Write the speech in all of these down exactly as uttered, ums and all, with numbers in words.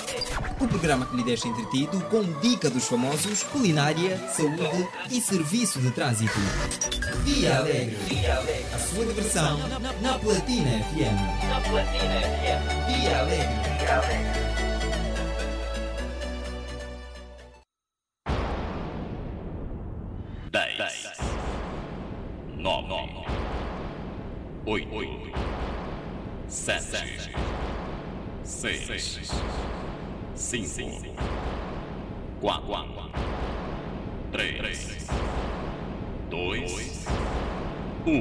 O programa que lhe deixa entretido com dica dos famosos, culinária, saúde e serviço de trânsito. Dia Alegre. A sua diversão na Platina F M. Na Platina F M. Dia Alegre. Dia Alegre. dez, nove, oito, sete, seis, cinco, quatro, três, dois, um.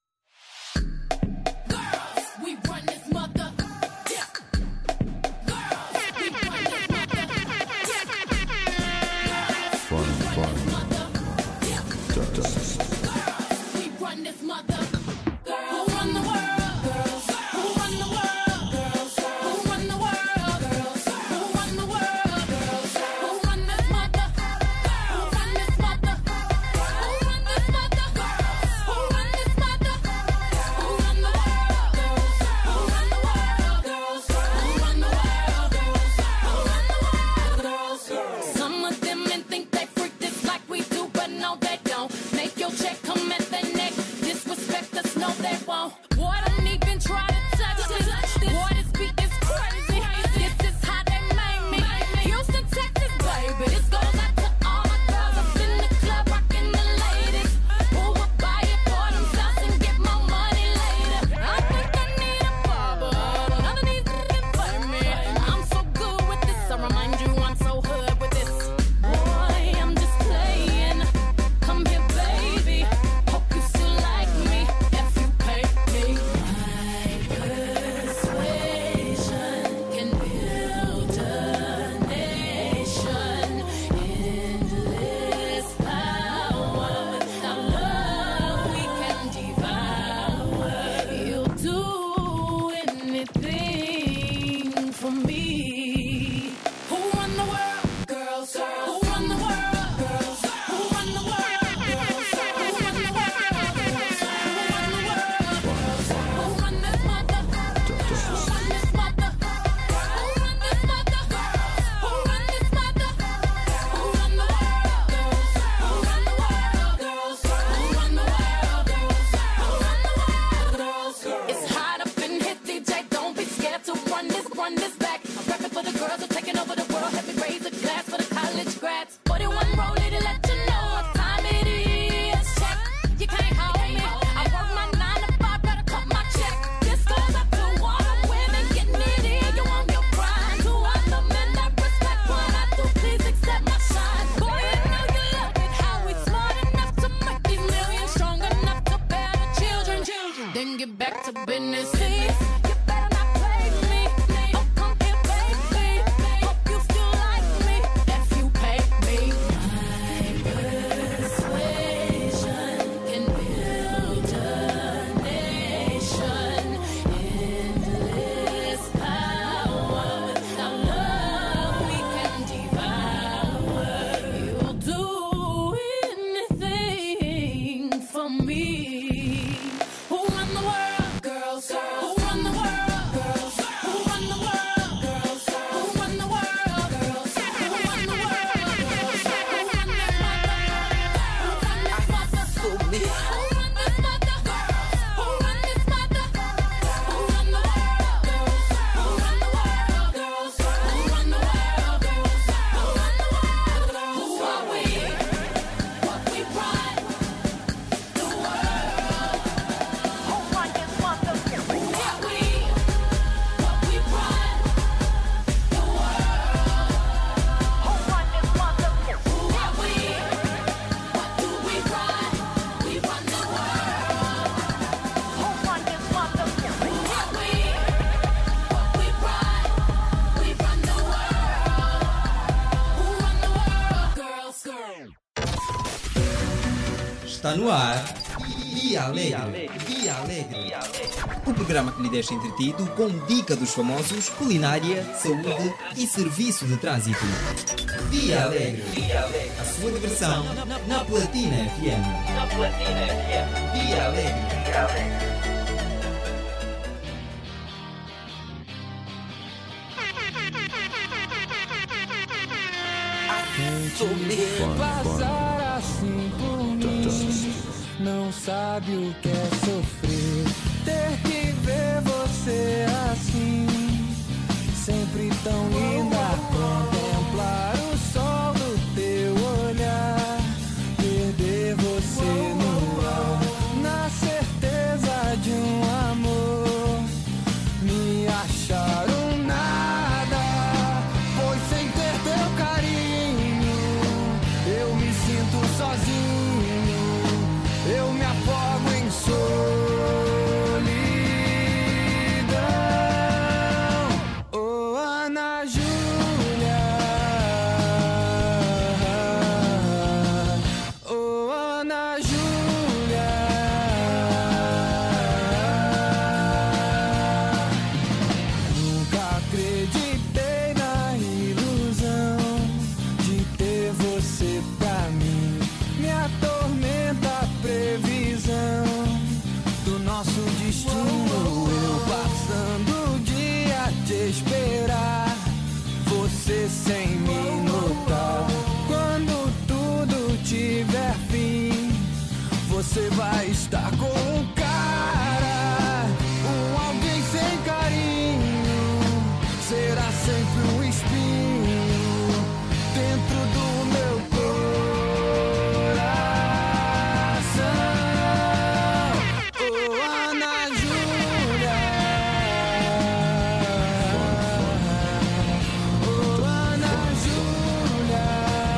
Está no ar Dia Alegre. Dia Alegre. O programa que lhe deixa entretido com dica dos famosos, culinária, saúde e serviço de trânsito. Dia Alegre. A sua diversão na Platina F M. Na Platina F M. Dia Alegre. Dia Alegre. Passar assim por mim, não sabe o que é sofrer. Ter que ver você assim, sempre tão linda. Contemplar o sol do teu olhar, perder você no ar, na certeza de um amor. Me acharam nada, pois sem ter teu carinho eu me sinto sozinho, eu me afogo em solidão. Oh, Ana Júlia, oh, Ana Júlia, nunca acreditei na ilusão de ter você pra mim. Me atormenta a previsão do nosso destino. Eu passando o dia a te esperar, você sem me notar. Quando tudo tiver fim, você vai estar com um cara, um alguém sem carinho. Será sempre um espinho dentro do meu coração. Oh, Ana Júlia, oh, Ana Júlia.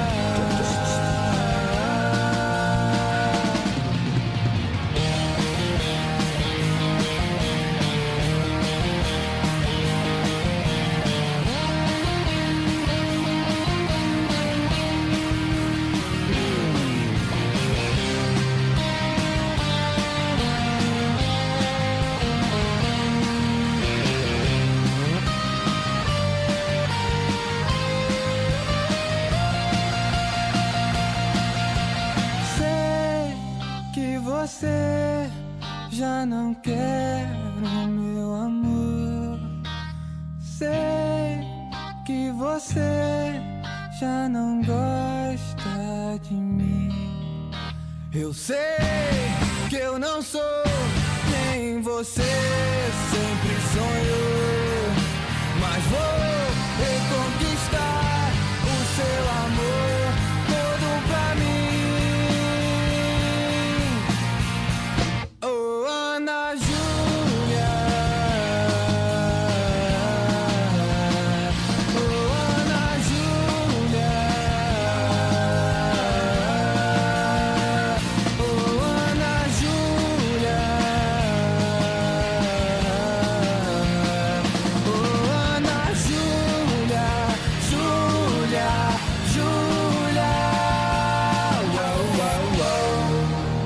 Sei que você já não quer o meu amor. Sei que você já não gosta de mim. Eu sei que eu não sou quem você sempre sonhou, mas vou reconquistar o seu amor todo pra mim. Oh, Ana Júlia, oh, Ana Júlia, oh, Ana Júlia, oh, Ana Júlia, Júlia, Júlia. Uau, uau, uau.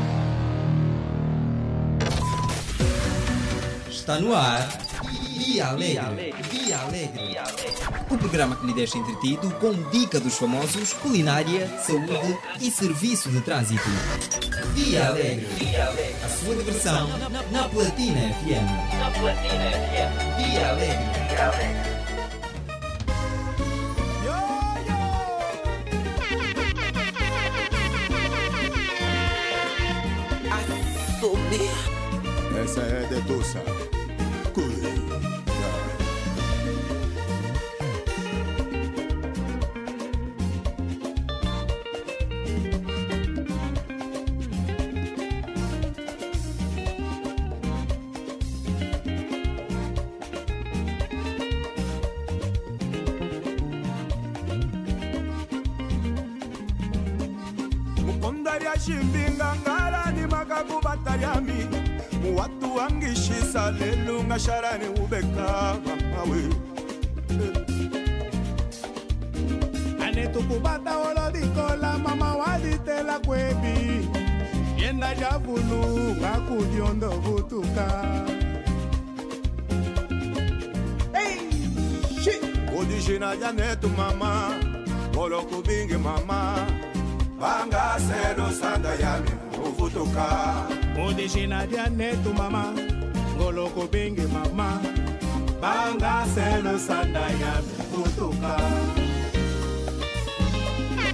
Está no ar Dia Alegre. Dia Alegre. O programa que lhe deixa entretido com dica dos famosos, culinária, saúde e serviço de trânsito. Dia Alegre. A sua diversão na Platina F M. Na Platina F M. Dia Alegre. Dia Alegre. Essa é de Tussa. Cuida. Mukondaria shimbinga ngala ni makabu batariami. Watu wangishisa lelu ngasharani ubeka mawe. Anetu kubata olo dikola mama waditela kwebi. Yenda javulu kakudiondo butuka. Hey, shit. Odijina janetu mama, olo kubingi mama. Banga selo sanda yami uvutuka. Odijina janetu mama, olo kubingi mama. Banga selo sanda yami uvutuka.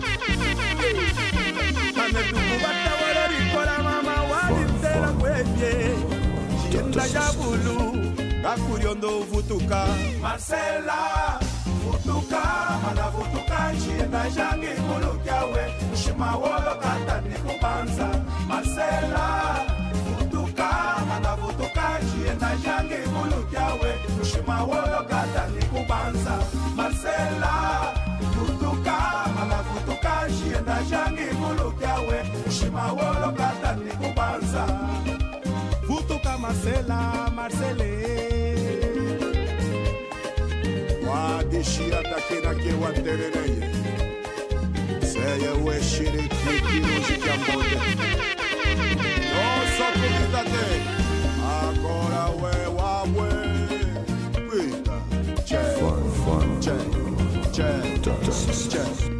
Chienda Jabulu, Gakuriondo Vutuka, Marcela, Vutuka, Mana Vutuka, Chienda Jangi Mulukiawe, Shimawolo Kata Nikubanza, Marcela, Vutuka, Mana Vutuka, Chienda Jangi Mulukiawe, Shimawolo Kata Nikubanza, Marcela, Vutuka, Mana Vutuka, Chienda Jangi Mulukiawe, Shimawolo Kata Nikubanza. Vutuka Marcela, Marcele Wadishia takina kiwa terereye Seye we shiriki kiruji kiambode Noso kumitate Agora we wawe Wita Che Che Che Che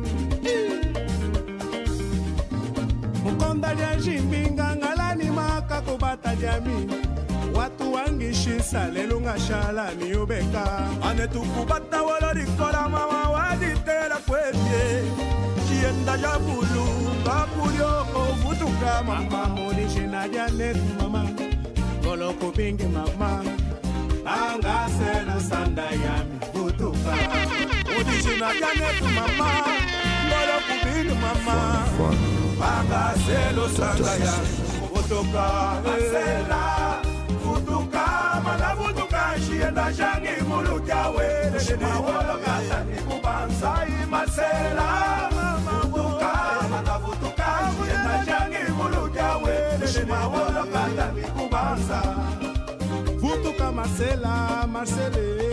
Mukonda jajimbinga ngalani maka kubata jami Watu wangishisa lelunga shala ni ubeka Ane tukubata wala rikola mama waditela kwebye Chienda jabulu Bakulyo ovutuka mama Modishina janet mama Golo kubingi mama Anga sena sanda yami vutuka Modishina janet mama Golo kubingi mama Anga selo sanda yami vutuka Marcela Vutuka, mana vutuka, chienda jangi mulukiawe Shimawolo kata nikubanza Marcela Vutuka, mana vutuka, chienda jangi mulukiawe Shimawolo kata nikubanza Vutuka Marcela, Marcele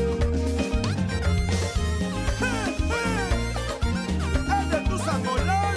Ede tu sangolón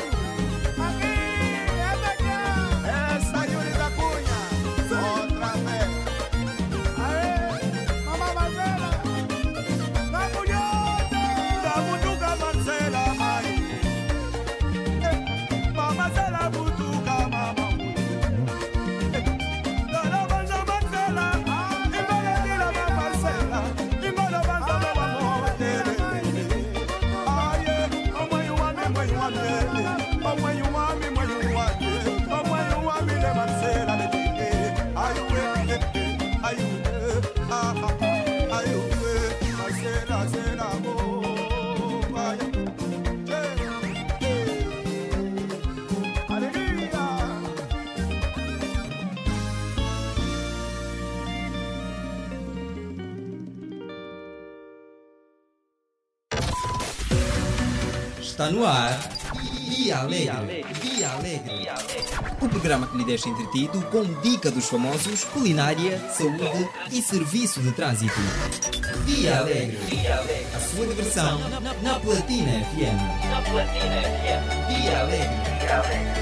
Está no ar Dia Alegre, Dia Alegre, o programa que lhe deixa entretido com dica dos famosos, culinária, saúde e serviço de trânsito. Dia Alegre, a sua diversão na Platina F M. Na Platina F M. Dia Alegre. Dia Alegre.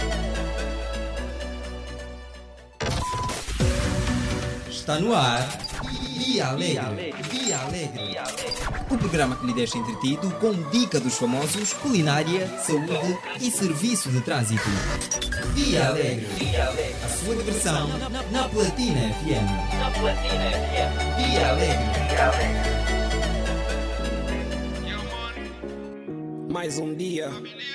Está no ar Dia Alegre, Dia Alegre, o programa que lhe deixa entretido com dica dos famosos, culinária, saúde e serviço de trânsito. Dia Alegre, a sua diversão na Platina F M. Na Platina F M. Dia Alegre. Dia Alegre. Mais um dia,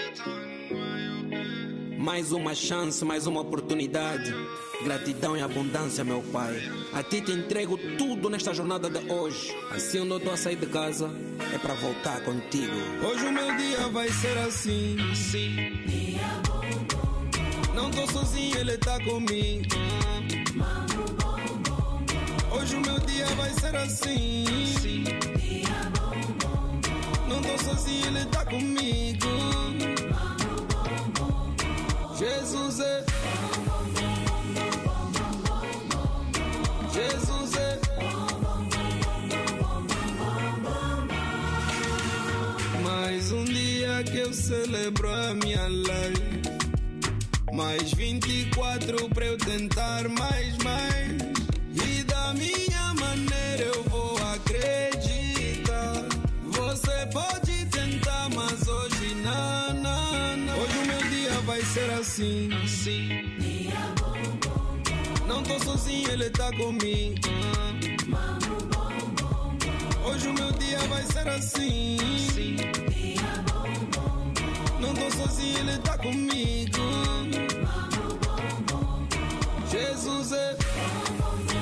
mais uma chance, mais uma oportunidade. Gratidão e abundância, meu Pai. A Ti te entrego tudo nesta jornada de hoje. Assim onde eu estou a sair de casa é para voltar contigo. Hoje o meu dia vai ser assim. Sim. Não tô sozinho, Ele tá comigo. Hoje o meu dia vai ser assim. Sim. Não tô sozinho, Ele tá comigo. Jesus é Jesus é mais um dia que eu celebro a minha life. Mais vinte e quatro para eu tentar mais, mais. E da minha maneira eu vou acreditar. Você pode tentar, mas hoje não, não, não. Hoje o meu dia vai ser assim, assim. Não tô sozinho, Ele tá comigo. Hoje o meu dia vai ser assim. Não tô sozinho, Ele tá comigo. Jesus é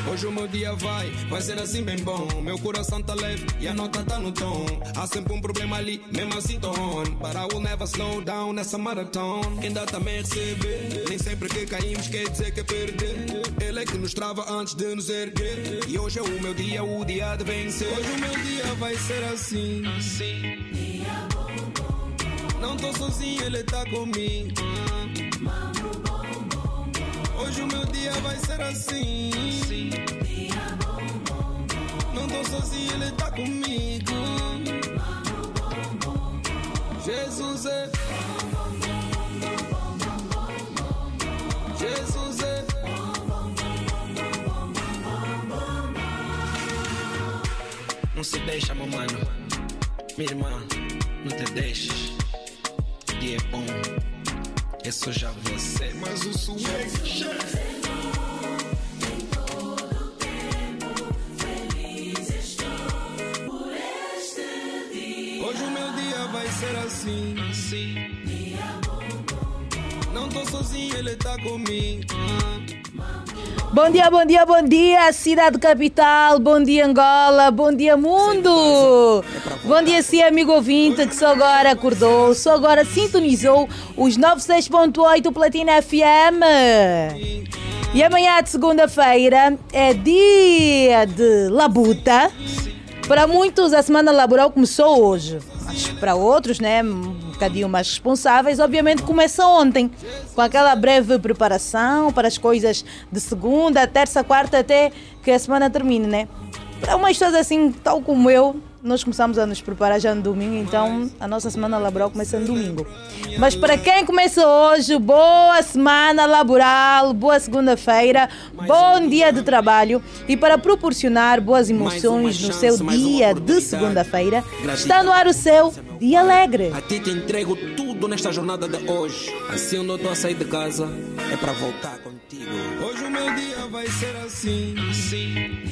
Hoje o meu dia vai, vai ser assim bem bom. Meu coração tá leve e a nota tá no tom. Há sempre um problema ali, mesmo assim tô on. But I will never slow down nessa maratona. Quem dá também recebe, nem sempre que caímos quer dizer que é perder. Ele é que nos trava antes de nos erguer. E hoje é o meu dia, o dia de vencer. Hoje o meu dia vai ser assim, assim. Não tô sozinho, ele tá comigo. Hoje o meu dia vai ser assim. Não tô sozinho, ele tá comigo. Jesus é. Jesus é. Não se deixa, meu mano. Minha irmã, não te deixes. O dia é bom. É só já você, mas o som é cheio. Hoje o meu dia vai ser assim, assim. Não tô sozinho, ele tá comigo. Bom dia, bom dia, bom dia, cidade capital, bom dia Angola, bom dia mundo. Bom dia sim, amigo ouvinte que só agora acordou, só agora sintonizou os noventa e seis ponto oito Platina F M. E amanhã de segunda-feira é dia de labuta. Para muitos a semana laboral começou hoje, mas para outros, né, um bocadinho mais responsáveis, obviamente começa ontem, com aquela breve preparação para as coisas de segunda, terça, quarta, até que a semana termine, né? Para umas pessoas assim, tal como eu, nós começamos a nos preparar já no domingo, então a nossa semana laboral começa no domingo. Mas para quem começa hoje, boa semana laboral, boa segunda-feira, bom dia de trabalho. E para proporcionar boas emoções no seu dia de segunda-feira, está no ar o seu Dia Alegre. A ti te entrego tudo nesta jornada de hoje. Assim eu não estou a sair de casa, é para voltar contigo. Hoje o meu dia vai ser assim, assim.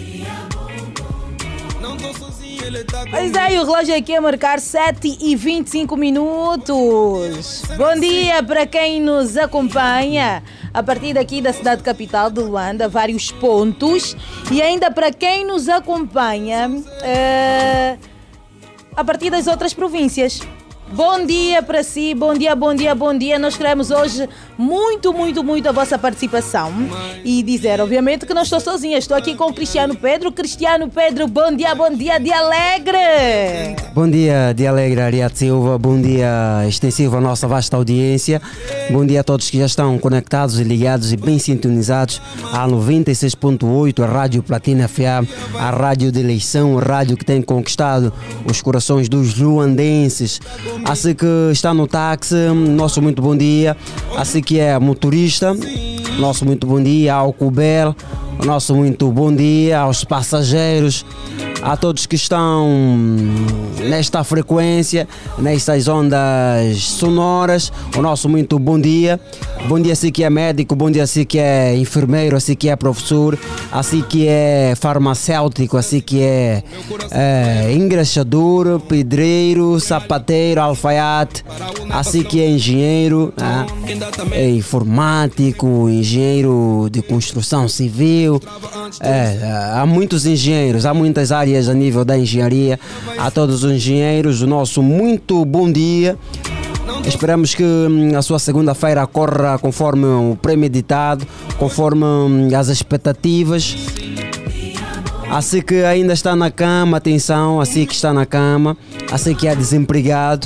Não tô sozinho, ele tá comigo. Pois é, e o relógio aqui a marcar sete e vinte e cinco minutos. Bom dia para quem nos acompanha a partir daqui da cidade capital de Luanda, vários pontos. E ainda para quem nos acompanha uh, a partir das outras províncias. Bom dia para si, bom dia, bom dia, bom dia. Nós queremos hoje muito, muito, muito a vossa participação e dizer, obviamente, que não estou sozinha. Estou aqui com o Cristiano Pedro. Cristiano Pedro, bom dia, bom dia, Dia Alegre. Bom dia, Dia Alegre, Ariete Silva. Bom dia, extensivo à nossa vasta audiência. Bom dia a todos que já estão conectados e ligados e bem sintonizados à noventa e seis ponto oito, a Rádio Platina F M, a rádio de eleição, a rádio que tem conquistado os corações dos luandenses. Assim que está no táxi, nosso muito bom dia. Assim que é motorista, nosso muito bom dia. Ao Cubel, nosso muito bom dia. Aos passageiros, a todos que estão nesta frequência, nestas ondas sonoras, o nosso muito bom dia. Bom dia assim que é médico, bom dia assim que é enfermeiro, assim que é professor, assim que é farmacêutico, assim que é, é engraxador, pedreiro, sapateiro, alfaiate, assim que é engenheiro, é, é informático, engenheiro de construção civil. É, há muitos engenheiros, há muitas áreas a nível da engenharia. A todos os engenheiros, o nosso muito bom dia. Esperamos que a sua segunda-feira corra conforme o premeditado, conforme as expectativas. Assim que ainda está na cama, atenção, assim que está na cama, assim que é desempregado,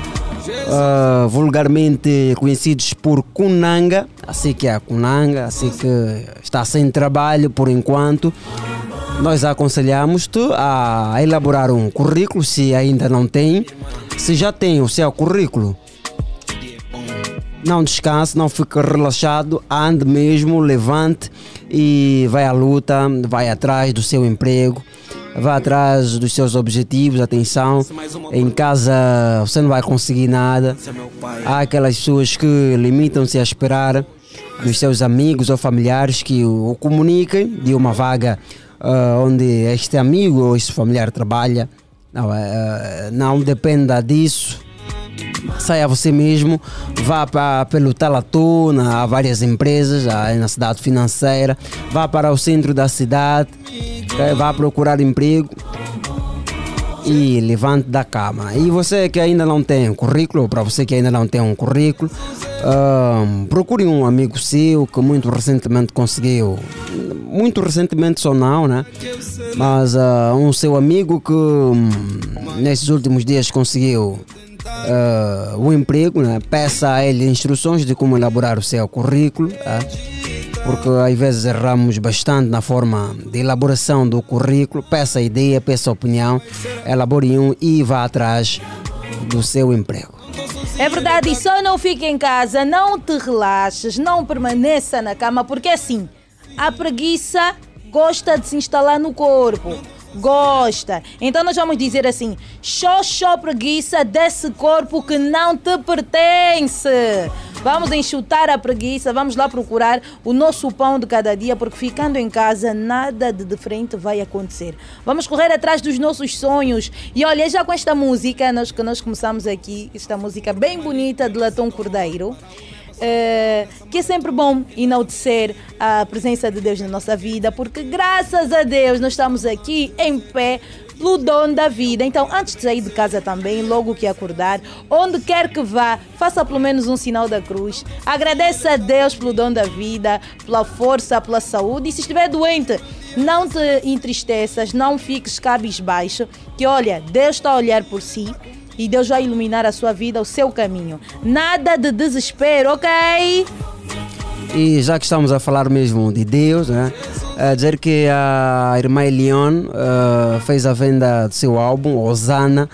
uh, vulgarmente conhecidos por Kunanga, assim que é Kunanga, assim que está sem trabalho por enquanto. Nós aconselhamos-te a elaborar um currículo, se ainda não tem. Se já tem o seu currículo, não descanse, não fique relaxado, ande mesmo, levante e vai à luta, vai atrás do seu emprego, vai atrás dos seus objetivos. Atenção, em casa você não vai conseguir nada. Há aquelas pessoas que limitam-se a esperar dos seus amigos ou familiares que o comuniquem de uma vaga uh, onde este amigo ou este familiar trabalha. Não, uh, não dependa disso. saia você mesmo, vá para, pelo Talatona, há várias empresas aí na cidade financeira, vá para o centro da cidade, okay? Vá procurar emprego e levante da cama. E você que ainda não tem currículo, para você que ainda não tem um currículo, uh, procure um amigo seu que muito recentemente conseguiu, muito recentemente só não, né? Mas uh, um seu amigo que um, nesses últimos dias conseguiu uh, um emprego, né? Peça a ele instruções de como elaborar o seu currículo, né? Porque às vezes erramos bastante na forma de elaboração do currículo. Peça a ideia, peça a opinião, elabore um e vá atrás do seu emprego. É verdade, e só não fique em casa, não te relaxes, não permaneça na cama, porque assim, a preguiça gosta de se instalar no corpo. Gosta. Então nós vamos dizer assim: xoxó preguiça desse corpo que não te pertence. Vamos enxutar a preguiça, vamos lá procurar o nosso pão de cada dia, porque ficando em casa nada de diferente vai acontecer. Vamos correr atrás dos nossos sonhos. E olha, já com esta música nós, que nós começamos aqui, esta música bem bonita de Latão Cordeiro, Uh, que é sempre bom enaltecer a presença de Deus na nossa vida, porque graças a Deus nós estamos aqui em pé pelo dom da vida. Então, antes de sair de casa também, logo que acordar, onde quer que vá, faça pelo menos um sinal da cruz. Agradeça a Deus pelo dom da vida, pela força, pela saúde. E se estiver doente, não te entristeças, não fiques cabisbaixo, que olha, Deus está a olhar por si. E Deus vai iluminar a sua vida, o seu caminho. Nada de desespero, ok? E já que estamos a falar mesmo de Deus, né? A dizer que a irmã Elion uh, fez a venda do seu álbum, Osana,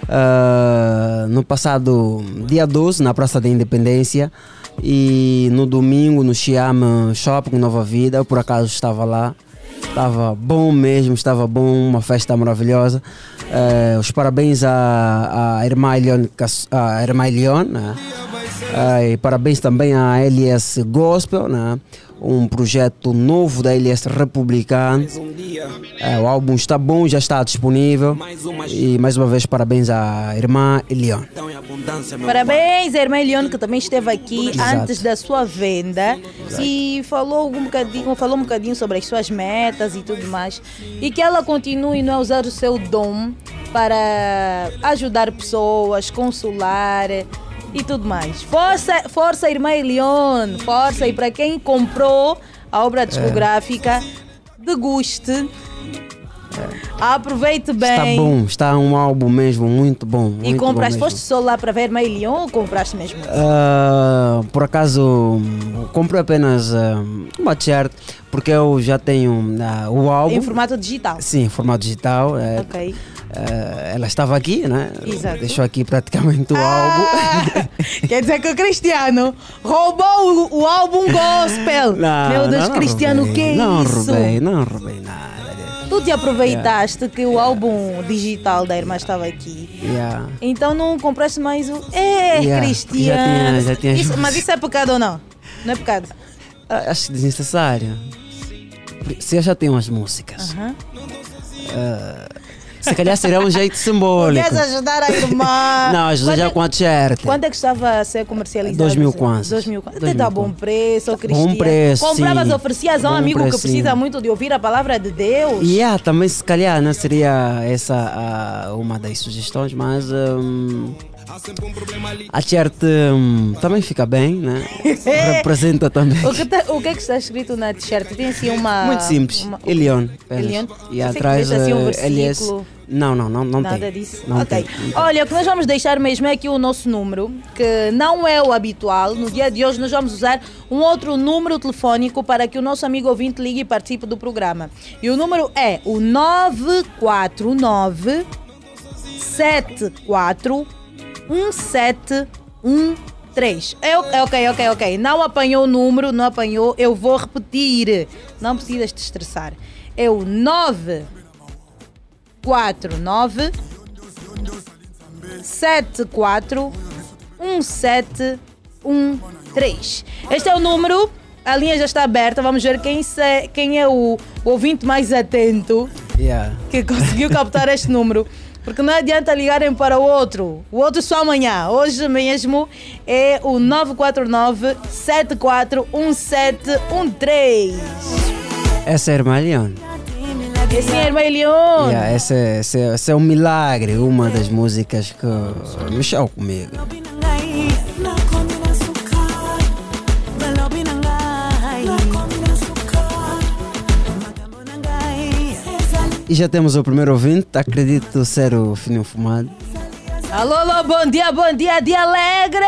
uh, no passado dia doze, na Praça da Independência. E no domingo, no Xiam Shopping Nova Vida, eu por acaso estava lá. Estava bom mesmo, estava bom, uma festa maravilhosa. Uh, os parabéns à, à irmã Elion, à irmã Elion, né? Uh, e parabéns também à L S Gospel, né? Um projeto novo da L S Republicano. Uh, o álbum está bom, já está disponível. E mais uma vez parabéns à irmã Elion. Parabéns à irmã Elion, que também esteve aqui Exato. Antes da sua venda. Exato. E falou um bocadinho, falou um bocadinho sobre as suas metas e tudo mais. E que ela continue a usar o seu dom para ajudar pessoas, consolar e tudo mais. Força, força irmã Elion, força. E para quem comprou a obra discográfica, deguste. Aproveite bem. Está bom, está um álbum mesmo muito bom. E muito compraste, bom foste só lá para ver Irmã Elion ou compraste mesmo? Uh, por acaso comprei apenas uh, uma t-shirt, porque eu já tenho uh, o álbum. Em formato digital? Sim, em formato digital. Uh, ok. Uh, ela estava aqui, né? Exato. Deixou aqui praticamente o ah, álbum. Quer dizer que o Cristiano roubou o, o álbum gospel. Não, Meu Deus, não, não Cristiano, o roubei, que é não isso? Não roubei, não roubei nada. Tu te aproveitaste yeah. que o álbum digital da irmã estava aqui. Yeah. Então não compraste mais o... É, yeah. Cristiano. Já tinha, já tinha isso, mas isso é pecado ou não? Não é pecado? Acho desnecessário. Se eu já tenho as músicas. Uh-huh. Uh, se calhar será um jeito simbólico. Queres ajudar a irmã? Não, ajudar já com a t-shirt. Quanto é que estava a ser comercializado? Dois mil kwanzas. Dois mil kwanzas. Até dá bom preço, oh, Cristiano. Bom preço, Compravas, sim. oferecias a um bom amigo preço, que precisa sim. muito de ouvir a palavra de Deus. E yeah, também se calhar não seria essa uh, uma das sugestões, mas um, a t-shirt um, também fica bem, né? Representa também. O que, tá, o que é que está escrito na t-shirt? Tem assim uma... Muito simples, uma... Elion. Elion? E atrás assim um uh, versículo. L S. Não, não, não, não Nada tem. disso? Não ok. tem, não tem. Olha, o que nós vamos deixar mesmo é aqui o nosso número, que não é o habitual. No dia de hoje nós vamos usar um outro número telefónico para que o nosso amigo ouvinte ligue e participe do programa. E o número é o nove quatro nove, sete quatro, um sete um três. É ok, ok, ok. Não apanhou o número, não apanhou. Eu vou repetir. Não precisas te estressar. É o nove quatro nove, sete quatro, um sete um três. Este é o número, a linha já está aberta. Vamos ver quem, se, quem é o, o ouvinte mais atento yeah. que conseguiu captar este número. Porque não adianta ligarem para o outro. O outro só amanhã. Hoje mesmo é o nove quatro nove, sete quatro um sete um três. Essa é a irmã Leone. Esse é a irmã Leone. Yeah, esse, é, esse, é, esse é um milagre, uma das músicas que mexeu comigo. E já temos o primeiro ouvinte, acredito ser o Fininho Fumado. Alô, alô, bom dia, bom dia, dia alegre!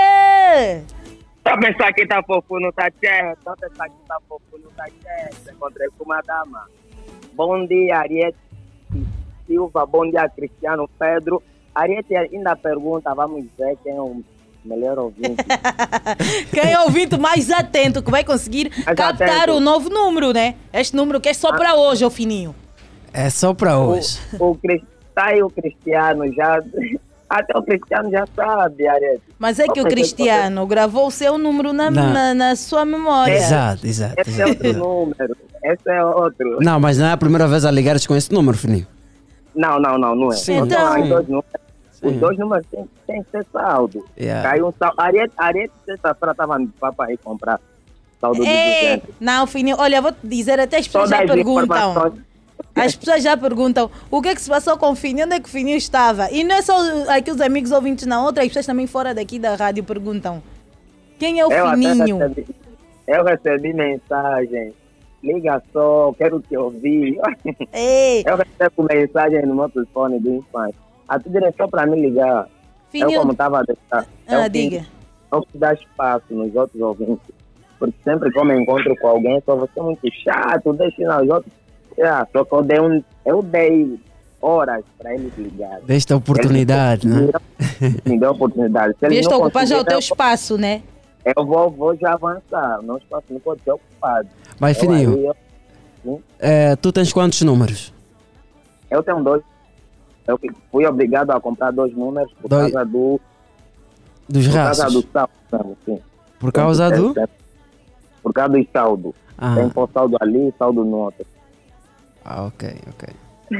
Só pensar que tá fofo no tá certo, só pensar que tá fofo no tá certo. Encontrei com uma dama. Bom dia, Ariete Silva, bom dia, Cristiano Pedro. Ariete ainda pergunta, vamos ver quem é o melhor ouvinte. Quem é o ouvinte mais atento que vai conseguir Mais captar atento. o novo número, né? Este número que é só para hoje, ô Fininho. É só para hoje. O, o, Cris- tá aí o Cristiano já. Até o Cristiano já sabe, Ariete. Mas é que o Cristiano gravou o seu número na, Não. na, na sua memória. Exato, exato. Esse é outro exato. número. Esse é outro. Não, mas não é a primeira vez a ligares com esse número, Fininho. Não, não, não, não é. Sim, Não, então. há dois números. Os Sim. dois números têm, têm que ter saldo. Yeah. Caiu um saldo. Ariete, Ariete sexta-feira estava no papai comprar saldo de Ei, duzentos. não, Fininho, olha, vou te dizer, até as pessoas Todas já as perguntam. informações. As pessoas já perguntam o que é que se passou com o Fininho, onde é que o Fininho estava? E não é só aqui os amigos ouvintes, não. Outras pessoas também fora daqui da rádio perguntam: quem é o Eu até Fininho? recebi, eu recebi mensagem. Liga só, quero te ouvir. Ei, Eu recebo mensagem no meu telefone do infante. A tu direção para me ligar. Eu Fininho. como estava a deixar. Ah, eu diga. Não se dá espaço nos outros ouvintes. Porque sempre que eu me encontro com alguém, só você é muito chato, deixa os outros. Ah, só que eu dei, um, eu dei horas para eles ligarem. Desta oportunidade, né? Me deu oportunidade. Se eles Vieste não ocupar já o teu conseguirem, espaço, né? eu vou, vou já avançar. Não espaço não pode ser ocupado. Mas, Eu, aí, Fininho, eu, eh, tu tens quantos números? eu tenho dois. Eu fui obrigado a comprar dois números por Dois- causa do. Dos Por causa raços? do saldo, sim. Por causa do? Por causa do saldo. Ah, Tem pôr saldo ali e saldo no outro. ah, ok, ok.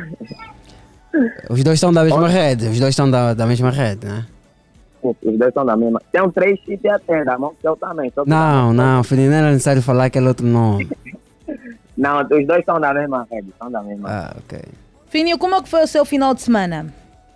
Os dois estão da mesma rede, os dois estão da, da mesma rede, né? Os dois são da mesma. Tem um três chips até, da mão que eu também. só que- Não, não, Fininho, não era necessário falar aquele outro nome. Não, os dois são da mesma rede, são da mesma. Ah, ok. Fininho, como é que foi o seu final de semana?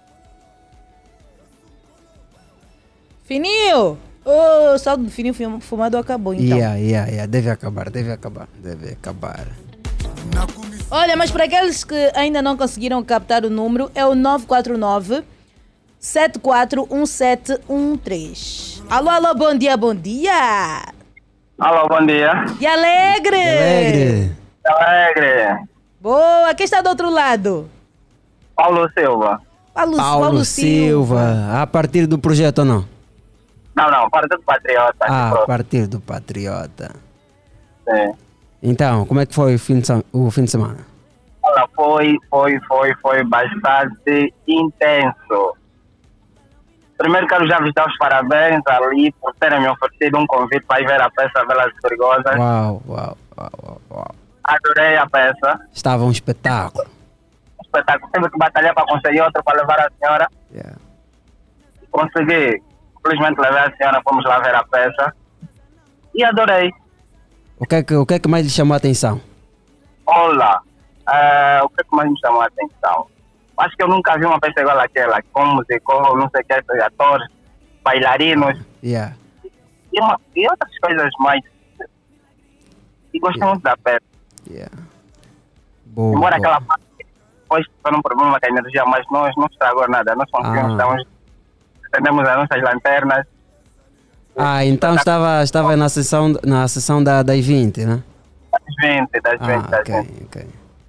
Fininho! O saldo do Fininho fum- fumado acabou, então. Yeah, yeah, yeah. Deve acabar, deve acabar, deve acabar. Olha, mas para aqueles que ainda não conseguiram captar o número, é o nove quatro nove, sete quatro um sete um três. Alô, alô, bom dia, bom dia! Alô, bom dia. E alegre! Alegre! Alegre. Boa, quem está do outro lado? Paulo Silva. Paulo, Paulo Silva, a partir do projeto ou não? Não, não, Partido do Patriota. Ah, a partir do Patriota. Sim. Então, como é que foi o fim de, se- o fim de semana? Olha, foi, foi, foi, foi bastante intenso. Primeiro quero já vos dar os parabéns ali por terem me oferecido um convite para ir ver a peça Velas Perigosas. Uau, uau, uau, uau, uau. Adorei a peça. Estava um espetáculo. Um espetáculo. Tive que batalhar para conseguir outro para levar a senhora. Yeah. Consegui. Felizmente levei a senhora, fomos lá ver a peça. E adorei. O que, é que, o que é que mais lhe chamou a atenção? Olá. eh, o que, é que mais me chamou a atenção? Acho que eu nunca vi uma peça igual àquela, com musical, não sei o que, atores, bailarinos Yeah. e, uma, e outras coisas mais. E gostei Yeah. muito da peça. Yeah. Boa, Embora boa. aquela parte depois foi um problema com a energia, mas nós não estragou nada. Nós confiamos, Ah. estamos, acendemos as nossas lanternas. Ah, então estava, estava na sessão, na sessão da, das vinte, né? Das vinte, das vinte, Ah, das ok, vinte. ok.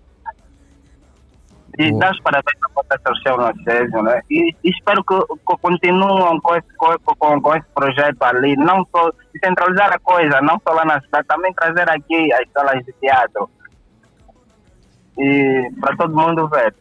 E Boa. dá os parabéns ao professor Cheu Narciso, né? E, e espero que, que continuem com esse, com, com, com esse projeto ali, não só descentralizar a coisa, não só lá na cidade, também trazer aqui as salas de teatro. E para todo mundo ver.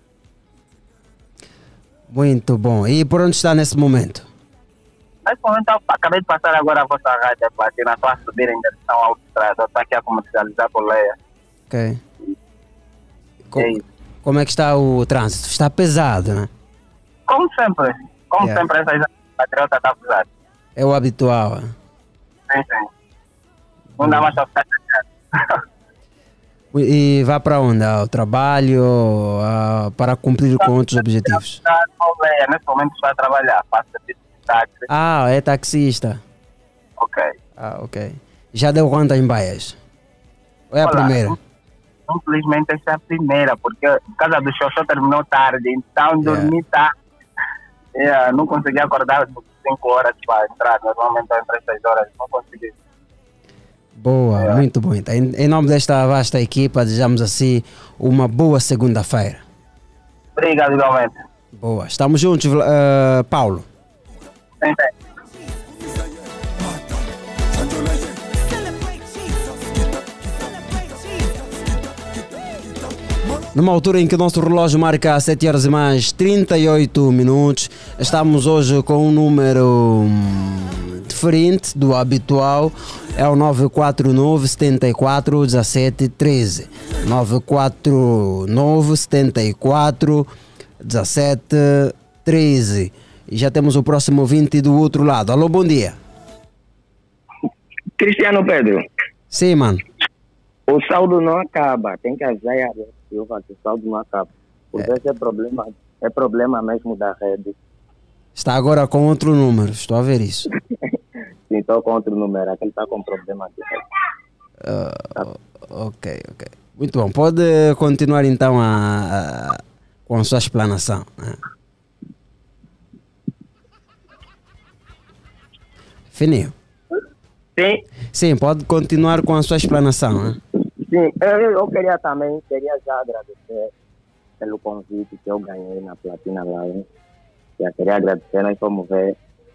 Muito bom. E por onde está nesse momento? Nesse momento, eu acabei de passar agora a vossa rádio aqui na tua subir em direção ao autostrada. Estou aqui a comercializar com Leia. Ok. Co- É isso. como é que está o trânsito? Está pesado, né? como sempre. Como Yeah. sempre, essa patriota está pesada. É o habitual. hein? Sim, sim. Não dá mais para ficar chateado. E vai para onde? Ao trabalho? ah, para cumprir com outros objetivos? Está na aldeia, nesse momento está a trabalhar. Faço serviço de táxi. Ah, é taxista. Ok. Ah, ok. Já deu quantas baias? Ou é a Olá, primeira? Infelizmente essa é a primeira, porque a casa do show só terminou tarde, então dormi tarde. Yeah, não consegui acordar cinco horas para entrar, normalmente eu entro às seis horas, não consegui. Boa, É. muito bom. Então, em, em nome desta vasta equipa, desejamos assim uma boa segunda-feira. Obrigado, igualmente. Boa. Estamos juntos, Vla- ah, Paulo. Sim, sim. Numa altura em que o nosso relógio marca sete horas e mais trinta e oito minutos, estamos hoje com um número hum, diferente do habitual. É o nove quatro nove, sete quatro, um sete um três. nove quatro nove, sete quatro, um sete um três. E já temos o próximo ouvinte do outro lado. Alô, bom dia. Cristiano Pedro, Sim, mano. o saldo não acaba, tem que avisar a Silva que o saldo não acaba. Por vezes é problema, é problema mesmo da rede. Está agora com outro número, estou a ver isso. Sim, estou com outro número, aquele está com problema de rede. Ah, ok, ok. Muito bom. Pode continuar então a, a- com a sua explanação. Né? Fininho. Sim, Sim, pode continuar com a sua explanação. Né? sim. Eu, eu queria também, queria já agradecer pelo convite que eu ganhei na Platina Lounge. Já queria agradecer, nós fomos ver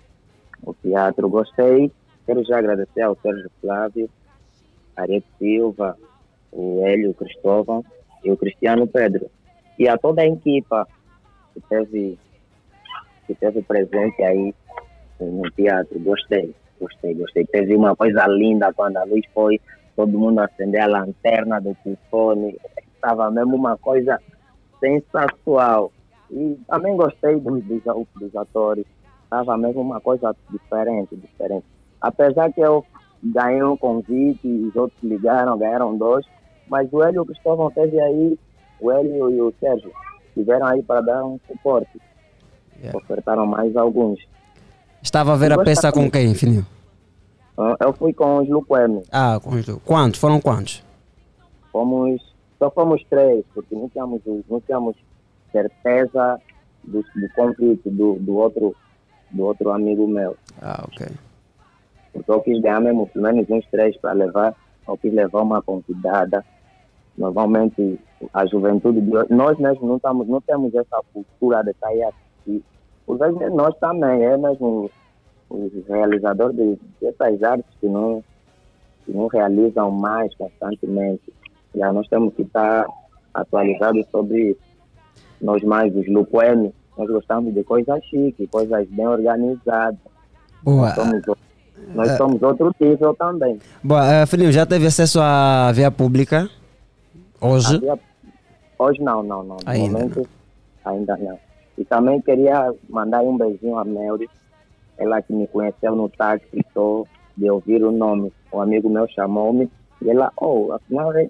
o teatro, gostei. Quero já agradecer ao Sérgio Flávio, Ariete Silva, o Hélio Cristóvão e o Cristiano Pedro. E a toda a equipa que teve, que teve presente aí no teatro. Gostei, gostei, gostei. Teve uma coisa linda quando a luz foi, todo mundo acendeu a lanterna do telefone. Estava mesmo uma coisa sensacional. E também gostei dos, dos, dos atores. Estava mesmo uma coisa diferente, diferente. Apesar que eu ganhei um convite e os outros ligaram, ganharam dois, mas o Hélio e o Cristóvão teve aí, o Hélio e o Sérgio, estiveram aí para dar um suporte. Yeah. Ofertaram mais alguns. Estava a ver a peça com quem, Fininho? Ah, Eu fui com os Luquemi. Ah, com os dois. Quantos? Foram quantos? Fomos, só fomos três, porque não tínhamos, não tínhamos certeza do, do convite do, do, outro, do outro amigo meu. Ah, ok. Porque eu quis ganhar mesmo pelo menos uns três para levar, eu quis levar uma convidada. Normalmente a juventude de hoje, nós mesmo não, estamos, não temos essa cultura de estar aí a assistir. Por vezes nós também, é mesmo os realizadores de, dessas artes que não, que não realizam mais constantemente. Já nós temos que estar atualizados sobre isso. Nós mais, os Luquemi, nós gostamos de coisas chiques, coisas bem organizadas. Boa. Nós somos, nós Ah. somos outro nível também. Boa, uh, Fininho, já teve acesso à via pública? Hoje? Havia- Hoje não, não, não. No Ainda momento, ainda não. E também queria mandar um beijinho a Melry, ela que me conheceu no táxi, só de ouvir o nome. Um amigo meu chamou-me e ela, oh, afinal, é-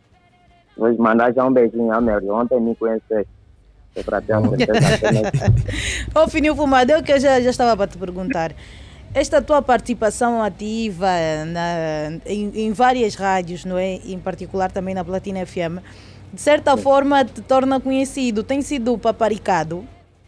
vou mandar já um beijinho a Melry. Ontem me conheceu. É para ter a certeza que nós- Ô, Fininho Fumado, eu que já, já estava para te perguntar. Esta tua participação ativa na, em, em várias rádios, não é? Em particular também na Platina F M, de certa forma te torna conhecido. Tem sido paparicado?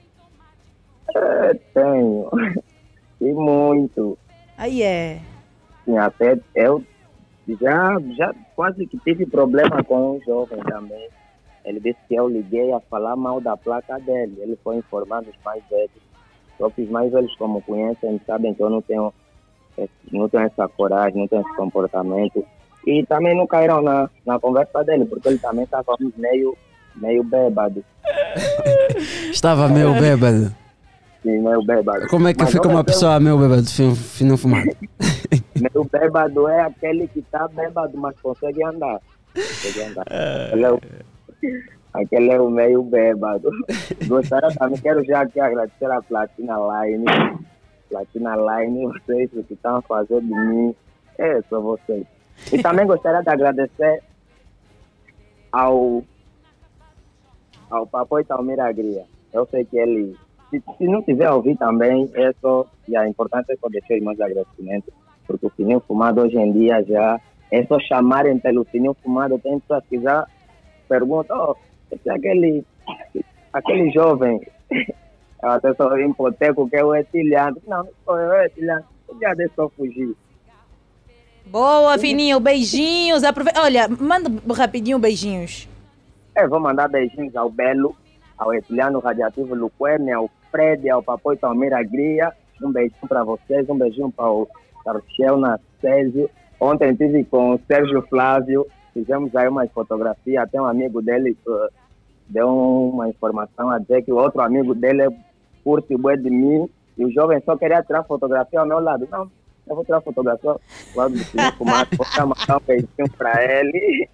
É, tenho. E muito. Aí é. Sim, até eu já, já quase que tive problema com um jovem também. Ele disse que eu liguei a falar mal da placa dele. Ele foi informando os mais velhos. Só que os mais velhos, como conhecem, sabem que eu não tenho, esse- não tenho essa coragem, não tenho esse comportamento. E também não caíram na, na conversa dele, porque ele também estava meio, meio bêbado. Estava meio bêbado. Sim, meio bêbado. Como é que Mas fica eu uma tenho- pessoa meio bêbado, Fin- Fininho Fumado? Meu bêbado é aquele que está bêbado, mas consegue andar. Consegue andar. Ele é o- Aquele é o meio bêbado. Gostaria também, quero já aqui agradecer a Platina Line. Platina Line, vocês o que estão fazendo de mim. É só vocês. E também gostaria de agradecer ao, ao Papo Itamir Agria. Eu sei que ele, se, se não quiser ouvir também, é só, e a importante é só deixar mais agradecimento, porque o Fininho Fumado hoje em dia já é só chamarem pelo Fininho Fumado. Tem pessoas que já perguntam, oh, esse é aquele, aquele jovem, eu até sou em hipoteco que é o Etiliano. Não, não sou eu, é o Etiliano. Um dia deixa eu fugir. Boa, Fininho, beijinhos. Aprove... Olha, manda rapidinho beijinhos. É, vou mandar beijinhos ao Belo, ao Etiliano Radiativo Luquene, ao Fred, ao Papo Itamir Agria. Um beijinho para vocês, um beijinho para o Sarchel Césio. Ontem estive com o Sérgio Flávio, fizemos aí uma fotografia, até um amigo dele uh, deu uma informação a dizer que o outro amigo dele curte bué de mim, e o jovem só queria tirar fotografia ao meu lado. Não, eu vou tirar fotografia ao lado do Fininho Fumado, vou mandar um beijinho para ele.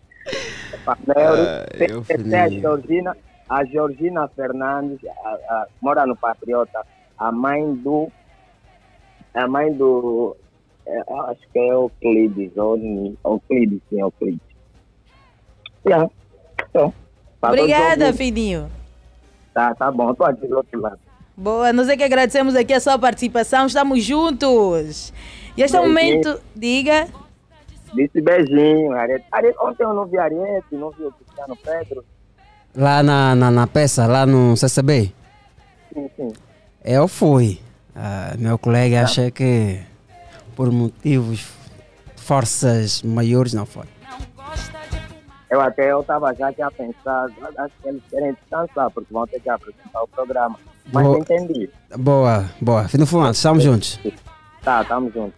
Tem a Georgina, a Georgina Fernandes, a, a, mora no Patriota, a mãe do, a mãe do, é, acho que é Euclides, Euclides, sim, Euclides. Yeah. Então, obrigada, Fininho. Tá, tá bom, estou aqui do outro lado. Boa, nós é que agradecemos aqui a sua participação, estamos juntos. E este é o momento, diga. Disse beijinho, Ariete. Ariete. Ontem eu não vi Ariete, não vi o Cristiano Pedro. Lá na, na, na peça, lá no C C B? Sim, sim. Eu fui. Ah, meu colega ah. acha que por motivos, forças maiores não foi. Eu até eu estava já aqui a pensar, acho que eles querem descansar, porque vão ter que apresentar o programa. Mas boa. Entendi. Boa, boa. Fim do Fumado, estamos juntos. Tá, estamos juntos.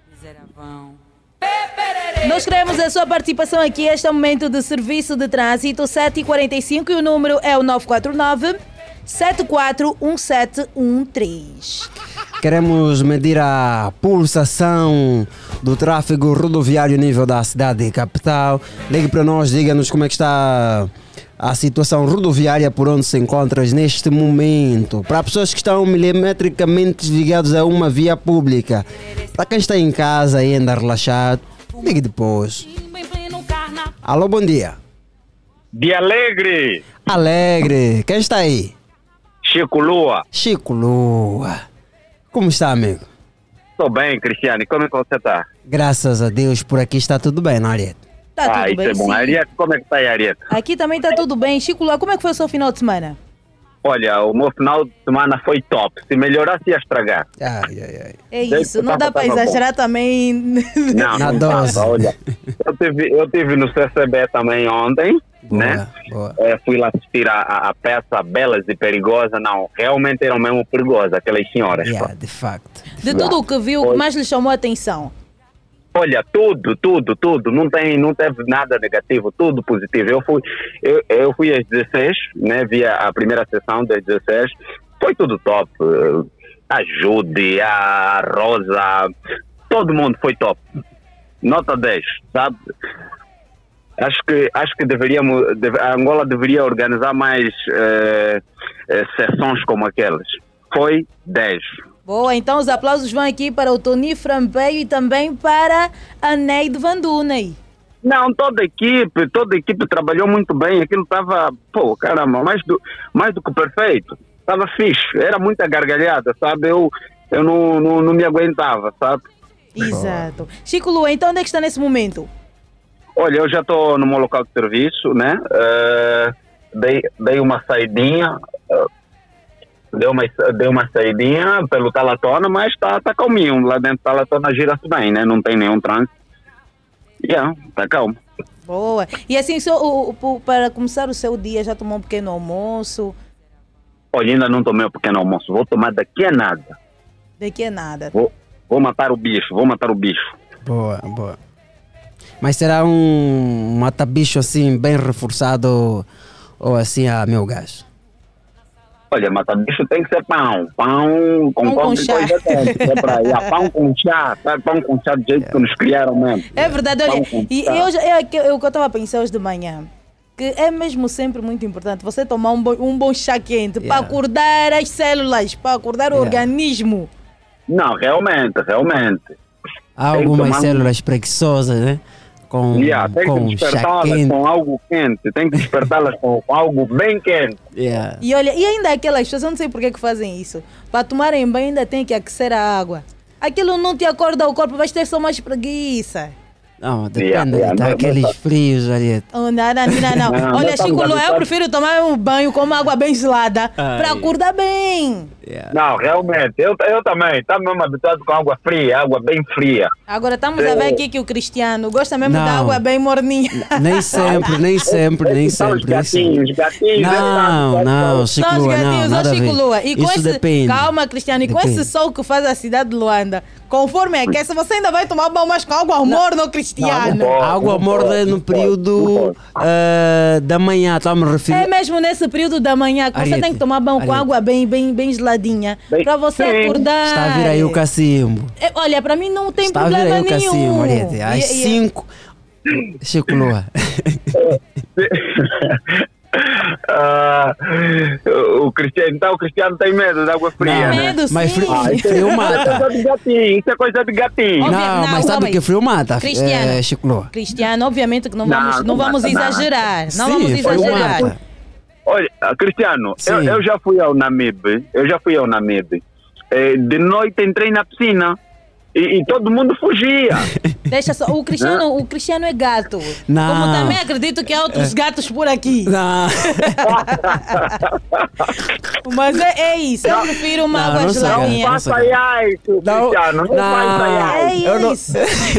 Nós queremos a sua participação aqui. Este é o momento de serviço de trânsito sete e quarenta e cinco e o número é o nove quatro nove, sete quatro um sete um três. Queremos medir a pulsação do tráfego rodoviário nível da cidade capital. Ligue para nós, diga-nos como é que está a situação rodoviária por onde se encontras neste momento. Para pessoas que estão milimetricamente ligados a uma via pública. Para quem está em casa e anda relaxado, ligue depois. Alô, bom dia. Dia Alegre. Alegre. Quem está aí? Chico Lua. Chico Lua. Como está, amigo? Estou bem, Cristiane. Como é que você está? Graças a Deus, por aqui está tudo bem, não, Ariete? Está ah, tudo isso bem, é bom. sim. Ariete, como é que está aí, Ariete? Aqui também está tudo bem. Chico Lua, como é que foi o seu final de semana? Olha, o meu final de semana foi top. Se melhorasse, ia estragar. Ai, ai, ai. É isso, não dá para exagerar também. Não, Na não dose. Dá, olha, eu tive, eu tive no C C B também ontem, boa, né? Boa. É, fui lá assistir a, a peça Belas e Perigosas. Não, realmente eram mesmo perigosas aquelas senhoras. Yeah, de facto. De, de tudo o que viu, o que mais lhe chamou a atenção? Olha, tudo, tudo, tudo. Não, tem, não teve nada negativo, tudo positivo. Eu fui, eu, eu fui às dezesseis, né? Vi a primeira sessão das dezesseis. Foi tudo top. A Judy, a Rosa, todo mundo foi top. Nota dez, sabe? Acho que, acho que deveríamos, a Angola deveria organizar mais eh, eh, sessões como aquelas. Foi dez. Boa, então os aplausos vão aqui para o Tony Frampeio e também para a Neide Vandunay. Não, toda a equipe, toda a equipe trabalhou muito bem. Aquilo estava, pô, caramba, mais do, mais do que perfeito. Estava fixe, era muita gargalhada, sabe? Eu, eu não, não, não me aguentava, sabe? Exato. Chico Lua, então onde é que está nesse momento? Olha, eu já estou no meu local de serviço, né? Uh, dei, dei uma saidinha... Uh, Deu uma, deu uma saidinha pelo Talatona, mas está tá calminho. Lá dentro do Talatona gira-se bem, né? Não tem nenhum trânsito. Yeah, tá calmo. Boa. E assim, só, o, o, para começar o seu dia, já tomou um pequeno almoço? Olha, ainda não tomei o pequeno almoço. Vou tomar daqui a nada. Daqui a nada. Vou, vou matar o bicho, vou matar o bicho. Boa, boa. Mas será um mata-bicho assim, bem reforçado ou assim, a meu gás? Olha, mata-bicho tem que ser pão. Pão com pão com chá. Coisa dentro, é pra ir. Pão com chá, sabe? Pão com chá do jeito que nos criaram mesmo. É verdade, olha. E eu, eu, eu, eu, eu estava a pensar hoje de manhã que é mesmo sempre muito importante você tomar um, bo um bom chá quente Yeah. para acordar as células, para acordar o Yeah. organismo. Não, realmente, realmente. Há Tem que algumas tomar um- células preguiçosas, né? Com, Yeah, tem com que chá despertá-las quente. com algo quente, tem que despertá-las com, com algo bem quente. Yeah. E olha, e ainda aquelas pessoas, eu não sei porque que fazem isso. Para tomarem banho ainda tem que aquecer a água. Aquilo não te acorda o corpo, vais ter só mais preguiça. Não, depende, Yeah, yeah, tá não- aqueles não- frios ali. Oh, não, não, não, não. Não, Olha, não Chico estamos Lua, eu habituados. prefiro tomar um banho com uma água bem gelada Ai. para acordar bem. Yeah. Não, realmente, eu, eu também, estamos mesmo habituado com água fria, água bem fria. Agora estamos a ver aqui que o Cristiano gosta mesmo Não. da água bem morninha. Nem sempre, nem sempre, nem São os sempre. nem sempre. gatinhos, gatinhos. Não, não, Chico São os Lua, não, gatinhos, ó nada a Chico ver. Lua. E com Isso esse, depende. calma, Cristiano, e com Depende. esse sol que faz a cidade de Luanda, conforme aquece, você ainda vai tomar banho mais com água morna, ô Cristiano. Não, não pode. A água Não morna pode, no não pode, período não pode. ah, da manhã, está a me referir. É mesmo nesse período da manhã que você Ariete, tem que tomar banho com Ariete. água bem, bem, bem geladinha Bem, para você sim. acordar. Está a vir aí o cacimbo. É, olha, para mim não tem Está a vir problema aí o nenhum. cacimbo, Ariete. Às E- e- cinco. Chico Lua. Ah, o Cristiano, então o Cristiano tem medo de água fria, Não, né? medo, mas sim. frio, Ah, isso, frio isso é mata. coisa de gatinho, isso é coisa de gatinho. Óbvio, Não, não, mas sabe calma que aí. frio mata, Cristiano. eh, Chico Lua. Cristiano, obviamente que não Não, vamos, não não vamos mata nada. exagerar. Não Sim, vamos frio exagerar. mata. Olha, ah, Cristiano, Sim. eu, eu já fui ao Namibe, eu já fui ao Namibe. Eh, de noite entrei na piscina e, e todo mundo fugia. Deixa só, o Cristiano, o Cristiano é gato. Não. Como também acredito que há outros gatos por aqui. Não. Mas é, é isso, eu prefiro uma Não, água não sou Não geladinha. gato. faça isso, Não, Cristiano, não, não. faça É isso. Eu não- isso.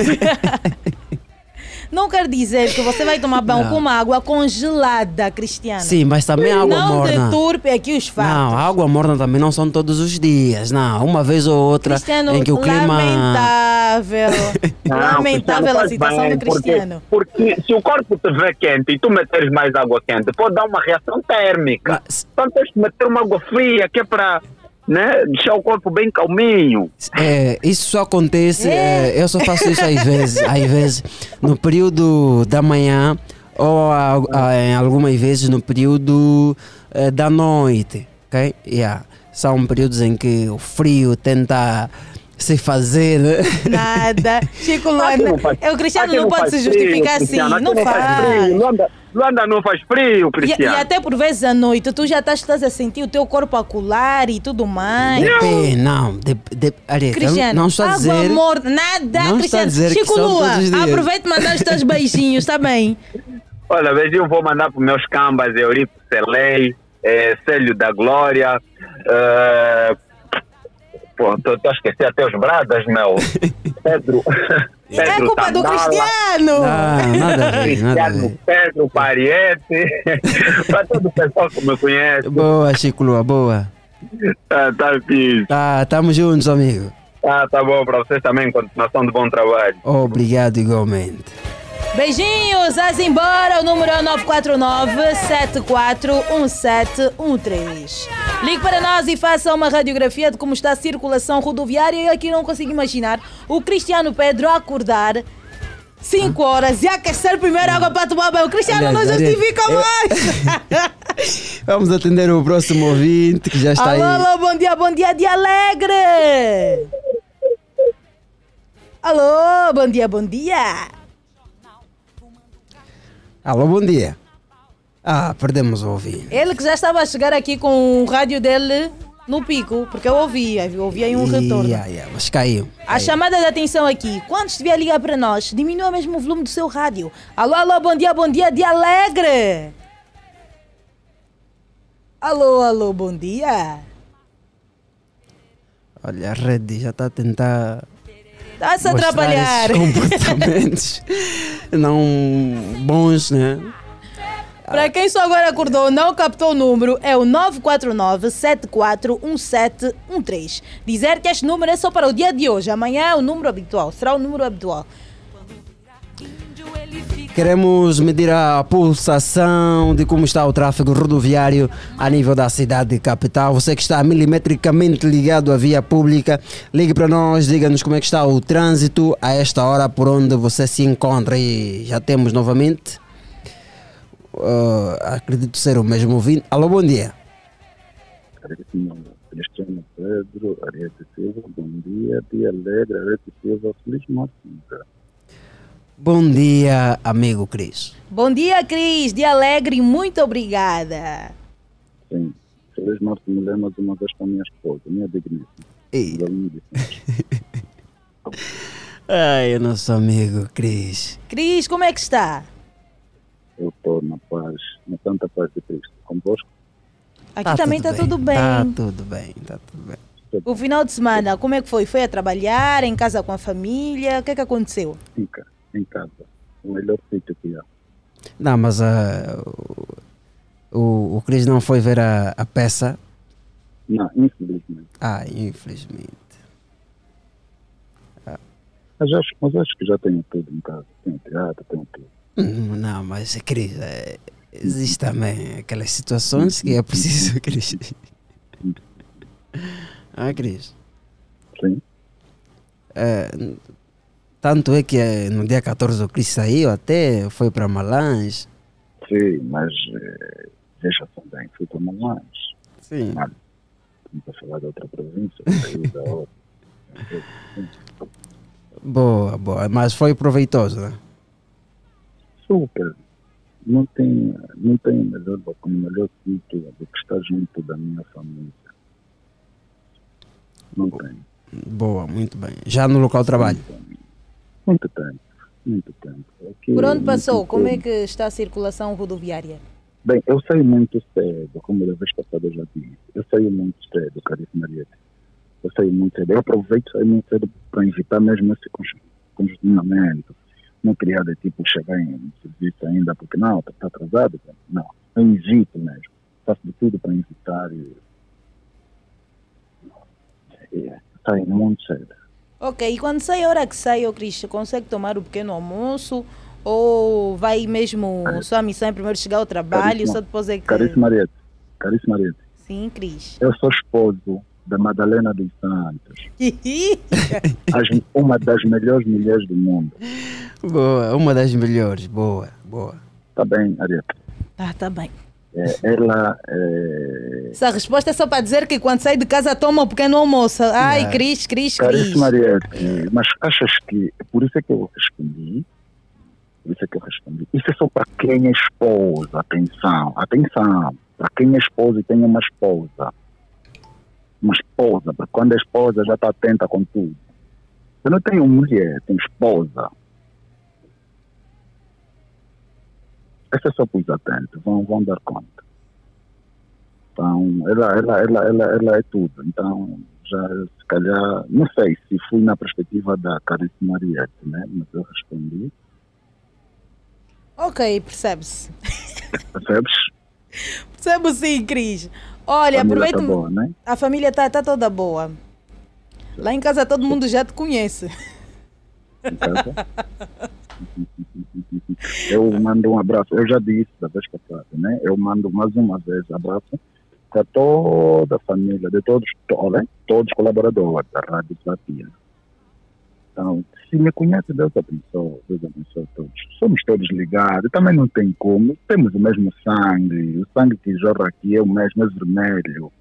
Não quer dizer que você vai tomar banho Não. com uma água congelada, Cristiano. Sim, mas também água Não morna. deturpe aqui os fatos. Não, água morna também não são todos os dias. Não, uma vez ou outra Cristiano, em que o clima. lamentável. Não, lamentável Cristiano, a faz situação bem, do Cristiano. Porque, porque se o corpo te vê quente e tu meteres mais água quente, pode dar uma reação térmica. Mas- Então tens que meter uma água fria, que é para, né, deixar o corpo bem calminho. É, isso só acontece, É. é, eu só faço isso às vezes, às vezes no período da manhã ou a- a- em algumas vezes no período eh, da noite, ok? Yeah. São períodos em que o frio tenta se fazer, né? Nada. Chico Aqui Luanda, não faz- é, o Cristiano aqui não pode faz se frio, justificar assim. Cristiano, aqui Não frio. faz. Luanda, Luanda não faz frio, E, e Cristiano. até por vezes à noite tu já estás, estás a sentir o teu corpo a colar e tudo mais. Depende, não, de, de, Ariete, eu Cristiano, não estou a água dizer. morna, nada, não estou a Cristiano. dizer que Chico são Lua, todos os dias. aproveita e mandar os teus beijinhos, tá bem? Olha, beijinho vou mandar para os meus cambas, Eurico Celei, eh, Célio da Glória. eh, pô, tô, tô a esquecer até os bradas, meu. Pedro. É Pedro culpa do Tandala, Cristiano. Não, nada a ver, nada a Cristiano ver. Pedro Pariete. Para todo o pessoal que me conhece. Boa, Chico Lua, boa. Tá, tá, fixe. Tá, estamos juntos, amigo. Tá, tá bom para vocês também. Continuação de bom trabalho. Obrigado igualmente. Beijinhos, as embora. O número é o nove quatro nove, sete quatro um sete um três. Ligue para nós e faça uma radiografia de como está a circulação rodoviária. Eu aqui não consigo imaginar o Cristiano Pedro a acordar cinco horas e aquecer primeiro a água para tomar banho. O Cristiano Aliás, não Ariete, justifica eu- mais. Vamos atender o próximo ouvinte que já está Alô, aí. alô, bom dia, bom dia de Alegre. Alô, bom dia, bom dia. Alô, bom dia. Ah, perdemos o ouvinte. Ele que já estava a chegar aqui com o rádio dele no pico, porque eu ouvia, eu ouvia aí um retorno. Yeah, yeah, mas caiu. A chamada de atenção aqui, quando estiver a ligar para nós, diminua mesmo o volume do seu rádio. Alô, alô, bom dia, bom dia de Alegre. Alô, alô, bom dia. Olha, a rede já está a tentar Está a se mostrar atrapalhar. esses comportamentos não bons, né? Para quem só agora acordou, não captou o número, é o nove quatro nove, sete quatro um sete um três. Dizer que este número é só para o dia de hoje. Amanhã é o número habitual, será o número habitual. Queremos medir a pulsação de como está o tráfego rodoviário a nível da cidade capital. Você que está milimetricamente ligado à via pública, ligue para nós, diga-nos como é que está o trânsito a esta hora por onde você se encontra. E já temos novamente uh, acredito ser o mesmo ouvinte. Alô, bom dia. Caríssimo Cristiano Pedro, Ariete Silva, bom dia, dia alegre, Ariete Silva, feliz Martins. Bom dia, amigo Cris. Bom dia, Cris, dia alegre, muito obrigada. Sim, feliz Martins, mais uma vez com a minha esposa, minha digníssima. Ei. Ai, nosso amigo Cris. Cris, como é que está? Eu estou na paz, na santa paz de Cristo. Convosco? Aqui Tá também tudo está bem, tudo bem. Tá tudo bem, tá tudo bem. O final de semana, como é que foi? Foi a trabalhar, em casa com a família? O que é que aconteceu? Em, ca- em casa, o melhor sítio que há. Não, mas uh, o, o Cris não foi ver a, a peça? Não, infelizmente. Ah, infelizmente. Mas acho, mas acho que já tenho tudo em casa. Tenho teatro, tenho tudo. Hum, Não, mas Cris, é, existe também aquelas situações que é preciso, Cris. Ah, Cris. Sim. É, tanto é que eh, no dia catorze o Cris saiu até, foi para Malange. Sim, mas eh, veja também, fui para Malange. Sim. Mas, não para falar de outra província, saiu da outra. Boa, boa, mas foi proveitoso, né? Super. Não tem, não tem melhor, como melhor sítio do que estar junto da minha família. Não tem. Boa, muito bem. Já no local de trabalho? Muito tempo, muito tempo. Aqui, Por onde passou? muito Como é tempo. que está a circulação rodoviária? Bem, eu saio muito cedo, como da vez passada eu já disse. Eu saio muito cedo, caríssima Marieta. Eu saio muito cedo. Eu aproveito e saio muito cedo para evitar mesmo esse cons- congestionamento. Não queria de tipo chegar em serviço ainda porque não, está atrasado. Não, eu evito mesmo. Faço de tudo para evitar. E, e, saio muito cedo. Ok, e quando sai a hora que sai, ô Cris, consegue tomar o pequeno almoço? Ou vai mesmo, só a missão é primeiro chegar ao trabalho, Caríssima- só depois é que... Caríssima Marieta, caríssima Marieta, Sim, Cris. eu sou esposo da Madalena dos Santos, as- uma das melhores mulheres do mundo. Boa, uma das melhores, boa, boa. Está bem, Arieta. Ah, tá bem. É, ela é... Essa resposta é só para dizer que quando sai de casa toma um pequeno almoço. Ai, Yeah. Cris, Cris, Cris. Caríssima Ariete, mas achas que... Por isso é que eu respondi. Por isso é que eu respondi. Isso é só para quem é esposa. Atenção, atenção. Para quem é esposa e tem uma esposa. Uma esposa, porque quando é esposa já está atenta com tudo. Eu não tenho mulher, tenho esposa. Essa é só para os atentos, vão, vão dar conta. Então, ela, ela, ela, ela, ela é tudo. Então, já se calhar, não sei se fui na perspectiva da caríssima Ariete, né? Mas eu respondi. Ok, percebe-se. Percebes? Percebo sim, Cris. Olha, A família aproveita. tá boa, né? A família está tá toda boa. Lá em casa todo mundo já te conhece. Em casa. Eu mando um abraço, eu já disse da vez passada, né? Eu mando mais uma vez abraço para toda a família, de todos, to- né? todos os colaboradores da Rádio Platina. Então, se me conhece, Deus abençoe, Deus abençoe a todos. Somos todos ligados, também não tem como, temos o mesmo sangue, o sangue que jorra aqui é o mesmo, é vermelho.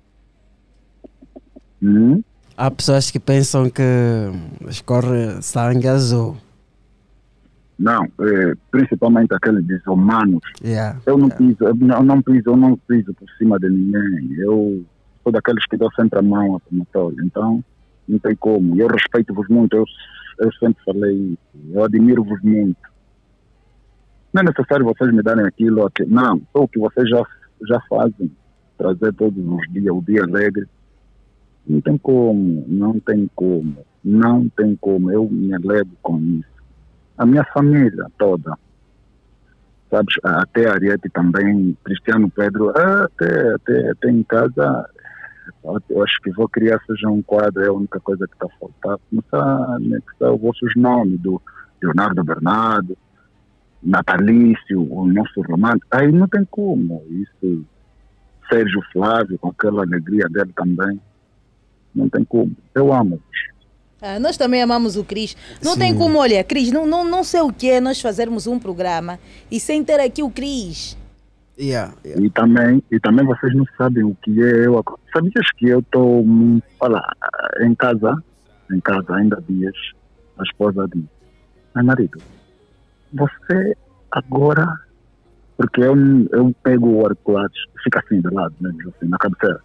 Hum? Há pessoas que pensam que escorre sangue azul. Não, eh, principalmente aqueles desumanos. Yeah. Eu não piso, eu não, não piso, eu não piso por cima de ninguém. Eu sou daqueles que dou sempre a mão à palmatória. Então, não tem como. Eu respeito-vos muito, eu, eu sempre falei isso. Eu admiro-vos muito. Não é necessário vocês me darem aquilo ou aquilo. Não, só o que vocês já, já fazem. Trazer todos os dias, o dia alegre. Não tem como, não tem como. Não tem como. Eu me alegro com isso. A minha família toda, sabes, até a Ariete também, Cristiano Pedro, até, até, até em casa, eu acho que vou criar seja um quadro, é a única coisa que está a faltar, começar a anexar os vossos nomes, do Leonardo Bernardo, Natalício, o nosso romance, aí não tem como, isso, Sérgio Flávio, com aquela alegria dele também, não tem como, eu amo-vos. Ah, nós também amamos o Cris. Não Sim. tem como, olha, Cris, não, não, não sei o que é nós fazermos um programa e sem ter aqui o Cris. Yeah, yeah. E, também, e também vocês não sabem o que é eu. Sabias que eu estou, olha, em casa, em casa ainda há dias, a esposa diz, ai marido, você agora, porque eu, eu pego o auricular, fica assim de lado, mesmo assim, na cabeceira.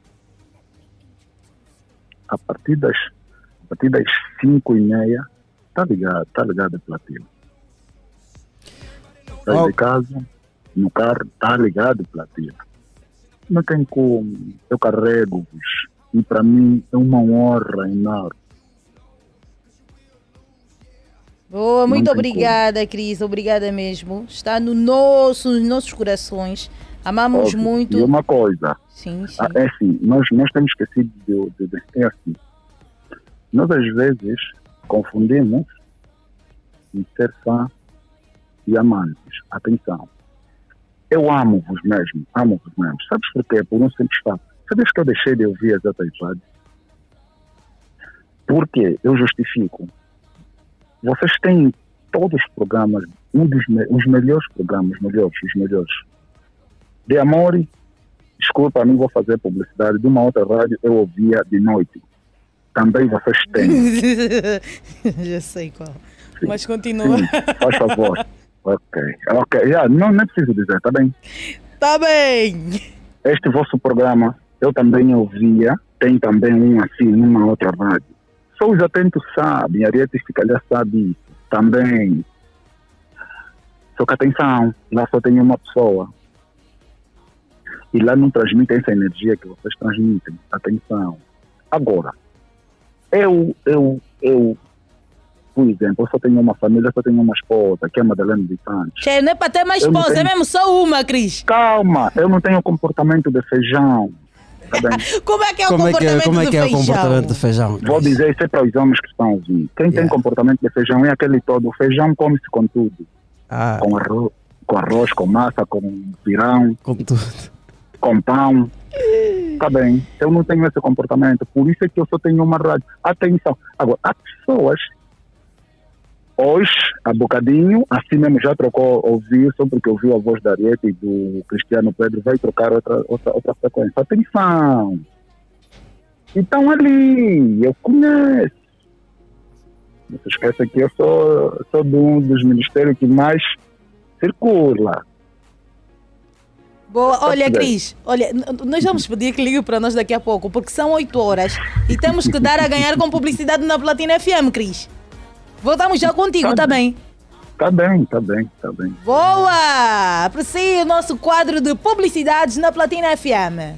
A partir das, a partir das cinco e meia, tá ligado, tá ligado a platina. Sai Oh. de casa, no carro, tá ligado a platina. Não tem como, eu carrego-vos. E para mim é uma honra enorme. Boa, muito Não tem obrigada, Cris. Obrigada mesmo. Está no nosso, nos nossos corações. Amamos Óbvio. muito. E uma coisa, Sim, sim. ah, é assim, nós, nós temos esquecido de, de, de, é assim. Nós às vezes confundimos em ser fã e amantes. Atenção. Eu amo-vos mesmo, amo-vos mesmo. Sabes porquê? Por um simples fato. Sabes que eu deixei de ouvir a Zé Taipad? Porque eu justifico. Vocês têm todos os programas, um dos me os melhores programas, melhores, os melhores. De Amore, desculpa, não vou fazer publicidade, de uma outra rádio eu ouvia de noite. Também vocês têm. Já sei qual. Sim. Mas continua. Sim, faz favor. Ok, ok, yeah, não, não é preciso dizer, tá bem? Tá bem. Este vosso programa eu também ouvia, tem também um assim, numa outra rádio. Só os atentos sabem, a Ariete se calhar sabe isso também. Só que atenção, lá só tem uma pessoa. E lá não transmite essa energia que vocês transmitem. Atenção. Agora, eu, eu, eu, por exemplo, eu só tenho uma família, só tenho uma esposa, que é a Madalena de Santos. Che, não é para ter mais Eu não esposa, tenho- é mesmo só uma, Cris. Calma, eu não tenho comportamento de feijão. Tá bem? Como é que é o Como é que é, comportamento como é, do que é o feijão? comportamento de feijão? Vou dizer isso é para os homens que estão a ouvir. Quem tem Yeah. comportamento de feijão é aquele todo. O feijão come-se com tudo. Ah, Com arroz, com arroz, com massa, com pirão, com tudo. com pão. Tá bem. Eu não tenho esse comportamento. Por isso é que eu só tenho uma rádio. Atenção. Agora, há pessoas, hoje, há bocadinho, assim mesmo já trocou, ouviu, só porque ouviu a voz da Ariete e do Cristiano Pedro, vai trocar outra, outra, outra frequência. Atenção. Então ali, eu conheço. Não se esqueça que eu sou, sou de um dos ministérios que mais circula. Boa, olha, bem. Cris, olha, n- nós vamos pedir que ligue para nós daqui a pouco, porque são oito horas e temos que dar a ganhar com publicidade na Platina F M, Cris. Voltamos já contigo, Tá tá bem? Tá bem, tá bem, tá bem. Boa! Aprecie o nosso quadro de publicidades na Platina F M.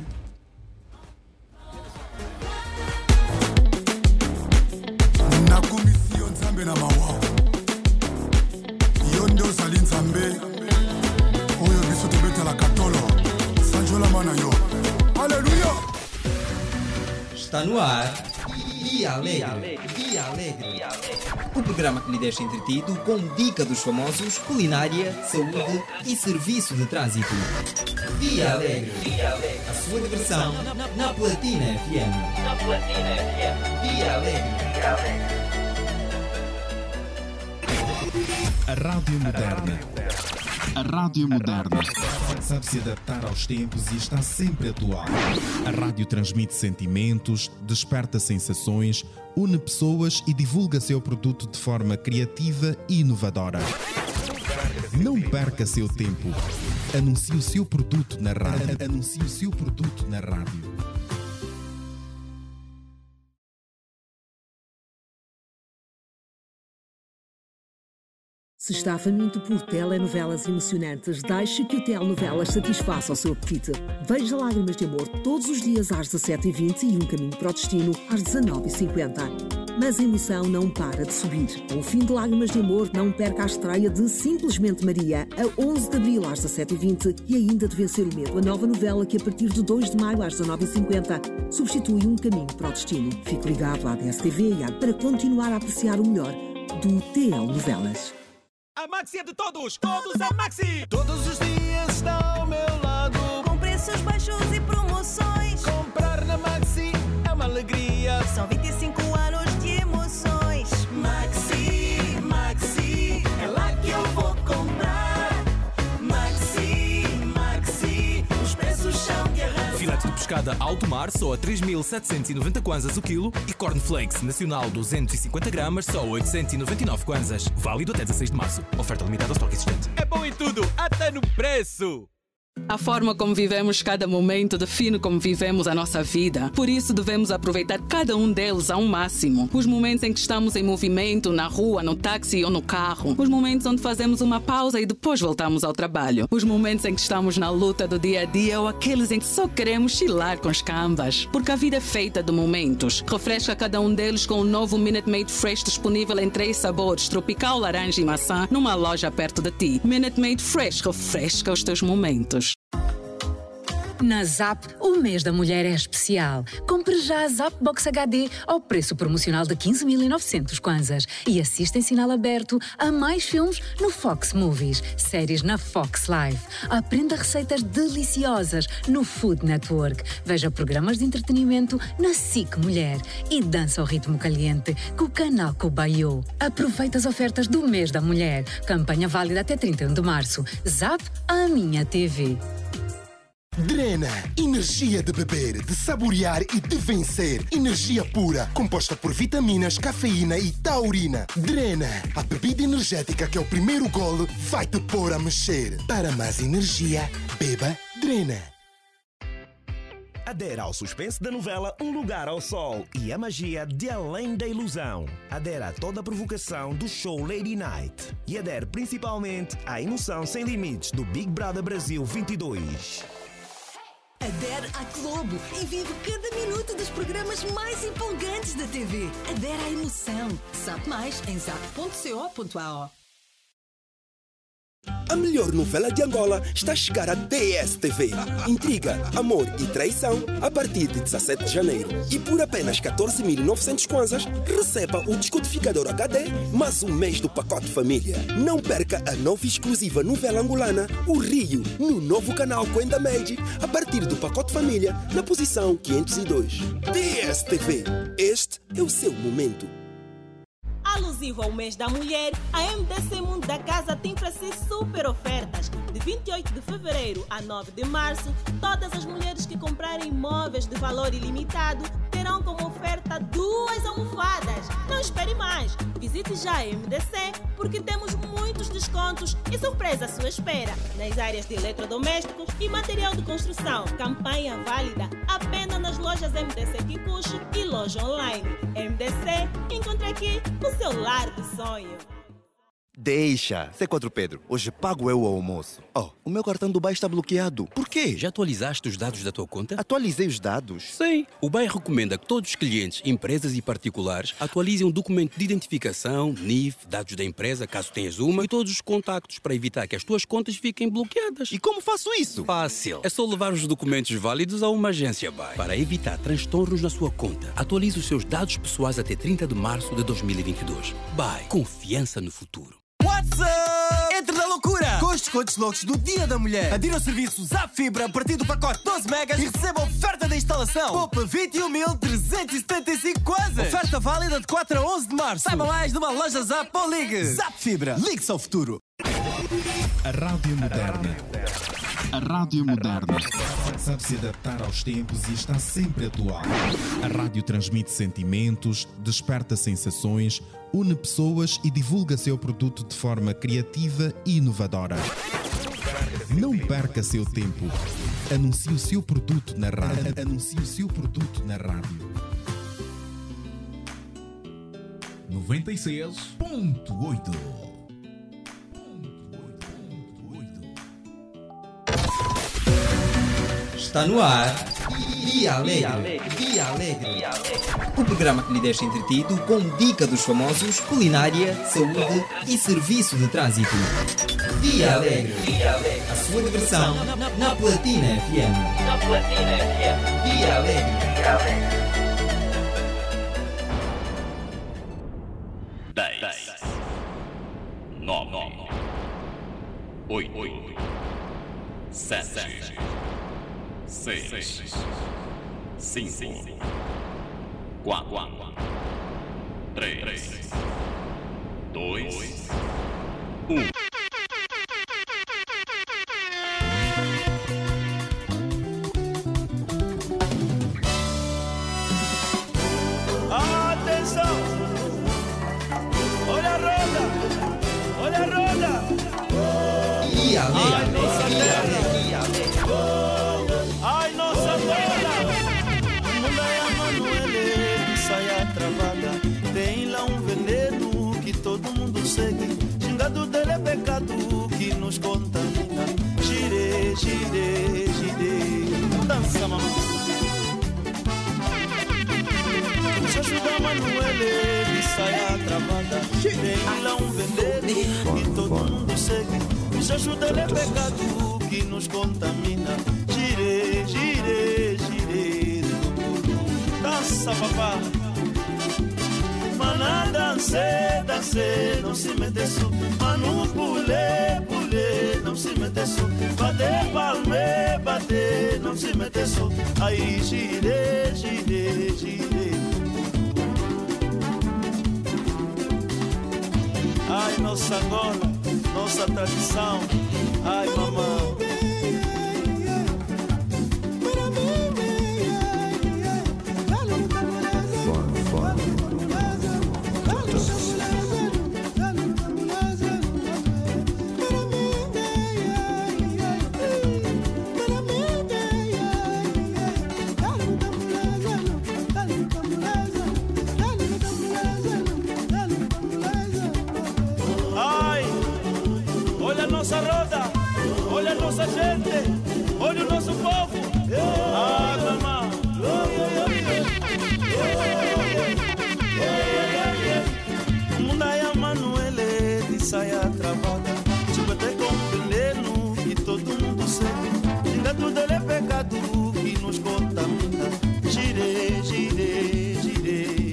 na komisiyo nzambe na mawa yo nde ozali nzambe oyo biso tobetelaka tolo sanjolama na yo aleluya. Está no ar Dia Alegre. Dia Alegre. O programa que lhe deixa entretido com dica dos famosos, culinária, saúde e serviço de trânsito. Dia Alegre. A sua diversão na Platina F M. Na Platina F M. Dia Alegre. Dia Alegre. A Rádio Moderna. A Rádio Moderna sabe se adaptar aos tempos e está sempre atual. A rádio transmite sentimentos, desperta sensações, une pessoas e divulga seu produto de forma criativa e inovadora. Não perca seu tempo. Anuncie o seu produto na rádio. Anuncie o seu produto na rádio. Se está faminto por telenovelas emocionantes, deixe que o Telenovelas satisfaça o seu apetite. Veja Lágrimas de Amor todos os dias às dezassete e vinte e Um Caminho para o Destino às dezanove e cinquenta. Mas a emoção não para de subir. Com o fim de Lágrimas de Amor, não perca a estreia de Simplesmente Maria, a onze de abril às dezassete e vinte e ainda de Vencer o Medo, a nova novela que a partir de dois de maio às dezanove e cinquenta substitui Um Caminho para o Destino. Fique ligado à D S T V e à para continuar a apreciar o melhor do Telenovelas. A Maxi é de todos, todos a Maxi! Todos os dias está ao meu lado. Com preços baixos e promoções. Comprar na Maxi é uma alegria. São vinte e cinco anos de emoções. Maxi, Maxi, é lá que eu vou comprar. Maxi, Maxi. pescada alto mar só a três mil setecentos e noventa kwanzas o quilo e cornflakes nacional duzentos e cinquenta gramas só a oitocentos e noventa e nove kwanzas. Válido até dezasseis de março. Oferta limitada ao estoque existente. É bom em tudo, até no preço. A forma como vivemos cada momento define como vivemos a nossa vida. Por isso devemos aproveitar cada um deles ao máximo. Os momentos em que estamos em movimento, na rua, no táxi ou no carro. Os momentos onde fazemos uma pausa e depois voltamos ao trabalho. Os momentos em que estamos na luta do dia a dia ou aqueles em que só queremos chilar com os cambas. Porque a vida é feita de momentos. Refresca cada um deles com o novo Minute Maid Fresh disponível em três sabores, tropical, laranja e maçã, numa loja perto de ti. Minute Maid Fresh refresca os teus momentos. Na Zap, o mês da mulher é especial. Compre já a Zap Box H D ao preço promocional de quinze mil e novecentos kwanzas e assista em sinal aberto a mais filmes no Fox Movies, séries na Fox Live. Aprenda receitas deliciosas no Food Network. Veja programas de entretenimento na S I C Mulher e dança ao ritmo caliente com o canal Kubayo. Aproveita as ofertas do mês da mulher. Campanha válida até trinta e um de março. Zap, a minha T V. Drena, energia de beber, de saborear e de vencer. Energia pura, composta por vitaminas, cafeína e taurina. Drena, a bebida energética que é o primeiro golo vai te pôr a mexer. Para mais energia, beba Drena. Adera ao suspense da novela Um Lugar ao Sol e a magia de Além da Ilusão. Adera a toda a provocação do show Lady Night. E adere principalmente à emoção sem limites do Big Brother Brasil vinte e dois. Adere à Globo e vive cada minuto dos programas mais empolgantes da T V. Adere à emoção. Sabe mais em zap ponto co ponto a o. A melhor novela de Angola está a chegar à D S T V. Intriga, amor e traição a partir de dezassete de janeiro. E por apenas catorze mil e novecentos kwanzas, receba o descodificador H D mais um mês do pacote família. Não perca a nova e exclusiva novela angolana, O Rio, no novo canal Coenda Magic, a partir do pacote família, na posição quinhentos e dois. D S T V. Este é o seu momento. Alusivo ao mês da mulher, a M D C Mundo da Casa tem para si super ofertas. De vinte e oito de fevereiro a nove de março, todas as mulheres que comprarem móveis de valor ilimitado terão como oferta duas almofadas. Não espere mais, visite já a M D C porque temos muitos descontos e surpresa à sua espera nas áreas de eletrodomésticos e material de construção. Campanha válida apenas nas lojas M D C Kikuchi e loja online. M D C, encontre aqui o seu lar de sonho. Deixa, C quatro Pedro, hoje pago eu o almoço. Oh, o meu cartão do B A I está bloqueado. Por quê? Já atualizaste os dados da tua conta? Atualizei os dados? Sim. O B A I recomenda que todos os clientes, empresas e particulares atualizem o documento de identificação, N I F, dados da empresa, caso tenhas uma, e todos os contactos para evitar que as tuas contas fiquem bloqueadas. E como faço isso? Fácil. É só levar os documentos válidos a uma agência B A I. Para evitar transtornos na sua conta, atualize os seus dados pessoais até trinta de março de dois mil e vinte e dois. B A I. Confiança no futuro. What's up? Entre na loucura! Com os descontos loucos do Dia da Mulher. Adira ao serviço Zap Fibra a partir do pacote doze megas e receba a oferta da instalação. Poupa vinte e um mil trezentos e setenta e cinco kwanzas. Oferta válida de quatro a onze de março. Saiba mais numa loja Zap ou ligue. Zap Fibra. Ligue-se ao futuro. A Rádio Moderna. A Rádio Moderna sabe se adaptar aos tempos e está sempre atual. A rádio transmite sentimentos, desperta sensações, une pessoas e divulga seu produto de forma criativa e inovadora. Não perca seu tempo. Anuncie o seu produto na rádio. Anuncie o seu produto na rádio. noventa e seis ponto oito. Está no ar Dia Alegre. Dia Alegre. O programa que lhe deixa entretido com dica dos famosos, culinária, saúde e serviço de trânsito. Dia Alegre. A sua diversão na Platina F M. Na Platina F M. Dia Alegre. Dia Alegre. dez, nove, oito, sete, seis, cinco, quatro, três, dois, um. Ai, nossa dona, mulher Emanuele, saia travada. Tem lá um veneno que todo mundo segue. Xingado dele é pecado que nos contamina. Gire, gire, gire. Dança, mamãe. Deixa eu ajudar Manuele, saia travada. Tem lá um veneno que todo mundo segue. Deixa eu ajudar ele é pecado que nos contamina. Gire, gire, gire. Dança, papá. Mana danse, danse, não se mete só. Manu pule, pule, não se mete só. Bate palme, bate, não se mete só. Aí gire, gire, gire. Ai, nossa Angola, nossa tradição. Ai, mamãe. Nossa roda, olha a nossa gente, olha o nosso povo. Ah, mamãe. Munda ya Manuele de saia travada. Tipo até com veneno que todo mundo segue. Xinga tudo ele é pecado que nos contamina. Gire, gire, gire.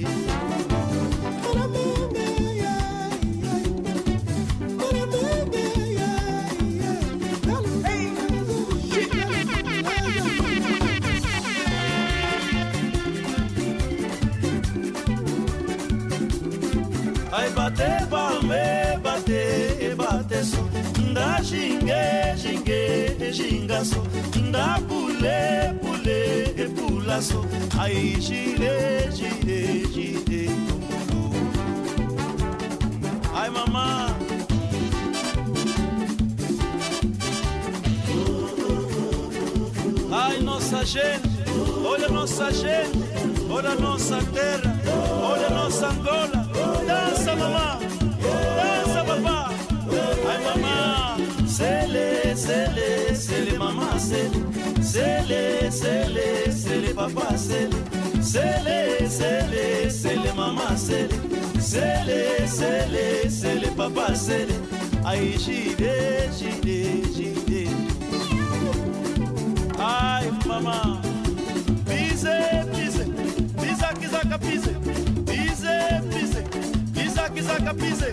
Ai, bate palme, bate, bate só. Da xingue, xingue, xinga só. Da pule, pule, pula só. Ai, gire, gire, gire. Ai, mamãe. Ai, nossa gente, olha nossa gente, olha nossa terra, olha nossa Angola. Dança, mamãe, dança, papá. Ai, mamãe, sele, sele, sele, mamãe, sele. Sele, sele, sele, papá, sele. Sele, sele, sele, mamãe, sele. Sele, sele, sele, papá, sele. Ai, gire, gire, gire. Ai, mamãe, pise, pise, pisa, quisaca, pise. Pise, pise, pisa, quisaca, pise.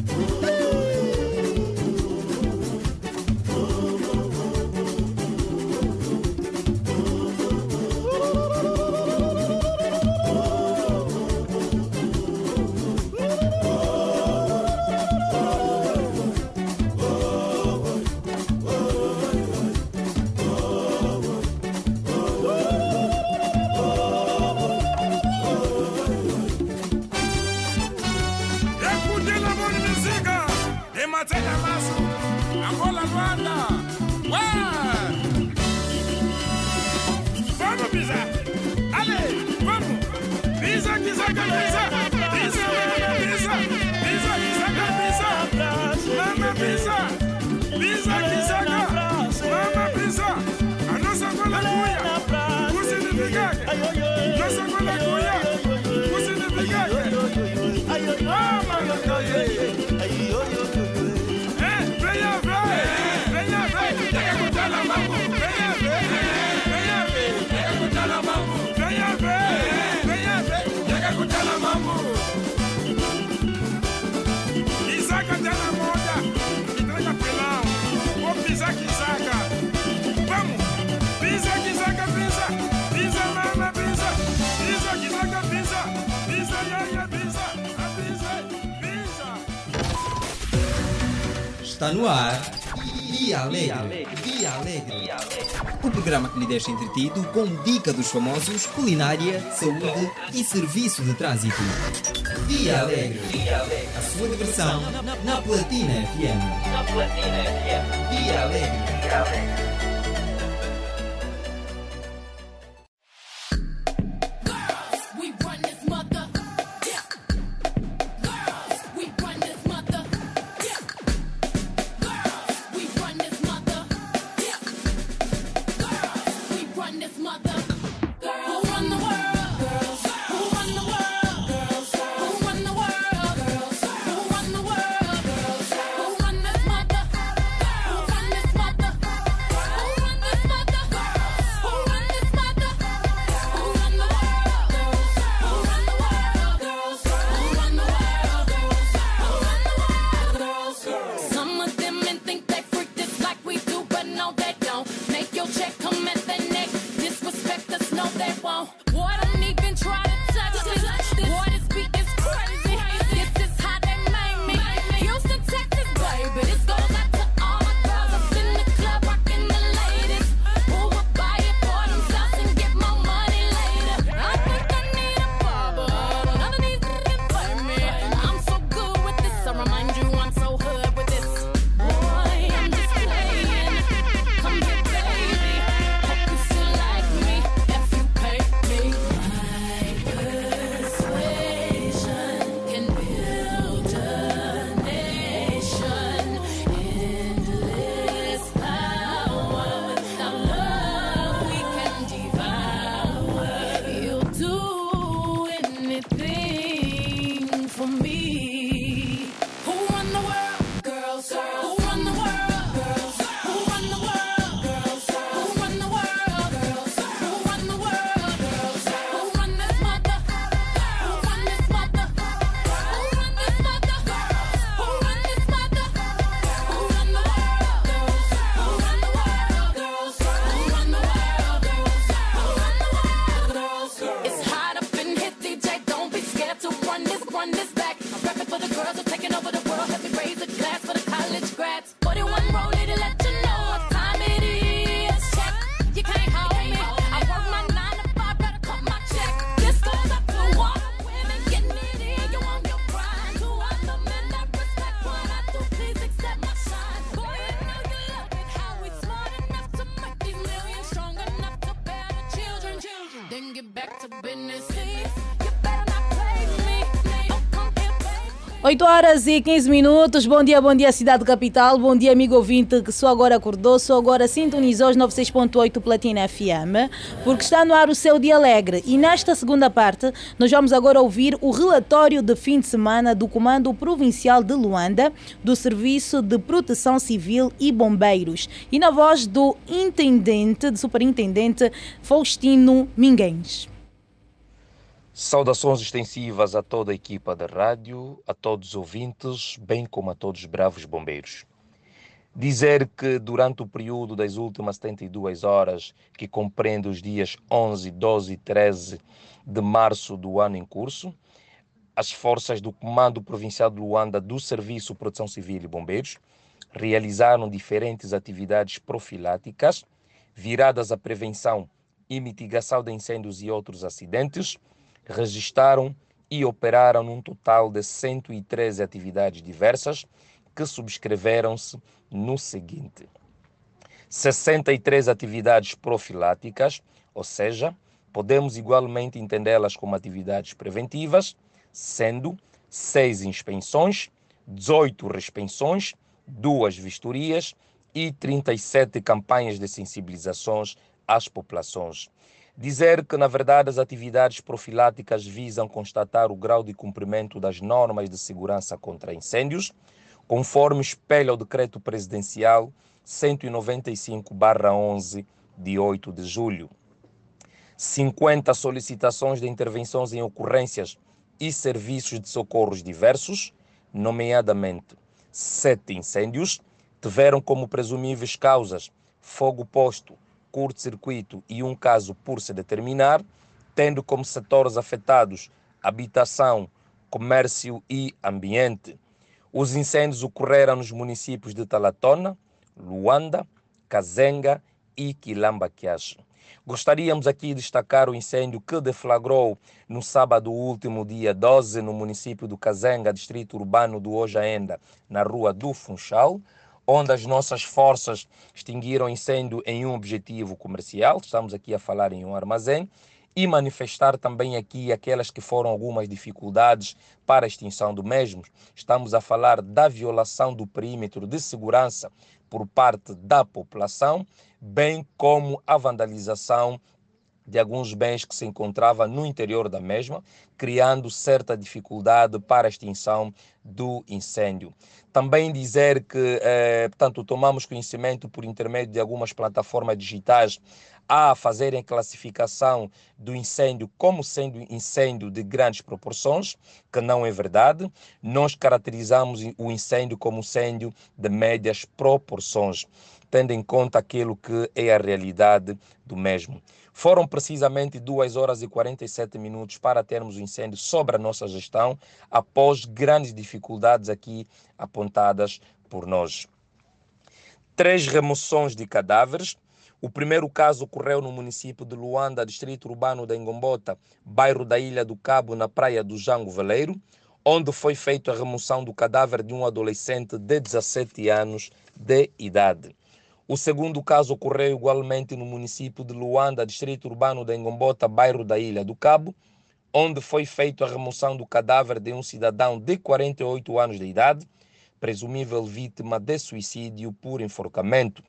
Angola, Luanda. Ué! Vamos pisar. Ale, vamos. Pisa, quisaca, pisa. Pisa, mama, pisa. Pisa, quisaca, pisa. Mama, pisa. Pisa, quisaca. Mama, pisa. A nossa Angola cuia. O significado. Nossa Angola cuia. O significado. Ah, mano, venha ver, venha ver, tem que botar na mão, venha ver, venha ver, tem que botar na mão, venha ver, venha ver, tem que botar na mão. Isaca tá na moda, entrega pelão, vou pisar que isaca, vamos, pisa que isaca, pisa, pisa mama, pisa, pisa que isaca, pisa, pisa iaia, pisa, pisa, pisa. Está no ar, Dia Alegre, Dia Alegre. O programa que lhe deixa entretido com dica dos famosos, culinária, saúde e serviço de trânsito. Dia Alegre. A sua diversão na Platina F M. Na Platina F M. Dia Alegre. Dia Alegre. oito horas e quinze minutos, bom dia, bom dia cidade capital, bom dia amigo ouvinte que só agora acordou, só agora sintonizou os noventa e seis ponto oito Platina F M, porque está no ar o seu Dia Alegre e nesta segunda parte nós vamos agora ouvir o relatório de fim de semana do Comando Provincial de Luanda, do Serviço de Proteção Civil e Bombeiros e na voz do Intendente, do Superintendente Faustino Minguens. Saudações extensivas a toda a equipa da rádio, a todos os ouvintes, bem como a todos os bravos bombeiros. Dizer que durante o período das últimas setenta e duas horas, que compreende os dias onze, doze e treze de março do ano em curso, as forças do Comando Provincial de Luanda do Serviço de Proteção Civil e Bombeiros realizaram diferentes atividades profiláticas viradas à prevenção e mitigação de incêndios e outros acidentes, registaram e operaram num total de cento e treze atividades diversas que subscreveram-se no seguinte: sessenta e três atividades profiláticas, ou seja, podemos igualmente entendê-las como atividades preventivas, sendo seis inspeções, dezoito respensões, duas vistorias e trinta e sete campanhas de sensibilizações às populações. Dizer que, na verdade, as atividades profiláticas visam constatar o grau de cumprimento das normas de segurança contra incêndios, conforme espelha o Decreto Presidencial cento e noventa e cinco barra onze, de oito de julho. cinquenta solicitações de intervenções em ocorrências e serviços de socorros diversos, nomeadamente sete incêndios, tiveram como presumíveis causas fogo posto, curto-circuito e um caso por se determinar, tendo como setores afetados habitação, comércio e ambiente. Os incêndios ocorreram nos municípios de Talatona, Luanda, Kazenga e Quilambaquiache. Gostaríamos aqui de destacar o incêndio que deflagrou no sábado último, dia doze, no município do Kazenga, distrito urbano do Ojaenda, na rua do Funchal, onde as nossas forças extinguiram incêndio em um objetivo comercial, estamos aqui a falar em um armazém, e manifestar também aqui aquelas que foram algumas dificuldades para a extinção do mesmo. Estamos a falar da violação do perímetro de segurança por parte da população, bem como a vandalização de alguns bens que se encontravam no interior da mesma, criando certa dificuldade para a extinção do incêndio. Também dizer que, eh, portanto, tomamos conhecimento por intermédio de algumas plataformas digitais a fazerem classificação do incêndio como sendo incêndio de grandes proporções, que não é verdade. Nós caracterizamos o incêndio como incêndio de médias proporções, tendo em conta aquilo que é a realidade do mesmo. Foram precisamente duas horas e quarenta e sete minutos para termos o incêndio sob a nossa gestão, após grandes dificuldades aqui apontadas por nós. Três remoções de cadáveres. O primeiro caso ocorreu no município de Luanda, distrito urbano da Ngombota, bairro da Ilha do Cabo, na praia do Jango Veleiro, onde foi feita a remoção do cadáver de um adolescente de dezassete anos de idade. O segundo caso ocorreu igualmente no município de Luanda, distrito urbano da Ngombota, bairro da Ilha do Cabo, onde foi feita a remoção do cadáver de um cidadão de quarenta e oito anos de idade, presumível vítima de suicídio por enforcamento.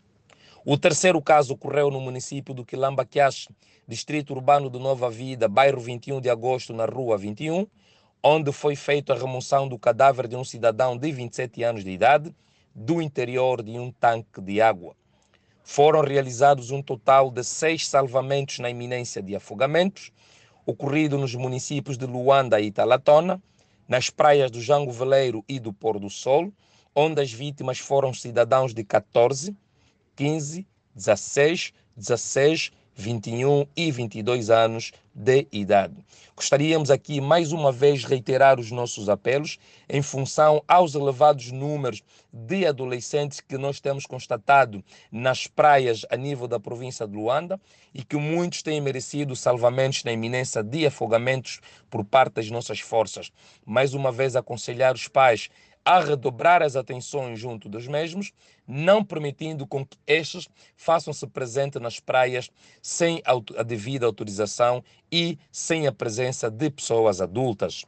O terceiro caso ocorreu no município do Quilambaquiache, distrito urbano de Nova Vida, bairro vinte e um de agosto, na rua vinte e um, onde foi feita a remoção do cadáver de um cidadão de vinte e sete anos de idade, do interior de um tanque de água. Foram realizados um total de seis salvamentos na iminência de afogamentos, ocorrido nos municípios de Luanda e Talatona, nas praias do Jango Veleiro e do Pôr do Sol, onde as vítimas foram cidadãos de catorze, quinze, dezasseis, dezesseis, vinte e um e vinte e dois anos de idade. Gostaríamos aqui mais uma vez reiterar os nossos apelos em função aos elevados números de adolescentes que nós temos constatado nas praias a nível da província de Luanda e que muitos têm merecido salvamentos na iminência de afogamentos por parte das nossas forças. Mais uma vez aconselhar os pais a redobrar as atenções junto dos mesmos, não permitindo com que estes façam-se presente nas praias sem a devida autorização e sem a presença de pessoas adultas.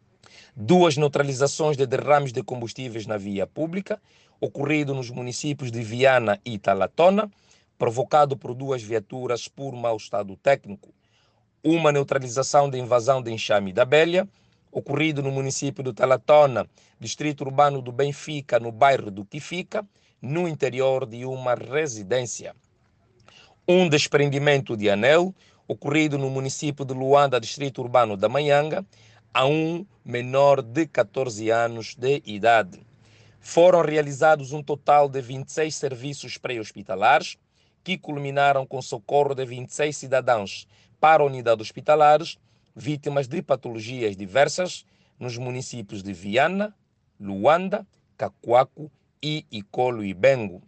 Duas neutralizações de derrames de combustíveis na via pública, ocorrido nos municípios de Viana e Talatona, provocado por duas viaturas por mau estado técnico. Uma neutralização de invasão de enxame da Bélia, ocorrido no município de Talatona, distrito urbano do Benfica, no bairro do Quifica, no interior de uma residência. Um desprendimento de anel, ocorrido no município de Luanda, distrito urbano da Manhanga, a um menor de catorze anos de idade. Foram realizados um total de vinte e seis serviços pré-hospitalares, que culminaram com socorro de vinte e seis cidadãos para unidades hospitalares, vítimas de patologias diversas nos municípios de Viana, Luanda, Cacoaco e Icolo e Bengo.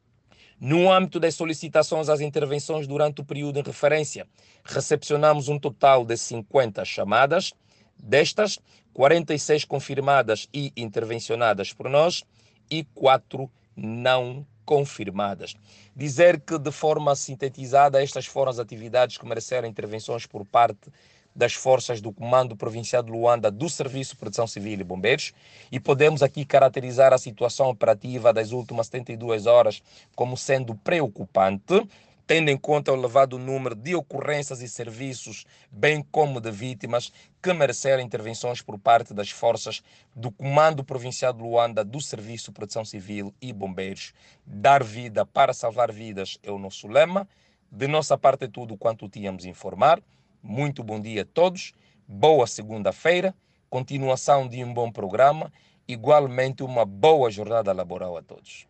No âmbito das solicitações às intervenções durante o período em referência, recepcionamos um total de cinquenta chamadas, destas, quarenta e seis confirmadas e intervencionadas por nós e quatro não confirmadas. Dizer que, de forma sintetizada, estas foram as atividades que mereceram intervenções por parte das forças do Comando Provincial de Luanda do Serviço de Proteção Civil e Bombeiros, e podemos aqui caracterizar a situação operativa das últimas setenta e duas horas como sendo preocupante, tendo em conta o elevado número de ocorrências e serviços, bem como de vítimas, que mereceram intervenções por parte das forças do Comando Provincial de Luanda do Serviço de Proteção Civil e Bombeiros. Dar vida para salvar vidas é o nosso lema. De nossa parte é tudo quanto tínhamos a informar. Muito bom dia a todos, boa segunda-feira, continuação de um bom programa, igualmente uma boa jornada laboral a todos.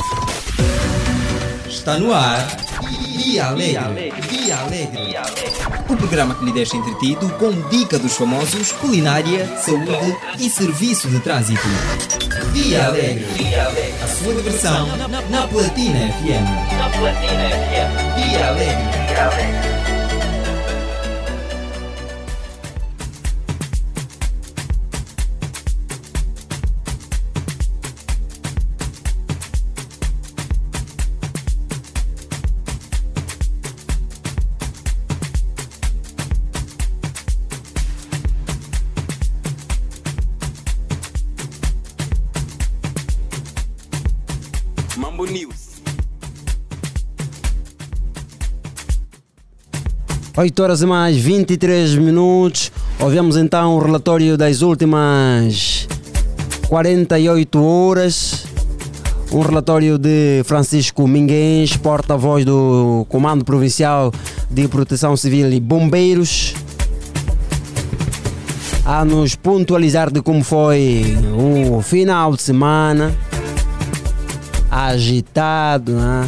Está no ar, Dia Alegre, Dia Alegre, o programa que lhe deixa entretido com dica dos famosos, culinária, saúde e serviço de trânsito. Dia Alegre. A sua diversão na Platina F M. Na Platina F M. Dia Alegre. Dia Alegre. Mambo News. oito horas e mais vinte e três minutos. Ouvimos então o relatório das últimas quarenta e oito horas. Um relatório de Francisco Minguens, porta-voz do Comando Provincial de Proteção Civil e Bombeiros, a nos pontualizar de como foi o final de semana. Agitado, né?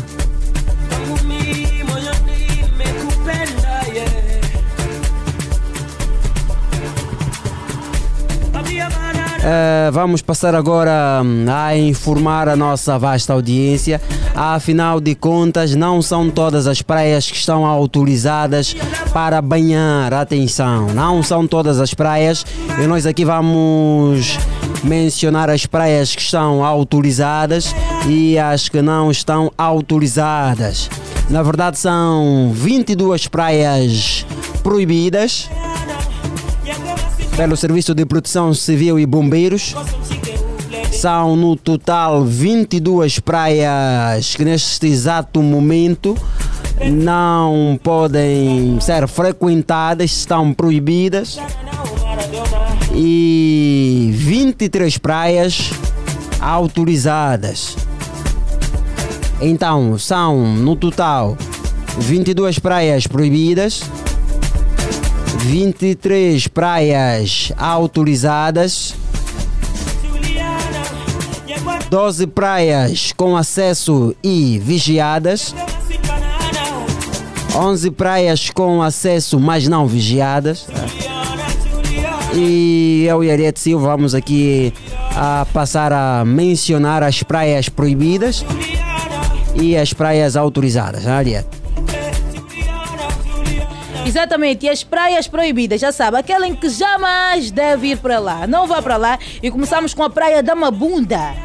Uh, vamos passar agora a informar a nossa vasta audiência. Afinal de contas, não são todas as praias que estão autorizadas para banhar. Atenção, não são todas as praias. E nós aqui vamos mencionar as praias que estão autorizadas e as que não estão autorizadas. Na verdade, são vinte e duas praias proibidas pelo Serviço de Proteção Civil e Bombeiros. São no total vinte e duas praias que neste exato momento não podem ser frequentadas, estão proibidas, e vinte e três praias autorizadas. Então, são no total vinte e duas praias proibidas, vinte e três praias autorizadas, doze praias com acesso e vigiadas, onze praias com acesso mas não vigiadas. E eu e Ariete Silva vamos aqui a passar a mencionar as praias proibidas e as praias autorizadas, Ariete. Exatamente, e as praias proibidas, já sabe, aquela em que jamais deve ir para lá. Não vá para lá. E começamos com a praia da Mabunda.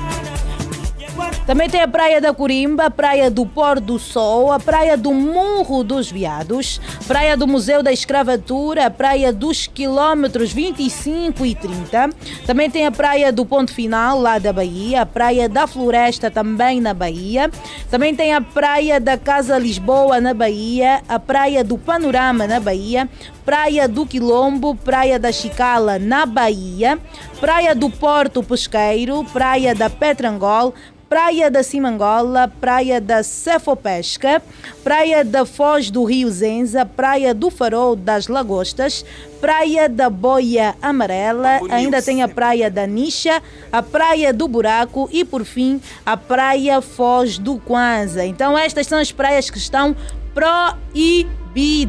Também tem a praia da Corimba, a praia do Pôr do Sol, a praia do Morro dos Veados, praia do Museu da Escravatura, a praia dos quilómetros vinte e cinco e trinta. Também tem a praia do Ponto Final, lá da Bahia, a praia da Floresta, também na Bahia. Também tem a praia da Casa Lisboa, na Bahia, a praia do Panorama, na Bahia, praia do Quilombo, praia da Chicala, na Bahia, praia do Porto Pesqueiro, praia da Petrangol, praia da Simangola, praia da Cefopesca, praia da Foz do Rio Zenza, praia do Farol das Lagostas, praia da Boia Amarela, ainda tem a praia da Nicha, a praia do Buraco e, por fim, a praia Foz do Kwanza. Então estas são as praias que estão proibidas.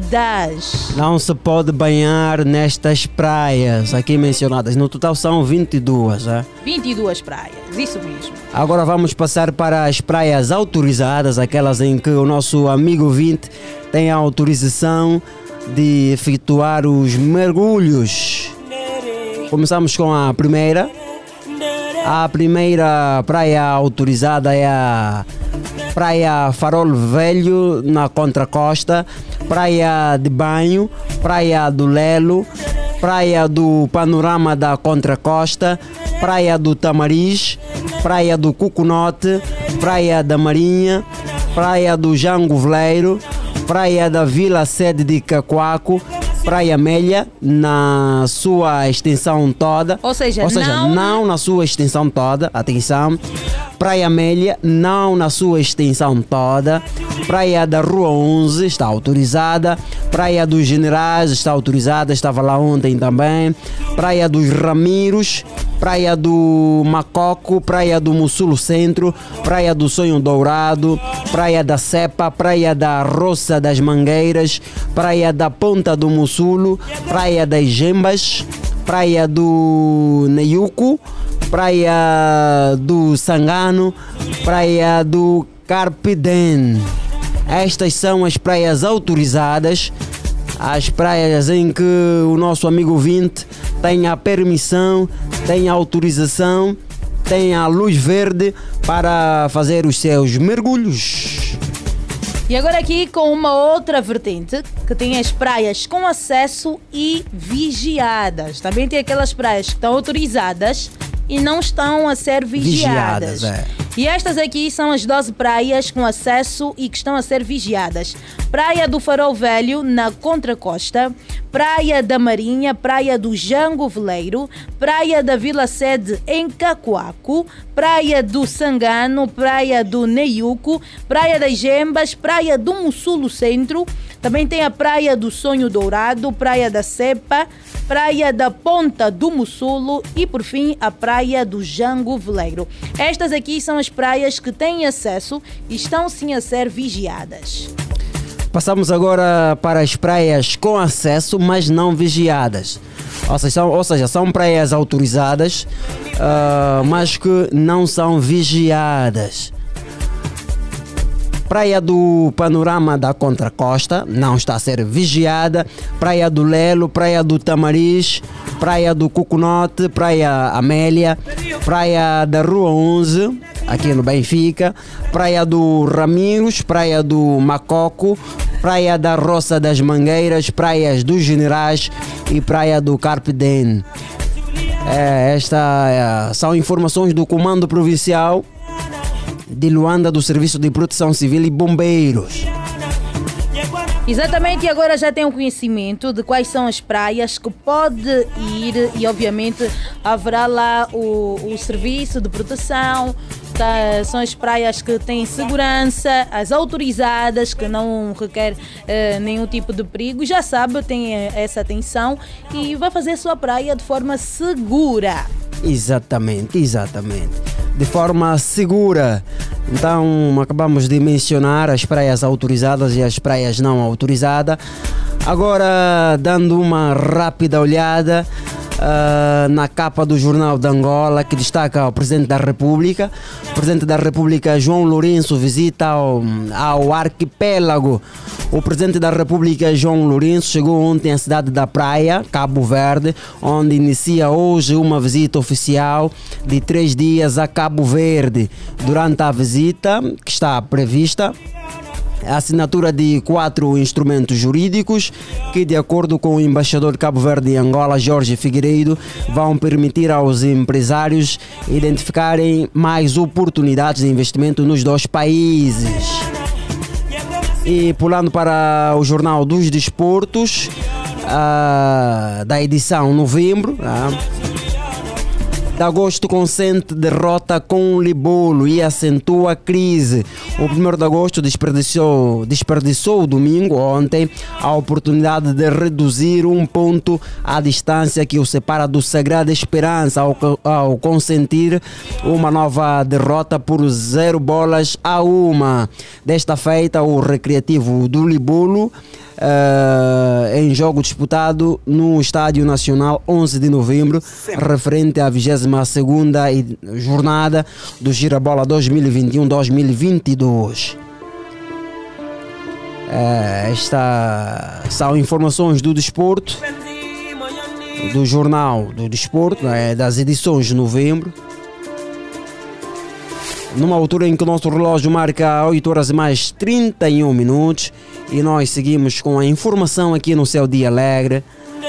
Não se pode banhar nestas praias aqui mencionadas. No total são vinte e duas. É? vinte e duas praias, isso mesmo. Agora vamos passar para as praias autorizadas, aquelas em que o nosso amigo ouvinte tem a autorização de efetuar os mergulhos. Começamos com a primeira. A primeira praia autorizada é a Praia Farol Velho, na Contracosta, Praia de Banho, Praia do Lelo, Praia do Panorama da Contracosta, Praia do Tamariz, Praia do Cucunote, Praia da Marinha, Praia do Jango Veleiro, Praia da Vila Sede de Cacoaco, Praia Amélia na sua extensão toda. Ou seja, Ou seja não... não na sua extensão toda, atenção. Praia Amélia, não na sua extensão toda. Praia da Rua onze está autorizada. Praia dos Generais está autorizada, estava lá ontem também. Praia dos Ramiros, Praia do Macoco, Praia do Mussulo Centro, Praia do Sonho Dourado, Praia da Cepa, Praia da Roça das Mangueiras, Praia da Ponta do Mussulo, Praia das Gembas, praia do Neyuco, praia do Sangano, praia do Carpidene. Estas são as praias autorizadas, as praias em que o nosso amigo ouvinte tem a permissão, tem a autorização, tem a luz verde para fazer os seus mergulhos. E agora aqui com uma outra vertente, que tem as praias com acesso e vigiadas. Também tem aquelas praias que estão autorizadas e não estão a ser vigiadas. Vigiadas, é. E estas aqui são as doze praias com acesso e que estão a ser vigiadas. Praia do Farol Velho, na Contracosta, Praia da Marinha, Praia do Jango Veleiro, Praia da Vila Sede em Cacoaco, Praia do Sangano, Praia do Neyuco, Praia das Gembas, Praia do Mussulo Centro, também tem a Praia do Sonho Dourado, Praia da Cepa, Praia da Ponta do Mussulo e, por fim, a Praia do Jango Veleiro. Estas aqui são as praias que têm acesso e estão sim a ser vigiadas. Passamos agora para as praias com acesso, mas não vigiadas. Ou seja, são, ou seja, são praias autorizadas, uh, mas que não são vigiadas. Praia do Panorama da Contracosta não está a ser vigiada. Praia do Lelo, Praia do Tamariz, Praia do Cucunote, Praia Amélia, Praia da Rua onze, aqui no Benfica, Praia do Ramiros, Praia do Macoco, Praia da Roça das Mangueiras, Praias dos Generais e Praia do Carpidene. É, esta é, são informações do Comando Provincial de Luanda do Serviço de Proteção Civil e Bombeiros. Exatamente, e agora já tem o conhecimento de quais são as praias que pode ir e obviamente haverá lá o, o serviço de proteção. Tá, são as praias que têm segurança, as autorizadas, que não requer uh, nenhum tipo de perigo. Já sabe, tem essa atenção e vai fazer a sua praia de forma segura. Exatamente, exatamente. De forma segura. Então, acabamos de mencionar as praias autorizadas e as praias não autorizadas. Agora, dando uma rápida olhada uh, na capa do Jornal de Angola, que destaca o Presidente da República. O Presidente da República, João Lourenço, visita ao, ao arquipélago. O Presidente da República, João Lourenço, chegou ontem à cidade da Praia, Cabo Verde, onde inicia hoje uma visita oficial de três dias a Cabo Verde. Durante a visita, que está prevista, a assinatura de quatro instrumentos jurídicos que, de acordo com o embaixador de Cabo Verde em Angola, Jorge Figueiredo, vão permitir aos empresários identificarem mais oportunidades de investimento nos dois países. E pulando para o Jornal dos Desportos, uh, da edição novembro, uh, de agosto consente derrota com o Libolo e acentua a crise. O primeiro de agosto desperdiçou, desperdiçou o domingo, ontem, a oportunidade de reduzir um ponto a distância que o separa do Sagrada Esperança ao, ao consentir uma nova derrota por zero bolas a uma. Desta feita, o Recreativo do Libolo, Uh, em jogo disputado no Estádio Nacional onze de novembro, referente à vigésima segunda jornada do Girabola dois mil e vinte e um dois mil e vinte e dois. Uh, estas são informações do desporto, do Jornal do Desporto, né, das edições de novembro. Numa altura em que o nosso relógio marca oito horas e mais trinta e um minutos, e nós seguimos com a informação aqui no Seu Dia Alegre.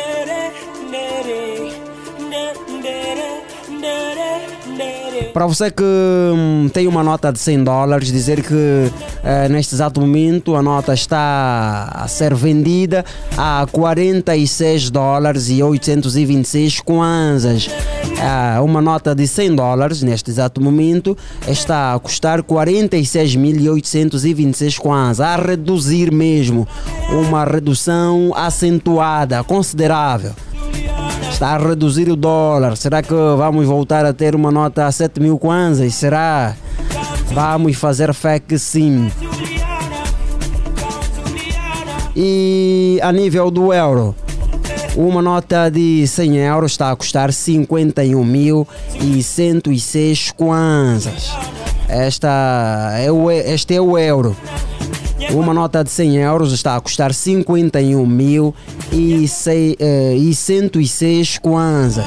Para você que hum, tem uma nota de cem dólares, dizer que eh, neste exato momento a nota está a ser vendida a quarenta e seis dólares e oitocentos e vinte e seis kwanzas. Eh, uma nota de cem dólares neste exato momento está a custar quarenta e seis mil e oitocentos e vinte e seis kwanzas, a reduzir mesmo, uma redução acentuada, considerável. Está a reduzir o dólar. Será que vamos voltar a ter uma nota a sete mil kwanzas? Será? Vamos fazer fé que sim. E a nível do euro, Uma nota de cem euros está a custar cinquenta e um mil e cento e seis kwanzas. Esta é o, este é o euro. Uma nota de cem euros está a custar cinquenta e um mil e cento e seis kwanzas.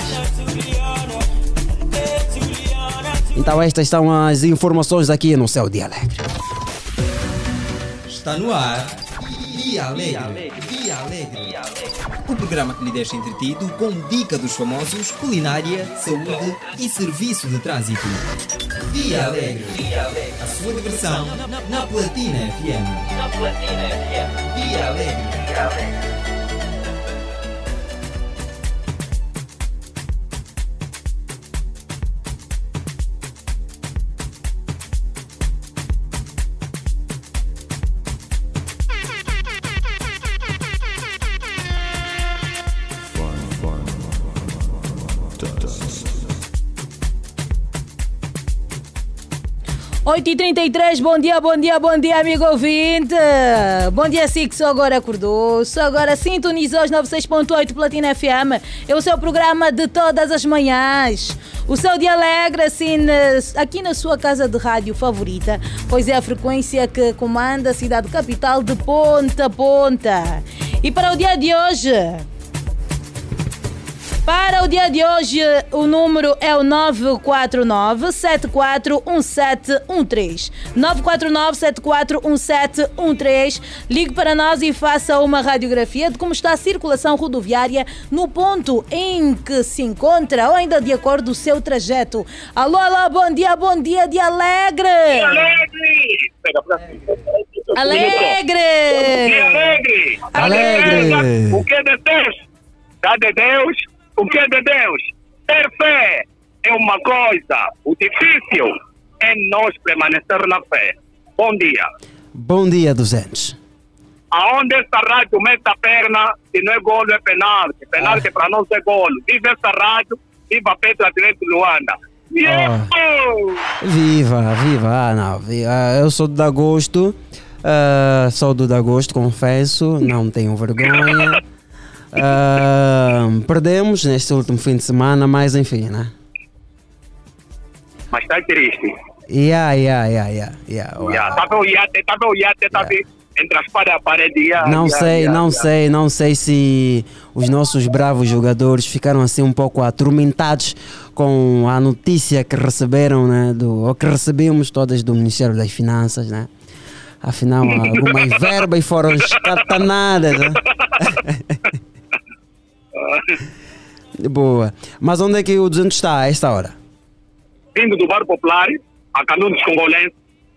Então estas são as informações aqui no Seu Dia Alegre. Está no ar Dia Alegre. Dia Alegre. O programa que lhe deixa entretido com dica dos famosos, culinária, saúde e serviço de trânsito. Dia Alegre. A sua diversão na Platina F M. Na Platina F M. Dia Alegre. Dia Alegre. oito e trinta e três, bom dia, bom dia, bom dia, amigo ouvinte. Bom dia, sim, que só agora acordou, só agora sintonizou os noventa e seis ponto oito Platina F M. É o seu programa de todas as manhãs. O Seu Dia Alegre, assim, aqui na sua casa de rádio favorita, pois é a frequência que comanda a cidade capital de ponta a ponta. E para o dia de hoje... Para o dia de hoje, o número é o nove quatro nove, sete quatro um sete um três. nove quatro nove, sete quatro um sete um três. Ligue para nós e faça uma radiografia de como está a circulação rodoviária no ponto em que se encontra ou ainda de acordo com o seu trajeto. Alô, alô, bom dia, bom dia, dia alegre! Dia alegre! Alegre! Dia alegre! Alegre! O que é de Deus? Dá de Deus? O que é de Deus? Ter fé é uma coisa. O difícil é nós permanecer na fé. Bom dia. Bom dia, duzentos. Aonde essa rádio mete a perna, se não é golo, é penalti. Penalti ah. para nós é golo. Viva essa rádio, viva Pedro Atlético Luanda. Yeah. Oh. Viva, viva. Ah, não. Viva. Eu sou do Dagosto. Uh, sou do Dagosto, confesso. Não tenho vergonha. Uh, perdemos neste último fim de semana, mas enfim, né? Mas está triste. Yeah, yeah, yeah, yeah, yeah. Wow. Yeah. Tá vendo o iate, tá vendo o iate, tá vendo entre as paredes, a parede. Yeah, não yeah, sei, yeah, não yeah. sei, não sei se os nossos bravos jogadores ficaram assim um pouco atormentados com a notícia que receberam, né? Do, ou que recebemos todas do Ministério das Finanças, né? Afinal, algumas verbas foram escatanadas, né? Boa. Mas onde é que o duzentos está a esta hora? Vindo do Bar Popular, a caminho dos congolenses,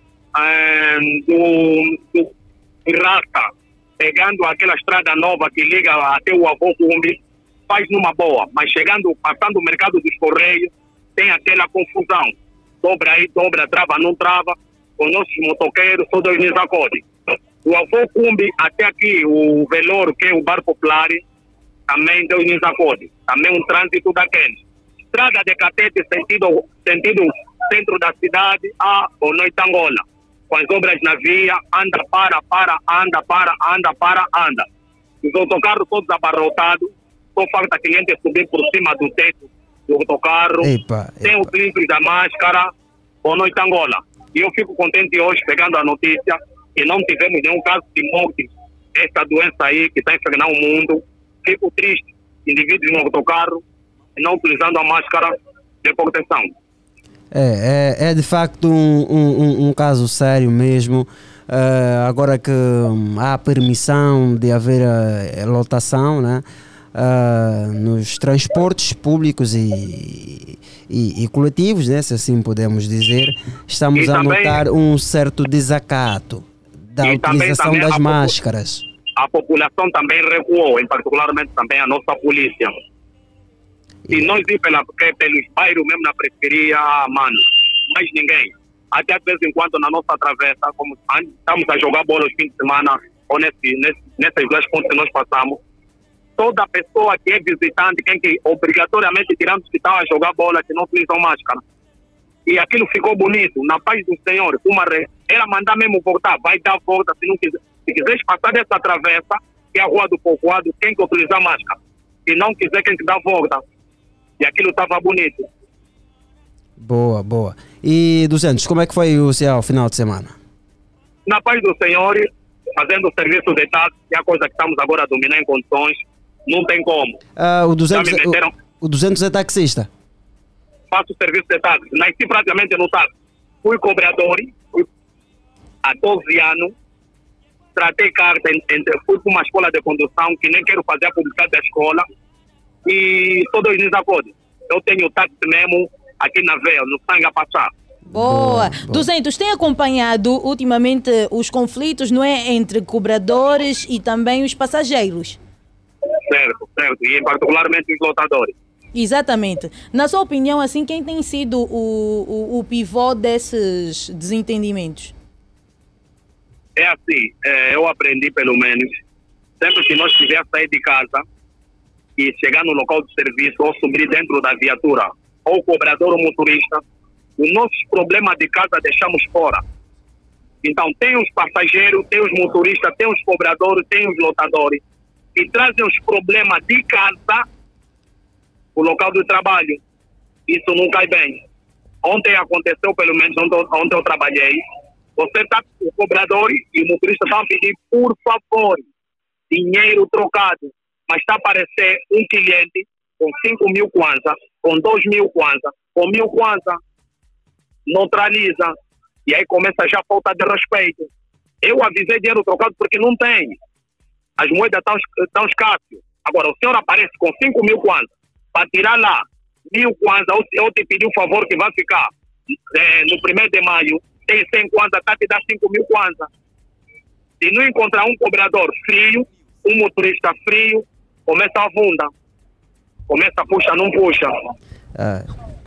um, do, do Rasta, pegando aquela estrada nova que liga até o Avô Cumbi, faz numa boa, mas chegando, passando o mercado dos Correios, tem aquela confusão. Dobra aí, dobra, trava, não trava, os nossos motoqueiros, todos nos acodem. Do Avô Cumbi até aqui, o Velouro, que é o Bar Popular, também Deus nos acode. Também um trânsito daqueles. Estrada de Catete, sentido, sentido centro da cidade, a Noitangola. Com as obras na via, anda, para, para, anda, para, anda, para, anda. Os autocarros todos abarrotados, só falta cliente subir por cima do teto do autocarro. Epa, Tem epa. o clipe da máscara, o Noitangola. E eu fico contente hoje, pegando a notícia, que não tivemos nenhum caso de morte dessa doença aí que está infectando o mundo. Fico triste, indivíduos no autocarro não utilizando a máscara de proteção. É, é, é de facto um, um, um caso sério mesmo. Uh, agora que hum, há permissão de haver a, a lotação, né? Uh, nos transportes públicos e, e, e coletivos, né? Se assim podemos dizer, estamos E a também- notar um certo desacato da E também- utilização também das a popu- máscaras. A população também recuou, em particularmente também a nossa polícia. E nós ir pela, que- pelos bairros mesmo na periferia, mano, mais ninguém. Até de vez em quando na nossa travessa, como an- estamos a jogar bola os fins de semana, ou nesse, nesse, nessas duas pontes que nós passamos, toda pessoa que é visitante, quem que obrigatoriamente, tirando os que estão a jogar bola, que não utilizam máscara. E aquilo ficou bonito, na paz do Senhor. Uma re... Ela mandar mesmo voltar, vai dar volta, se não quiser. Se quiseres passar dessa travessa, que é a rua do povoado, tem que utilizar máscara. Se não quiser, quem que dá volta. E aquilo estava bonito. Boa, boa. E duzentos, como é que foi o seu final de semana? Na paz do Senhor, fazendo o serviço de táxi, que é a coisa que estamos agora a dominar em condições, não tem como. Ah, o, duzentos, Já me meteram, o, o duzentos é taxista? faço o serviço de táxi. Nasci praticamente no táxi. Fui cobrador, fui há doze anos, tratei carta, fui para uma escola de condução, que nem quero fazer a publicidade da escola, e sou dois dias acordo. Eu tenho táxi mesmo aqui na veia, no sangue a passar. Boa. duzentos, tem acompanhado ultimamente os conflitos, não é, entre cobradores e também os passageiros? Certo, certo. E particularmente os lotadores. Exatamente. Na sua opinião, assim, quem tem sido o, o, o pivô desses desentendimentos? É assim, é, eu aprendi pelo menos, sempre que nós estiver a sair de casa e chegar no local de serviço ou subir dentro da viatura, ou cobrador ou motorista, os nossos problemas de casa deixamos fora. Então, tem os passageiros, tem os motoristas, tem os cobradores, tem os lotadores, e trazem os problemas de casa o local do trabalho. Isso não cai bem. Ontem aconteceu, pelo menos onde, onde eu trabalhei, você está, o cobrador e o motorista estão a pedir, por favor, dinheiro trocado, mas está a aparecer um cliente com cinco mil kwanza, com dois mil kwanza, com mil kwanza, neutraliza, e aí começa já a falta de respeito. Eu avisei dinheiro trocado porque não tem. As moedas estão escassas. Agora, o senhor aparece com cinco mil kwanza, para tirar lá mil kwanza, eu te pedi um favor que vai ficar é, no primeiro de maio, tem cem kwanza, tá te dá cinco mil kwanza. Se não encontrar um cobrador frio, um motorista frio, começa a funda. Começa a puxa, não puxa. Ah.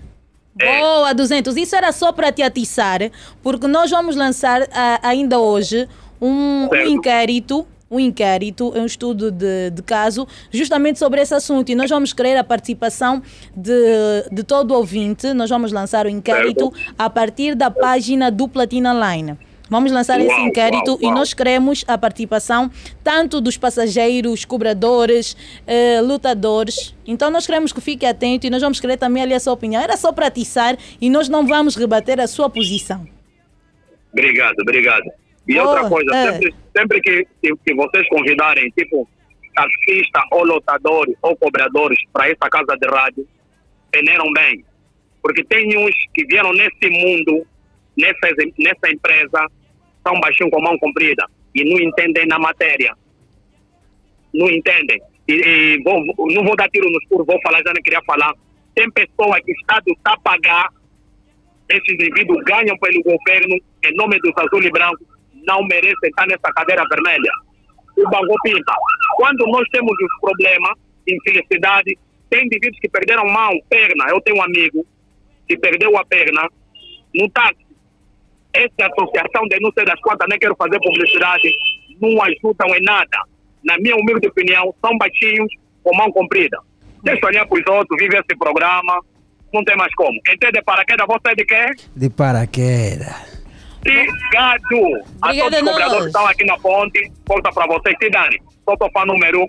Boa, duzentos. Isso era só para te atiçar, porque nós vamos lançar a, ainda hoje um, um inquérito, um inquérito, um estudo de, de caso, justamente sobre esse assunto. E nós vamos querer a participação de, de todo ouvinte. Nós vamos lançar o inquérito a partir da página do Platina Line. Vamos lançar uau, esse inquérito uau, uau. E nós queremos a participação tanto dos passageiros, cobradores, eh, lutadores. Então nós queremos que fique atento e nós vamos querer também ali a sua opinião. Era só para atiçar e nós não vamos rebater a sua posição. Obrigado, obrigado. E oh, outra coisa, é. sempre, sempre que, que, que vocês convidarem, tipo, taxista ou lotadores ou cobradores para essa casa de rádio, peneiram bem. Porque tem uns que vieram nesse mundo, nessa, nessa empresa, são baixinhos com mão comprida e não entendem na matéria. Não entendem. E, e vou, não vou dar tiro no escuro, vou falar, já não queria falar. Tem pessoa que o Estado está a pagar, esses indivíduos ganham pelo governo, em nome dos azul e branco, não merecem estar nessa cadeira vermelha. O Banco Pinta. Quando nós temos os problemas, infelicidade, tem indivíduos que perderam mão, perna. Eu tenho um amigo que perdeu a perna no táxi. Essa associação de não sei das quantas, nem quero fazer publicidade, não ajudam em nada. Na minha humilde opinião, são baixinhos com mão comprida. Deixa eu olhar para os outros, vive esse programa, não tem mais como. Entende de paraquedas, você é de quê? De paraquedas. Obrigado a todos os cobradores que estão aqui na ponte. Força para vocês, se dane. Só estou falando número um,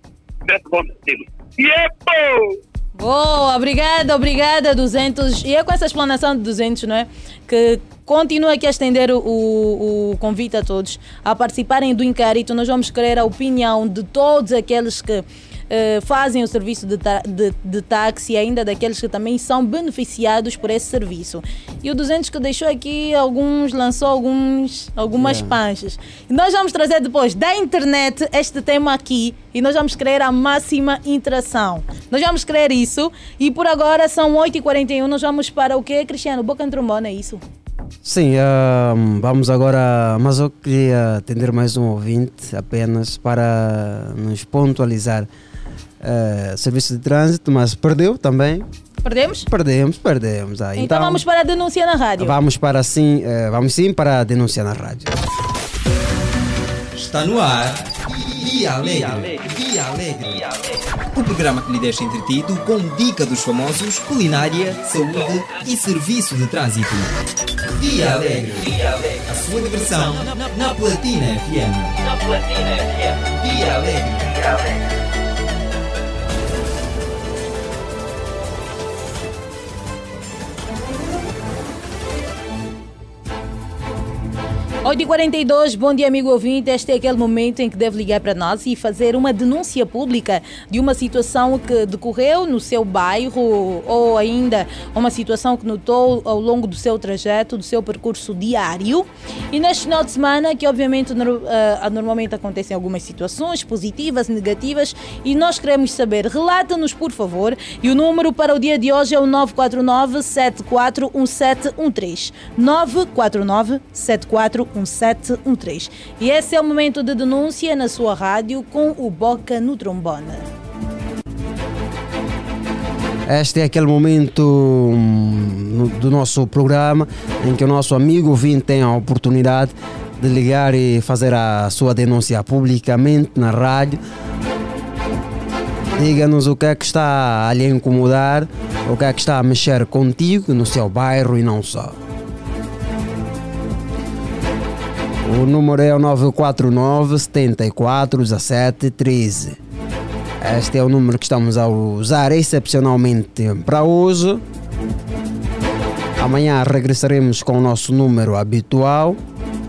Yepo! Boa, obrigada, obrigada, duzentos. E é com essa explanação de duzentos, não é? Que continua aqui a estender o, o convite a todos a participarem do inquérito. Nós vamos querer a opinião de todos aqueles que uh, fazem o serviço de, de, de táxi e ainda daqueles que também são beneficiados por esse serviço. E o duzentos que deixou aqui, alguns, lançou alguns, algumas yeah. panchas. E nós vamos trazer depois da internet este tema aqui e nós vamos querer a máxima interação. Nós vamos querer isso e por agora são oito e quarenta e um, nós vamos para o quê, Cristiano? Boca em trombone, é isso? Sim, uh, vamos agora, mas eu queria atender mais um ouvinte apenas para nos pontualizar uh, serviço de trânsito, mas perdeu também. Perdemos? Perdemos, perdemos. Ah, então, então vamos para a denúncia na rádio. Vamos para sim, uh, vamos sim para a denúncia na rádio. Está no ar Dia Alegre. Dia Alegre. O programa que lhe deixa entretido com dica dos famosos, culinária, saúde e serviço de trânsito. Dia Alegre. A sua diversão na Platina F M. Na Platina F M. Dia Alegre. Dia Alegre. oito e quarenta e dois, bom dia amigo ouvinte, este é aquele momento em que deve ligar para nós e fazer uma denúncia pública de uma situação que decorreu no seu bairro ou ainda uma situação que notou ao longo do seu trajeto, do seu percurso diário. E neste final de semana, que obviamente normalmente acontecem algumas situações positivas, negativas, e nós queremos saber, relata-nos por favor, e o número para o dia de hoje é o nove quatro nove, sete quatro um sete um três, nove quatro nove, sete quatro um sete um três. E esse é o momento de denúncia na sua rádio com o Boca no trombone. Este é aquele momento hum, do nosso programa em que o nosso amigo ouvinte tem a oportunidade de ligar e fazer a sua denúncia publicamente na rádio. Diga-nos o que é que está a lhe incomodar, o que é que está a mexer contigo no seu bairro e não só. O número é o nove quatro nove, sete quatro um sete um três. Este é o número que estamos a usar excepcionalmente para hoje. Amanhã regressaremos com o nosso número habitual.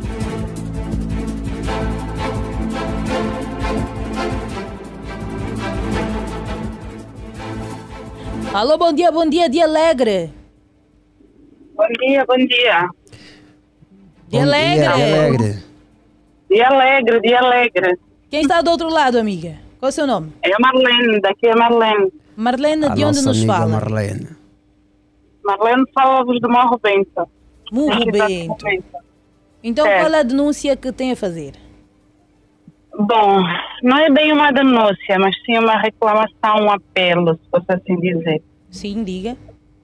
Alô, bom dia, bom dia, dia alegre. Bom dia, bom dia. Dia alegre. Dia alegre. Dia alegre, dia alegre. Quem está do outro lado, amiga? Qual é o seu nome? É a Marlene, daqui é a Marlene. Marlene, A de onde nossa nos amiga fala? Marlene. Marlene fala-vos do Morro Bento. Morro Bento. Então É. qual é a denúncia que tem a fazer? Bom, não é bem uma denúncia, mas sim uma reclamação, um apelo, se posso assim dizer. Sim, diga.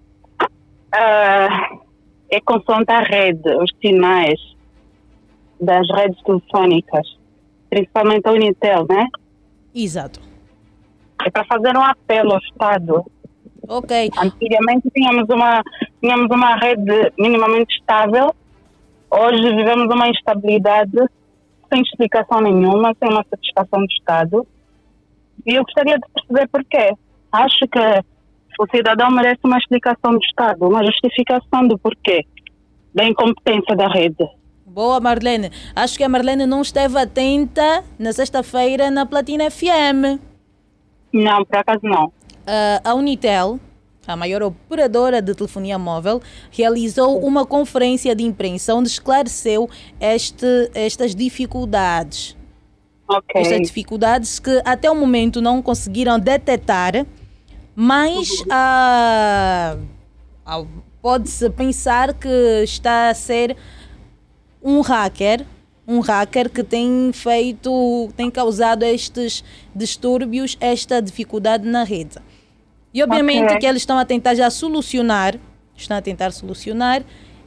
Ah, é consoante a rede, os sinais das redes telefónicas, principalmente a Unitel, né? Exato. É para fazer um apelo ao Estado. Ok. Antigamente tínhamos uma, tínhamos uma rede minimamente estável, hoje vivemos uma instabilidade sem explicação nenhuma, sem uma satisfação do Estado. E eu gostaria de perceber porquê. Acho que o cidadão merece uma explicação do Estado, uma justificação do porquê da incompetência da rede. Boa, Marlene. Acho que a Marlene não esteve atenta na sexta-feira na Platina F M. Não, por acaso não. Uh, a Unitel, a maior operadora de telefonia móvel, realizou uma conferência de imprensa onde esclareceu este, estas dificuldades. Okay. Estas dificuldades que até o momento não conseguiram detectar, mas uh, uh, pode-se pensar que está a ser um hacker, um hacker que tem feito, tem causado estes distúrbios, esta dificuldade na rede. E obviamente Ok. que eles estão a tentar já solucionar, estão a tentar solucionar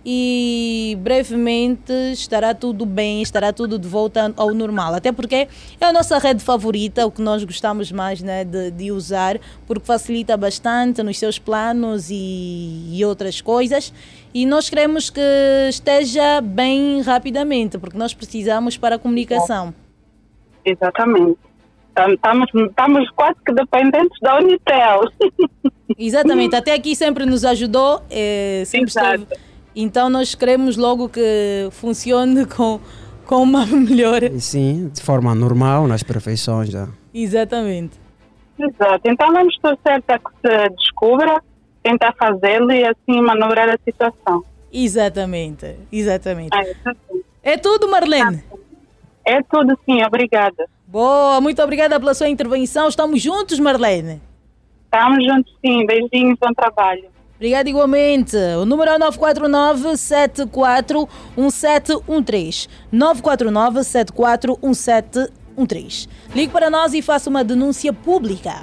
e brevemente estará tudo bem, estará tudo de volta ao normal. Até porque é a nossa rede favorita, o que nós gostamos mais, né, de, de usar, porque facilita bastante nos seus planos e, e outras coisas. E nós queremos que esteja bem rapidamente, porque nós precisamos para a comunicação. Exatamente. Estamos, estamos quase que dependentes da Unitel. Exatamente, até aqui sempre nos ajudou, eh, sempre esteve. Então nós queremos logo que funcione com, com uma melhor. Sim, de forma normal, nas perfeições já. Exatamente. Exato. Então vamos torcer para que se descubra, tentar fazê-lo e assim manobrar a situação. Exatamente, exatamente. É, é tudo, Marlene? É tudo, sim, obrigada. Boa, muito obrigada pela sua intervenção. Estamos juntos, Marlene? Estamos juntos, sim. Beijinhos, bom trabalho. Obrigada igualmente. O número é nove quatro nove, sete quatro um sete um três. nove quatro nove, sete quatro um sete um três. Ligue para nós e faça uma denúncia pública.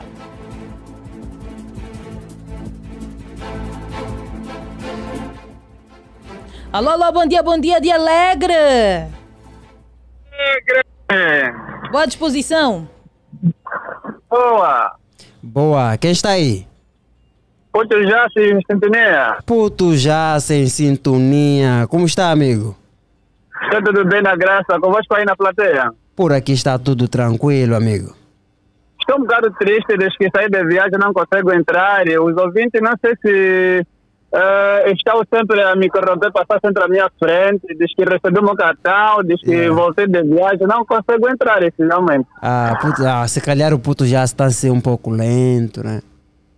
Alô, alô, bom dia, bom dia, dia alegre. Boa disposição. Boa. Boa, quem está aí? Puto já sem sintonia. Puto já sem sintonia. Como está, amigo? Está tudo bem na graça, convosco aí na plateia. Por aqui está tudo tranquilo, amigo. Estou um bocado triste desde que saí da viagem, não consigo entrar. E os ouvintes, não sei se Uh, estão sempre a me corromper, passar sempre à minha frente, diz que recebi o meu cartão, diz que Yeah. voltei de viagem, não consigo entrar finalmente. Ah, puto, ah, se calhar o puto já está a ser um pouco lento, né?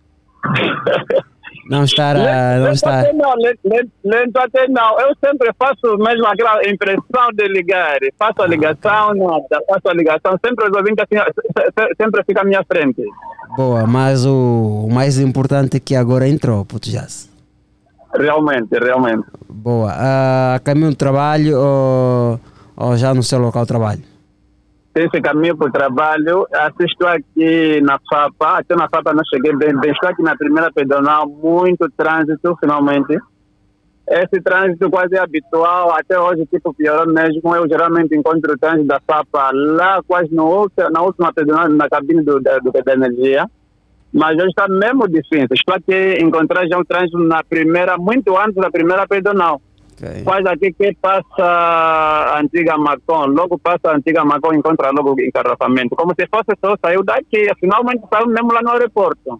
Não estar a... Não lento estar... até não, lento, lento, lento até não. Eu sempre faço mesmo aquela impressão de ligar. Faço a ligação, nada, faço a ligação, sempre os ouvintes assim, se- se- sempre fica à minha frente. Boa, mas o, o mais importante é que agora entrou, puto Jazz. Realmente, realmente. Boa. Ah, caminho do trabalho ou, ou já no seu local de trabalho? Esse caminho para o trabalho, assisto aqui na FAPA, até na FAPA não cheguei bem, bem, estou aqui na primeira pedonal, muito trânsito finalmente. Esse trânsito quase é habitual, até hoje tipo piorou mesmo, eu geralmente encontro o trânsito da FAPA lá quase no, outro- na última pedonal, na cabine do, da, do, da energia, mas hoje está mesmo difícil, estou aqui encontrar já o trânsito na primeira, muito antes da primeira pedonal. Okay. Quase aqui que passa a antiga Macon, logo passa a antiga Macon, encontra logo o encarrafamento. Como se fosse só saiu daqui, finalmente saiu mesmo lá no aeroporto.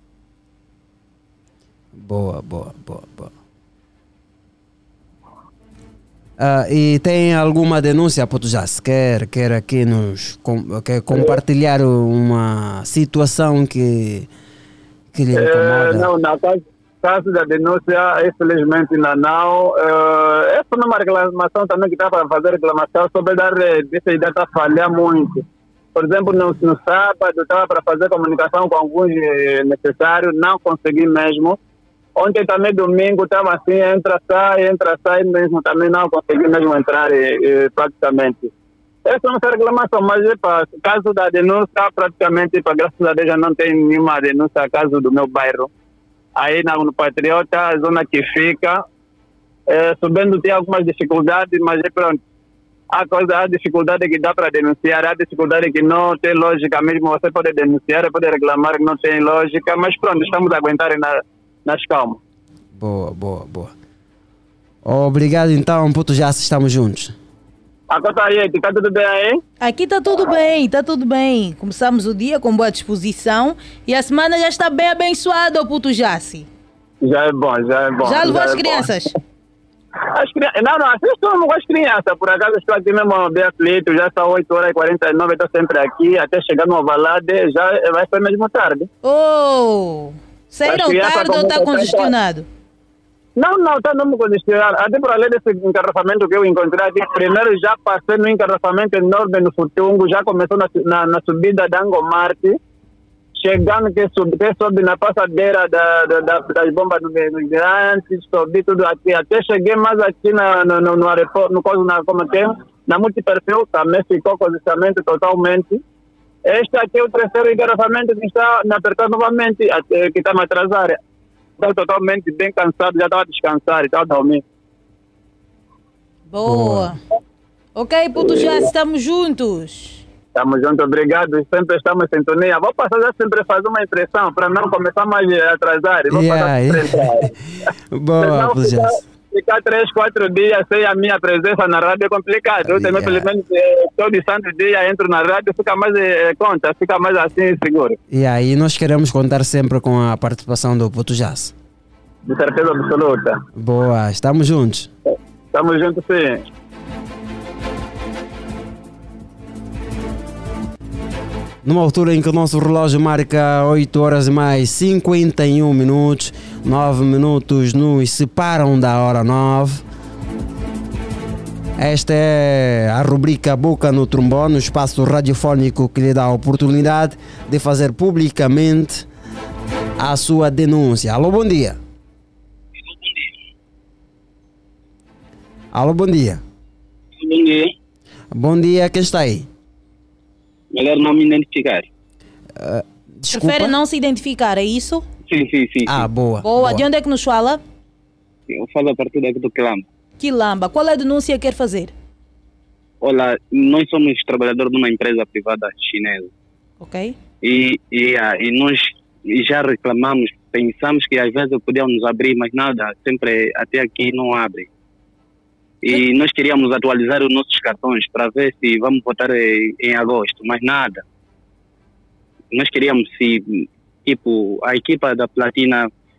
Boa, boa, boa, boa. Ah, e tem alguma denúncia, puto Jazz? Quer, quer aqui nos com, quer compartilhar uma situação que, que lhe Eh, incomoda? não, na caso, caso da denúncia, infelizmente ainda não. Uh, essa não é uma reclamação também que está para fazer reclamação sobre a rede. Essa ideia está a falhar muito. Por exemplo, no, no sábado estava para fazer comunicação com alguns eh, necessários, não consegui mesmo. Ontem também domingo estava assim, entra, sai, entra, sai mesmo, também não consegui mesmo entrar eh, eh, praticamente. Essa não é reclamação, mas epa, caso da denúncia, praticamente, epa, graças a Deus já não tem nenhuma denúncia caso do meu bairro. Aí na, no Patriota, a zona que fica, eh, subindo tem algumas dificuldades, mas é pronto. A coisa, a dificuldade que dá para denunciar, a dificuldade que não tem lógica mesmo, você pode denunciar, pode reclamar que não tem lógica, mas pronto, estamos a aguentar na, nas calmas. Boa, boa, boa. Obrigado então, puto Jazz, estamos juntos. A coisa aí, está tudo bem aí? Aqui está tudo bem, está tudo bem. Começamos o dia com boa disposição e a semana já está bem abençoada, o puto Jaci. Já é bom, já é bom. Já levou as é bom. crianças? As crianças, não, não, assim estou com as crianças, por acaso estou aqui mesmo bem aflito, já são oito horas e quarenta e nove, estou sempre aqui, até chegar no Alvalade, já vai ser mesmo tarde. Oh, saíram As crianças tarde ou como está que congestionado? Não, não, está mesmo congestionado, até por além desse encarrafamento que eu encontrei aqui, primeiro já passei no encarrafamento enorme no Futungo, já começou na, na, na subida da Angomarte, chegando que sobe, que sobe na passadeira da, da, da, das bombas do migrante, subi tudo aqui, até cheguei mais aqui na, no, no, no aeroporto, no coisa, na, como é, na multiperfil, também ficou congestionamento totalmente. Este aqui é o terceiro engarrafamento que está me apertando novamente, até, que está me atrasando. Estou totalmente bem cansado, já estava a descansar, estava a dormir. Boa. Ok, puto Jaci, estamos juntos. Estamos juntos, obrigado. Sempre estamos em sintonia. Vou passar já sempre fazer uma impressão para não começar mais a atrasar. Vou Yeah, passar yeah. Boa, Senão puto ficar, Jazz. ficar três, quatro dias sem a minha presença na rádio é complicado. Eu também, pelo menos, eh, todo santo dia entro na rádio, fica mais eh, conta, fica mais assim seguro. E aí nós queremos contar sempre com a participação do puto Jazz. De certeza absoluta. Boa, estamos juntos. Estamos juntos, sim. Numa altura em que o nosso relógio marca oito horas e mais cinquenta e um minutos, nove minutos nos separam da hora nove. Esta é a rubrica Boca no Trombone, o espaço radiofónico que lhe dá a oportunidade de fazer publicamente a sua denúncia. Alô, bom dia. Alô, bom dia. Bom dia. Bom dia, quem está aí? Melhor não me identificar. Uh, desculpa. Prefere não se identificar, é isso? Sim, sim, sim. Ah, boa. Boa. boa. De onde é que nos fala? Eu falo a partir daqui do Quilamba. Quilamba. Qual é a denúncia que quer fazer? Olha, nós somos trabalhadores de uma empresa privada chinesa. Ok. E, e, ah, e nós já reclamamos, pensamos que às vezes podiam nos abrir, mas nada, sempre até aqui não abre. E nós queríamos atualizar os nossos cartões para ver se vamos votar em, em agosto, mas nada. Nós queríamos se, tipo, a equipa da Platina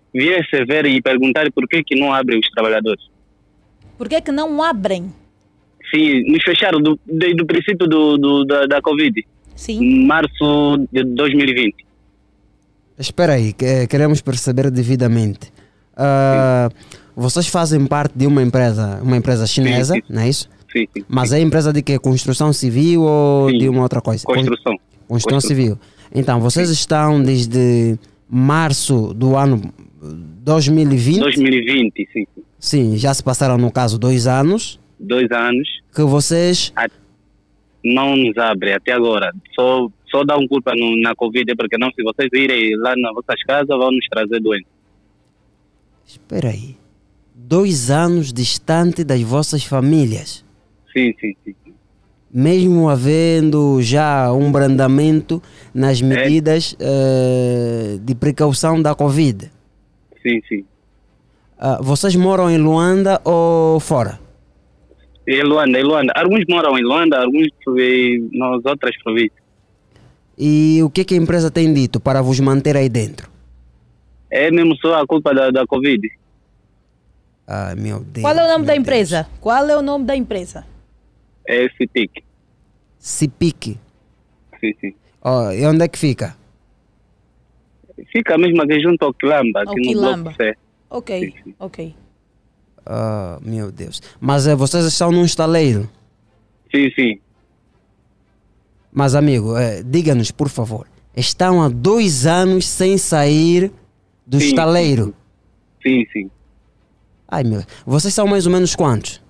viesse ver e perguntar por que, que não abrem os trabalhadores. Por que que não abrem? Sim, nos fecharam do, desde o princípio do, do, da, da Covid. Sim. Em março de dois mil e vinte. Espera aí, que- queremos perceber devidamente. Ah, vocês fazem parte de uma empresa, uma empresa chinesa, Sim, sim. não é isso? Sim, sim. Mas é empresa de que? Construção civil ou Sim. de uma outra coisa? Construção. Con- Construção Construção. civil. Então, vocês estão desde março do ano dois mil e vinte? dois mil e vinte, sim. sim. Sim, já se passaram, no caso, dois anos Dois anos. que vocês... A- Não nos abre até agora. Só, só dá um culpa no, na Covid, porque não, se vocês irem lá nas vossas casas, vão nos trazer doentes. Espera aí. Dois anos distante das vossas famílias. Sim, sim, sim. Mesmo havendo já um brandamento nas medidas eh, de precaução da Covid. Sim, sim. Ah, vocês moram em Luanda ou fora? Em Luanda, em Luanda. Alguns moram em Luanda, alguns em nas outras províncias. E o que, que a empresa tem dito para vos manter aí dentro? É mesmo só a culpa da, da Covid. Ah, meu Deus. Qual é o nome meu da Deus. empresa? Qual é o nome da empresa? É esse tique. Cipic. Sim, sim. Oh, e onde é que fica? Fica mesmo aqui junto ao Quilamba, Ao aqui no Quilamba. Bloco C. Ok, ok. Ah, meu Deus. Mas eh, vocês estão num estaleiro. Sim, sim. Mas, amigo, eh, diga-nos, por favor. Estão há dois anos sem sair do Sim, estaleiro. Sim, sim. Ai, meu. Vocês são mais ou menos quantos?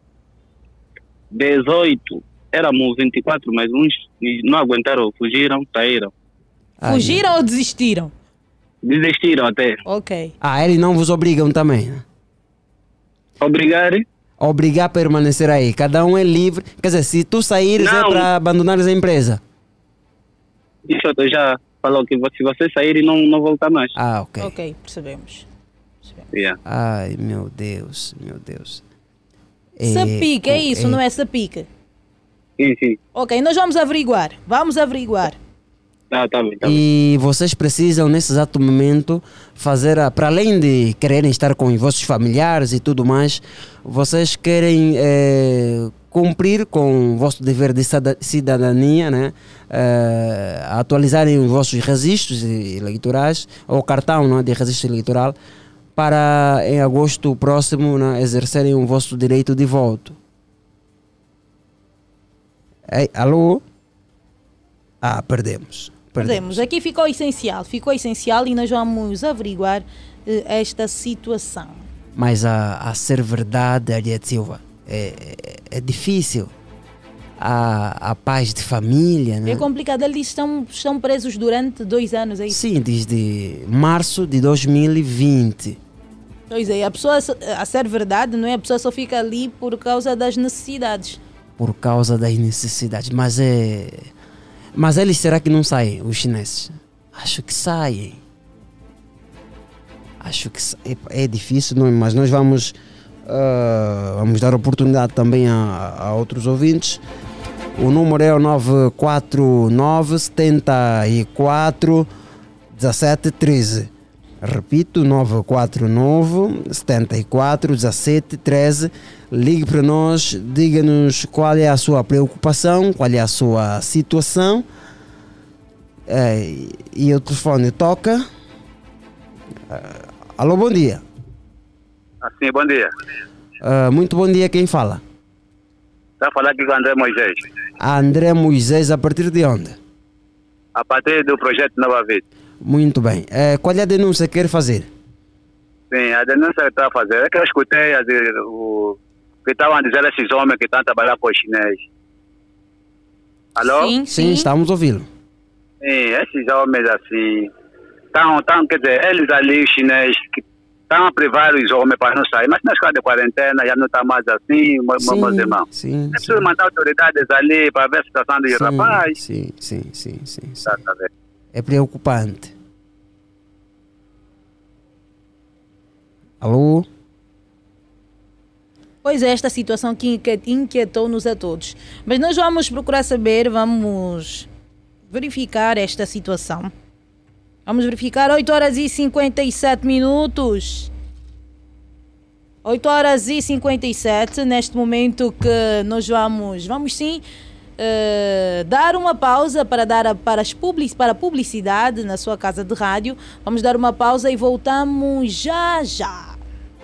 dezoito. Éramos vinte e quatro, mas uns não aguentaram, fugiram, saíram. Ai, Fugiram ou desistiram? Desistiram até. Ok. Ah, eles não vos obrigam também, né? Obrigar? Obrigar a permanecer aí. Cada um é livre. Quer dizer, se tu saíres é Não. para abandonares a empresa. Isso eu já falou que se você sair não, não voltar mais. Ah, ok. Ok, percebemos. Yeah. Ai, meu Deus, meu Deus. Sapica, é isso, não é sapica? Sim, sim. Ok, nós vamos averiguar. Vamos averiguar. Ah, tá bem, tá bem. E vocês precisam, nesse exato momento, fazer, a- para além de quererem estar com os vossos familiares e tudo mais, vocês querem eh, cumprir com o vosso dever de sada- cidadania, né? Eh, atualizarem os vossos registros e- eleitorais, ou cartão, né, de registro eleitoral, para em agosto próximo, né, exercerem o vosso direito de voto. Ei, alô? Ah, perdemos. Perdemos. Aqui ficou essencial, ficou essencial e nós vamos averiguar eh, esta situação. Mas a, a ser verdade, Ariete Silva, é, é, é difícil. A, a paz de família, né? É complicado, eles estão, estão presos durante dois anos, é isso? Sim, desde março de dois mil e vinte. Pois é, a pessoa, a ser verdade, não é? A pessoa só fica ali por causa das necessidades. Por causa das necessidades. Mas é. Mas eles será que não saem, os chineses? Acho que saem. Acho que sa- é, é difícil, não, mas nós vamos, ah, vamos dar oportunidade também a, a outros ouvintes. O número é o nove quatro nove, sete quatro, um sete um três. Repito, nove quatro nove, sete quatro, um sete um três. Ligue para nós, diga-nos qual é a sua preocupação, qual é a sua situação. É, e o telefone toca. Ah, alô, bom dia. Assim, bom dia. Ah, muito bom dia, quem fala? Está a falar aqui com o André Moisés, André Moisés, a partir de onde? a partir do projeto Nova Vida. Muito bem. Eh, qual é a denúncia que quer fazer? Sim, a denúncia que está a fazer é que eu escutei a dizer, o, que estavam a dizer esses homens que estão a trabalhar com os chineses. Alô? Sim, Sim, estamos ouvindo. Sim, esses homens assim, estão, estão, quer dizer, eles ali, os chineses, que estão a privar os homens para não sair, mas na escola de quarentena já não está mais assim, meus Sim, meus irmãos. sim, É preciso mandar autoridades ali para ver a situação dos Sim, rapazes. sim, sim, sim, sim, sim. Tá, tá vendo? É preocupante. Alô? Pois é, esta situação que inque- inquietou-nos a todos. Mas nós vamos procurar saber, vamos verificar esta situação. Vamos verificar, oito horas e cinquenta e sete minutos. oito horas e cinquenta e sete, neste momento que nós vamos, vamos sim, uh, dar uma pausa para dar a, para, as public, para a publicidade na sua casa de rádio. Vamos dar uma pausa e voltamos já já.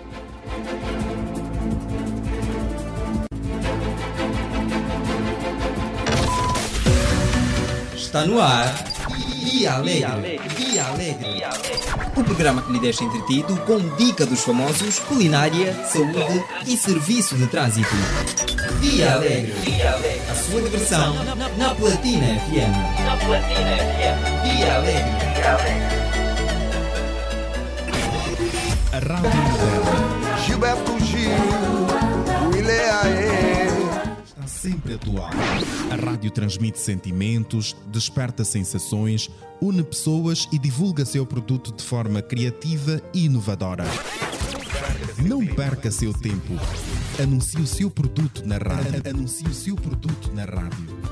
Está no ar Dia Alegre. Dia Alegre. O programa que lhe deixa entretido com dica dos famosos, culinária, saúde e serviço de trânsito. Dia Alegre. A sua diversão na Platina F M. Na Platina F M. Dia Alegre. A Rádio Moderna. Gilberto Gil, William está sempre atual. A rádio transmite sentimentos, desperta sensações, une pessoas e divulga seu produto de forma criativa e inovadora. Não perca seu tempo. Anuncie o seu produto na rádio. Anuncie o seu produto na rádio.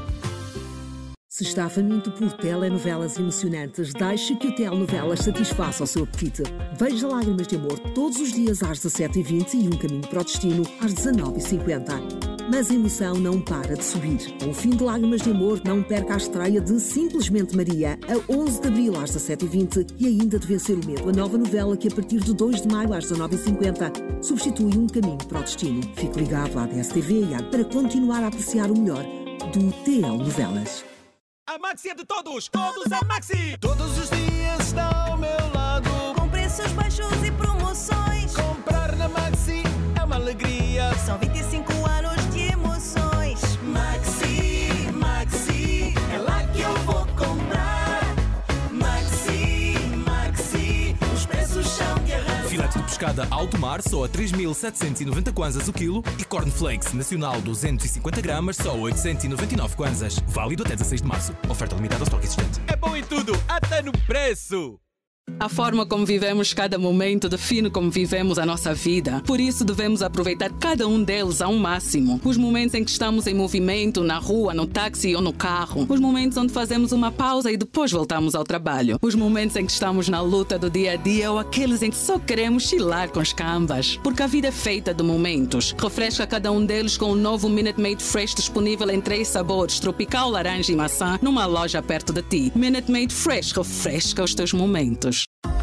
Se está faminto por telenovelas emocionantes, deixe que o Telenovelas satisfaça o seu apetite. Veja Lágrimas de Amor todos os dias às dezassete e vinte e Um Caminho para o Destino às dezanove e cinquenta. Mas a emoção não para de subir. Com o fim de Lágrimas de Amor, não perca a estreia de Simplesmente Maria, a onze de abril às dezassete e vinte e ainda de Vencer o Medo, a nova novela que a partir de dois de maio às dezanove e cinquenta substitui Um Caminho para o Destino. Fique ligado à D S T V e à para continuar a apreciar o melhor do Telenovelas. A Maxi é de todos, todos a Maxi! Todos os dias está ao meu lado. Com preços baixos e promoções. Comprar na Maxi é uma alegria. São vinte e cinco anos de emoções. Maxi, Maxi, é lá que eu vou comprar. Maxi, Maxi, os preços são de arrasar. Filete de pescada alto mar só a três mil setecentos e noventa kwanzas o quilo e cornflakes nacional duzentos e cinquenta gramas só a oitocentos e noventa e nove kwanzas. Válido até dezasseis de março. Oferta limitada ao estoque existente. É bom em tudo, até no preço. A forma como vivemos cada momento define como vivemos a nossa vida. Por isso devemos aproveitar cada um deles ao máximo. Os momentos em que estamos em movimento, na rua, no táxi ou no carro. Os momentos onde fazemos uma pausa e depois voltamos ao trabalho. Os momentos em que estamos na luta do dia a dia ou aqueles em que só queremos chilar com os cambas. Porque a vida é feita de momentos. Refresca cada um deles com o novo Minute Maid Fresh disponível em três sabores, tropical, laranja e maçã, numa loja perto de ti. Minute Maid Fresh refresca os teus momentos.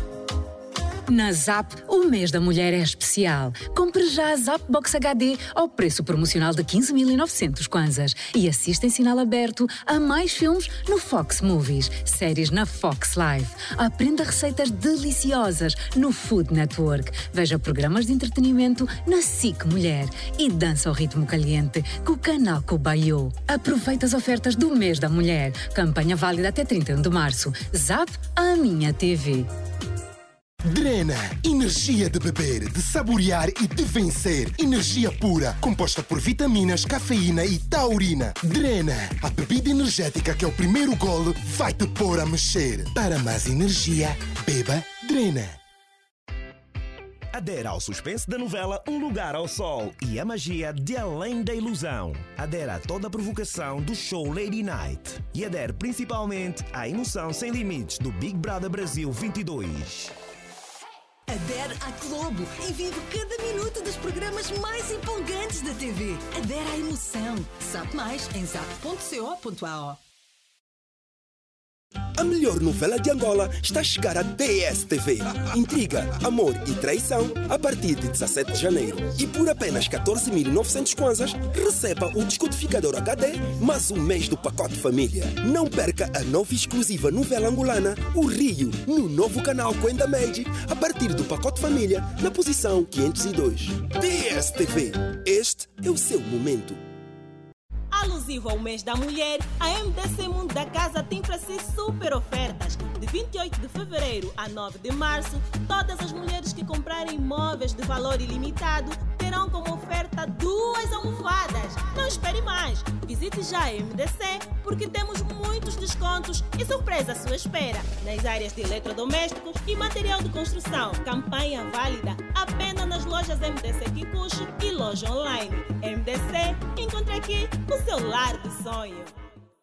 Na Zap, o mês da mulher é especial. Compre já a Zap Box H D ao preço promocional de quinze mil e novecentos kwanzas e assista em sinal aberto a mais filmes no Fox Movies, séries na Fox Live. Aprenda receitas deliciosas no Food Network. Veja programas de entretenimento na S I C Mulher e dança ao ritmo caliente com o canal Cobayo. Aproveita as ofertas do mês da mulher. Campanha válida até trinta e um de março. Zap, a minha T V. Drena, energia de beber, de saborear e de vencer. Energia pura, composta por vitaminas, cafeína e taurina. Drena, a bebida energética que é o primeiro golo vai te pôr a mexer. Para mais energia, beba Drena. Adera ao suspense da novela Um Lugar ao Sol e a magia de Além da Ilusão. Adera a toda a provocação do show Lady Night. E adere principalmente à emoção sem limites do Big Brother Brasil vinte e dois. Adere à Globo e vive cada minuto dos programas mais empolgantes da T V. Adere à emoção. Sabe mais em zap ponto co ponto a o. A melhor novela de Angola está a chegar à D S T V. Intriga, amor e traição a partir de dezassete de janeiro. E por apenas catorze mil e novecentos kwanzas, receba o descodificador H D mais um mês do pacote família. Não perca a nova e exclusiva novela angolana, O Rio, no novo canal Coenda Magic, a partir do pacote família, na posição quinhentos e dois. D S T V. Este é o seu momento. Alusivo ao mês da mulher, a M D C Mundo da Casa tem para si super ofertas. De vinte e oito de fevereiro a nove de março, todas as mulheres que comprarem móveis de valor ilimitado terão como oferta duas almofadas. Não espere mais, visite já a M D C porque temos muitos descontos e surpresa à sua espera nas áreas de eletrodomésticos e material de construção. Campanha válida apenas nas lojas M D C Kikuchi e loja online. M D C, encontre aqui o seu lar de sonho.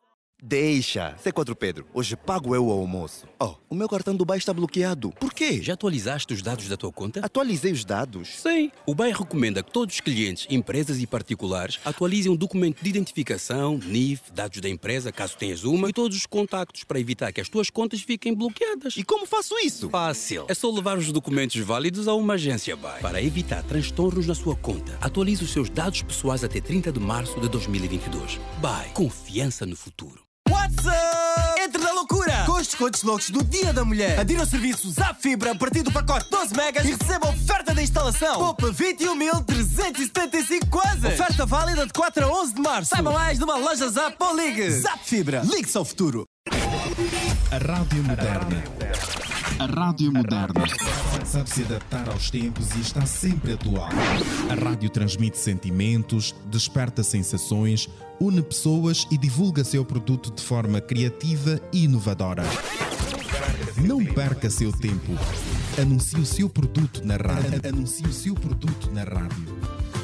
Deixa, C quatro Pedro, hoje pago eu o almoço. Oh, o meu cartão do B A E está bloqueado. Por quê? Já atualizaste os dados da tua conta? Atualizei os dados? Sim. O B A E recomenda que todos os clientes, empresas e particulares atualizem o documento de identificação, N I F, dados da empresa, caso tenhas uma, e todos os contactos para evitar que as tuas contas fiquem bloqueadas. E como faço isso? Fácil. É só levar os documentos válidos a uma agência B A E. Para evitar transtornos na sua conta, atualize os seus dados pessoais até trinta de março de dois mil e vinte e dois. B A E. Confiança no futuro. What's up? Entre na loucura! Com os descontos loucos do Dia da Mulher. Adira ao serviço Zap Fibra a partir do pacote doze megas e receba a oferta da instalação. Poupa vinte e um mil trezentos e setenta e cinco kwanzas. Oferta válida de quatro a onze de março. Saiba mais numa loja Zap ou ligue. Zap Fibra. Ligue-se ao futuro. A Rádio Moderna. A Rádio Moderna sabe se adaptar aos tempos e está sempre atual. A rádio transmite sentimentos, desperta sensações, une pessoas e divulga seu produto de forma criativa e inovadora. Não perca seu tempo. Anuncie o seu produto na rádio. Anuncie o seu produto na rádio.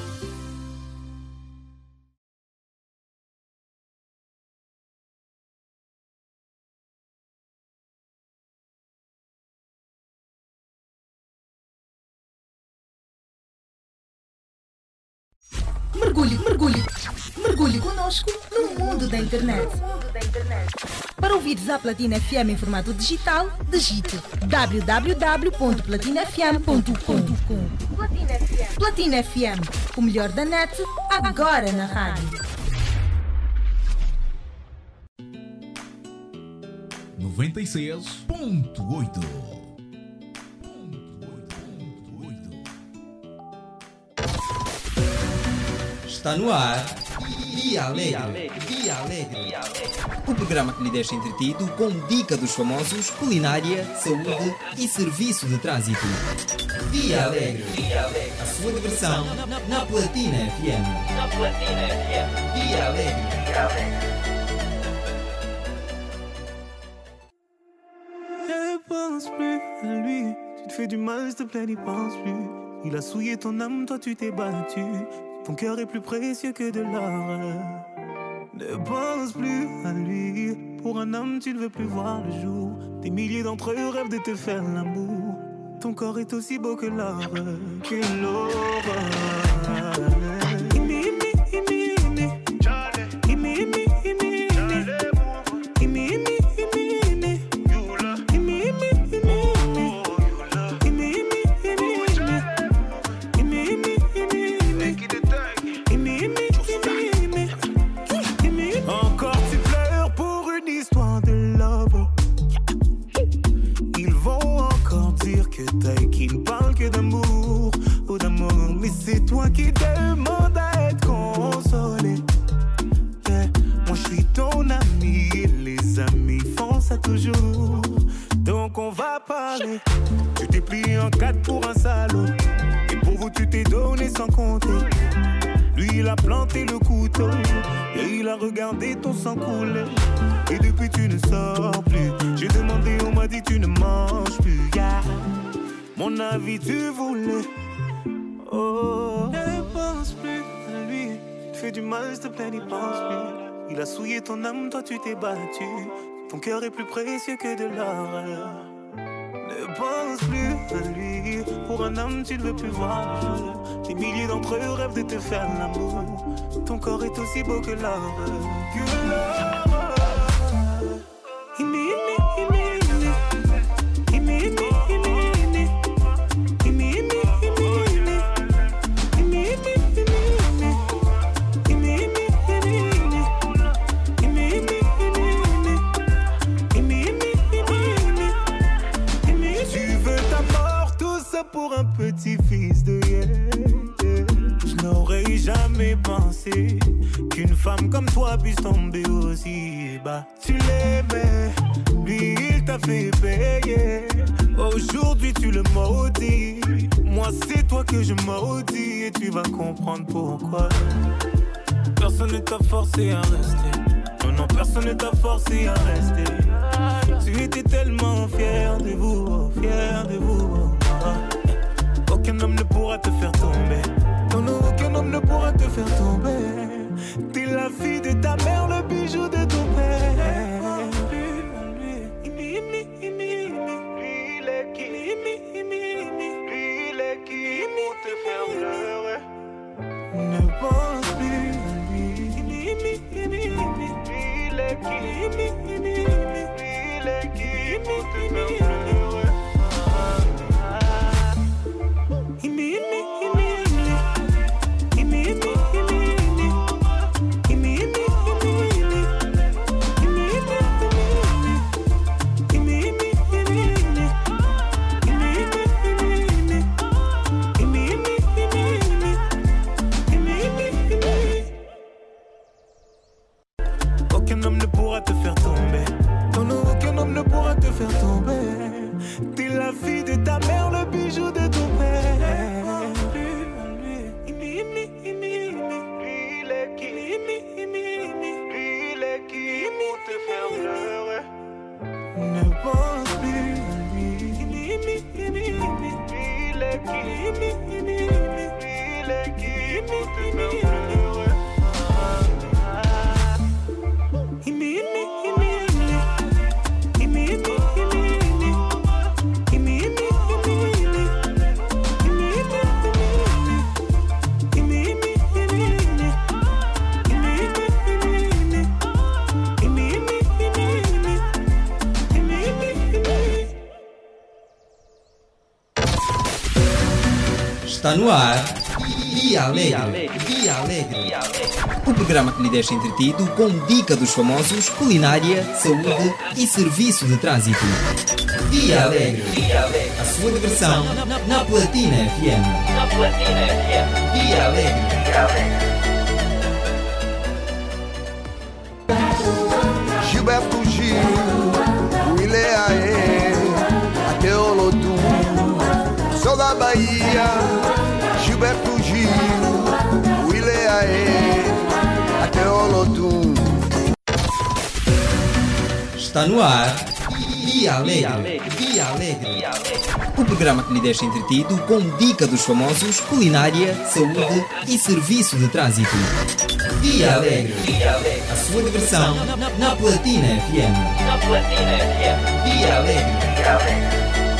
Mergulhe, mergulhe, mergulhe conosco no mundo da internet. Para ouvir a Platina F M em formato digital, digite w w w ponto platina f m ponto com. Platina F M, o melhor da net, agora na rádio. noventa e seis ponto oito. Está no ar Dia Alegre. Dia Alegre. O programa que lhe deixa entretido com dica dos famosos, culinária, saúde e serviço de trânsito. Dia Alegre. A sua diversão na Platina F M. Na Platina F M. Dia Alegre. Dia Alegre. Ne pense plus à lui. Tu te fais du mal, s'il te plaît, n'y pense plus. Il a souillé ton âme, toi tu t'es battu. Ton cœur est plus précieux que de l'or. Ne pense plus à lui. Pour un homme, tu ne veux plus voir le jour. Des milliers d'entre eux rêvent de te faire l'amour. Ton corps est aussi beau que l'or, que l'aurore. C'est toi qui demande à être consolé. Yeah. Moi je suis ton ami et les amis font ça toujours. Donc on va parler. Tu t'es plié en quatre pour un salaud. Et pour vous tu t'es donné sans compter. Lui il a planté le couteau et il a regardé ton sang couler. Et depuis tu ne sors plus. J'ai demandé, on m'a dit tu ne manges plus. Yeah. Mon avis tu voulais. Oh, ne pense plus à lui. Tu te fais du mal, s'il te plaît, n'y pense plus. Il a souillé ton âme, toi tu t'es battu. Ton cœur est plus précieux que de l'or. Ne pense plus à lui. Pour un homme, tu ne veux plus voir le jour. Des milliers d'entre eux rêvent de te faire l'amour. Ton corps est aussi beau que l'or. Que l'or. Pour un petit-fils de yeah, yeah. Je n'aurais jamais pensé qu'une femme comme toi puisse tomber aussi bas. Tu l'aimais, lui il t'a fait payer. Aujourd'hui tu le maudis. Moi c'est toi que je maudis. Et tu vas comprendre pourquoi. Personne ne t'a forcé à rester. Non, non, personne ne t'a forcé à rester. Tu étais tellement fier de vous, fier de vous. Aucun homme ne pourra te faire tomber. Non, non, aucun homme ne pourra te faire tomber. T'es la fille de ta mère, le bijou de ton père. Aucun homme ne pourra te faire tomber. Non, non, aucun homme ne pourra te faire tomber. T'es la fille de ta mère, le bijou de ton père. Ne pense plus à lui. Il est qui? Il est qui pour te faire heureux? Está no ar Dia Alegre. Dia Alegre. O programa que lhe deixa entretido com dica dos famosos, culinária, saúde e serviço de trânsito. Dia Alegre. A sua diversão na Platina F M. Na Platina F M. Dia Alegre. Dia Alegre. Gilberto Gil, o Ileaê, até o Lodum, sou da Bahia. Gilberto Gil, o Ileaê, até o Lodum. Está no ar Dia Alegre. Dia Alegre. O programa que lhe deixa entretido com dica dos famosos, culinária, saúde e serviço de trânsito. Dia Alegre. A sua diversão na Platina F M. Na Platina F M. Dia Alegre. Dia Alegre.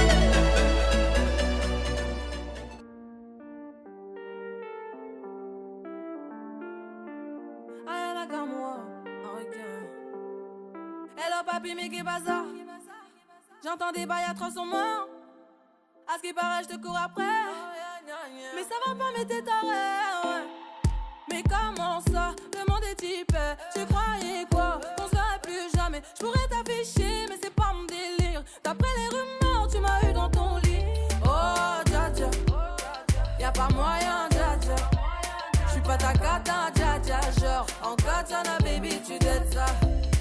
Hello papi, mais qu'est bazar? J'entends des bails atroces en main. À ce qui paraît, je te cours après. Mais ça va pas, mais t'es taré, ouais. Mais comment ça, le monde est type? Tu croyais quoi? Qu'on se verrait plus jamais. Je pourrais t'afficher, mais c'est pas mon délire. D'après les rumeurs, tu m'as eu dans ton lit. Oh, dja dja, y'a pas moyen, dja dja. J'suis pas ta cata, dja dja. Genre, en katana, baby, tu dettes ça.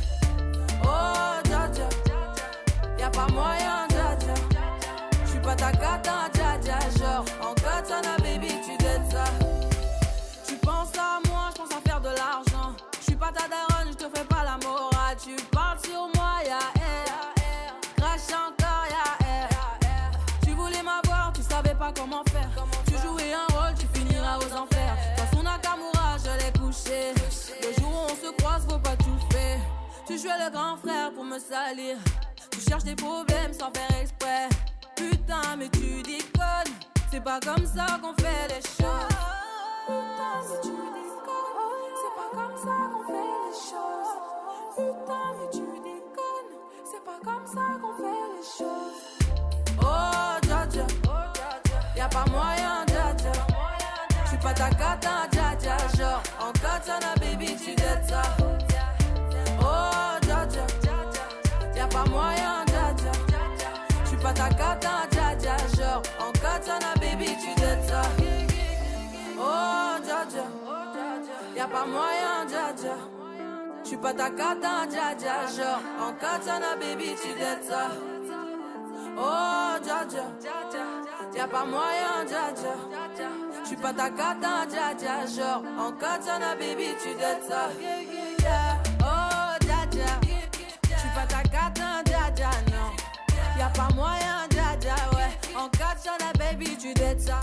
Oh, dja dja, y'a pas moyen, dja dja. J'suis pas ta cata, dja dja. Genre, en katana, baby, tu dettes ça. Tu penses à moi, j'pense à faire de l'argent. J'suis pas ta daronne, j'te fais pas la morale. Tu parles sur moi, y'a air. Crache encore, y'a air. Tu voulais m'avoir, tu savais pas comment faire. Tu jouais un rôle, tu finiras aux enfers. Dans son Nakamura, je l'ai couché. Le jour où on se croise, faut pas tout faire. Tu jouais le grand frère pour me salir. Tu cherches des problèmes sans faire exprès. Putain, mais tu déconnes. C'est pas comme ça qu'on fait les choses. Putain, mais tu déconnes. C'est pas comme ça qu'on fait les choses. Putain, mais tu déconnes. C'est pas comme ça qu'on fait les choses. Oh, dja dja, y'a pas moyen, dja dja. J'suis pas ta cata, dja dja. Genre, en katana, baby, tu dettes ça. Oh, dja dja, y'a pas moyen, dja dja. J'suis pas ta cata, dja dja. Genre, en katana, baby, tu dettes ça. Oh, dja dja, y'a pas moyen, dja dja. J'suis pas ta cata, dja dja. Genre, en katana, baby, tu dettes ça. Oh, dja dja, y'a pas moyen, dja dja. J'suis pas ta cata, dja dja. Genre, en katana, baby, tu dettes ça. Oh, dja dja, j'suis pas ta cata, dja dja, non. Y'a pas moyen, dja dja, ouais. En katana, baby, tu dettes ça.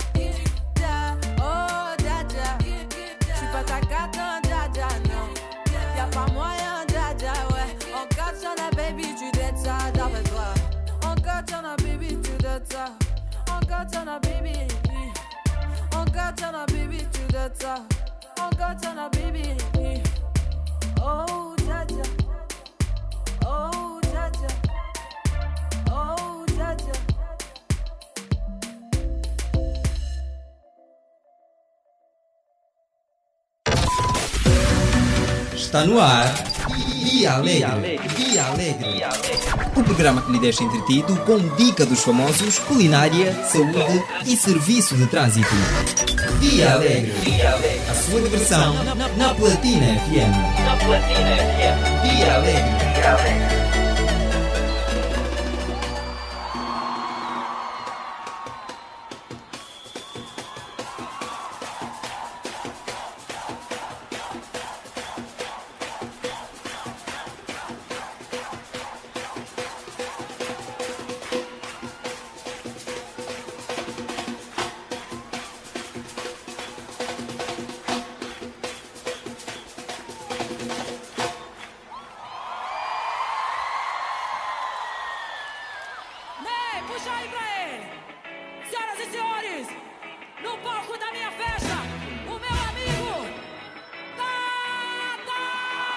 Oh, dja dja, j'suis pas ta cata, dja dja, non. Y'a pas moyen, dja dja, ouais. En katana, baby, tu dettes ça, d'après toi. En katana, baby, tu dettes ça. En katana, baby. En katana, baby, tu dettes ça. En katana, baby. Oh, dja dja. Oh, dja dja. Está no ar Dia Alegre. Dia Alegre. O programa que lhe deixa entretido com dica dos famosos, culinária, saúde e serviço de trânsito. Dia Alegre. A sua diversão na Platina F M. Na Platina F M. Dia Alegre. Dia Alegre. Puxa aí pra ele! Senhoras e senhores, no palco da minha festa, o meu amigo Tata!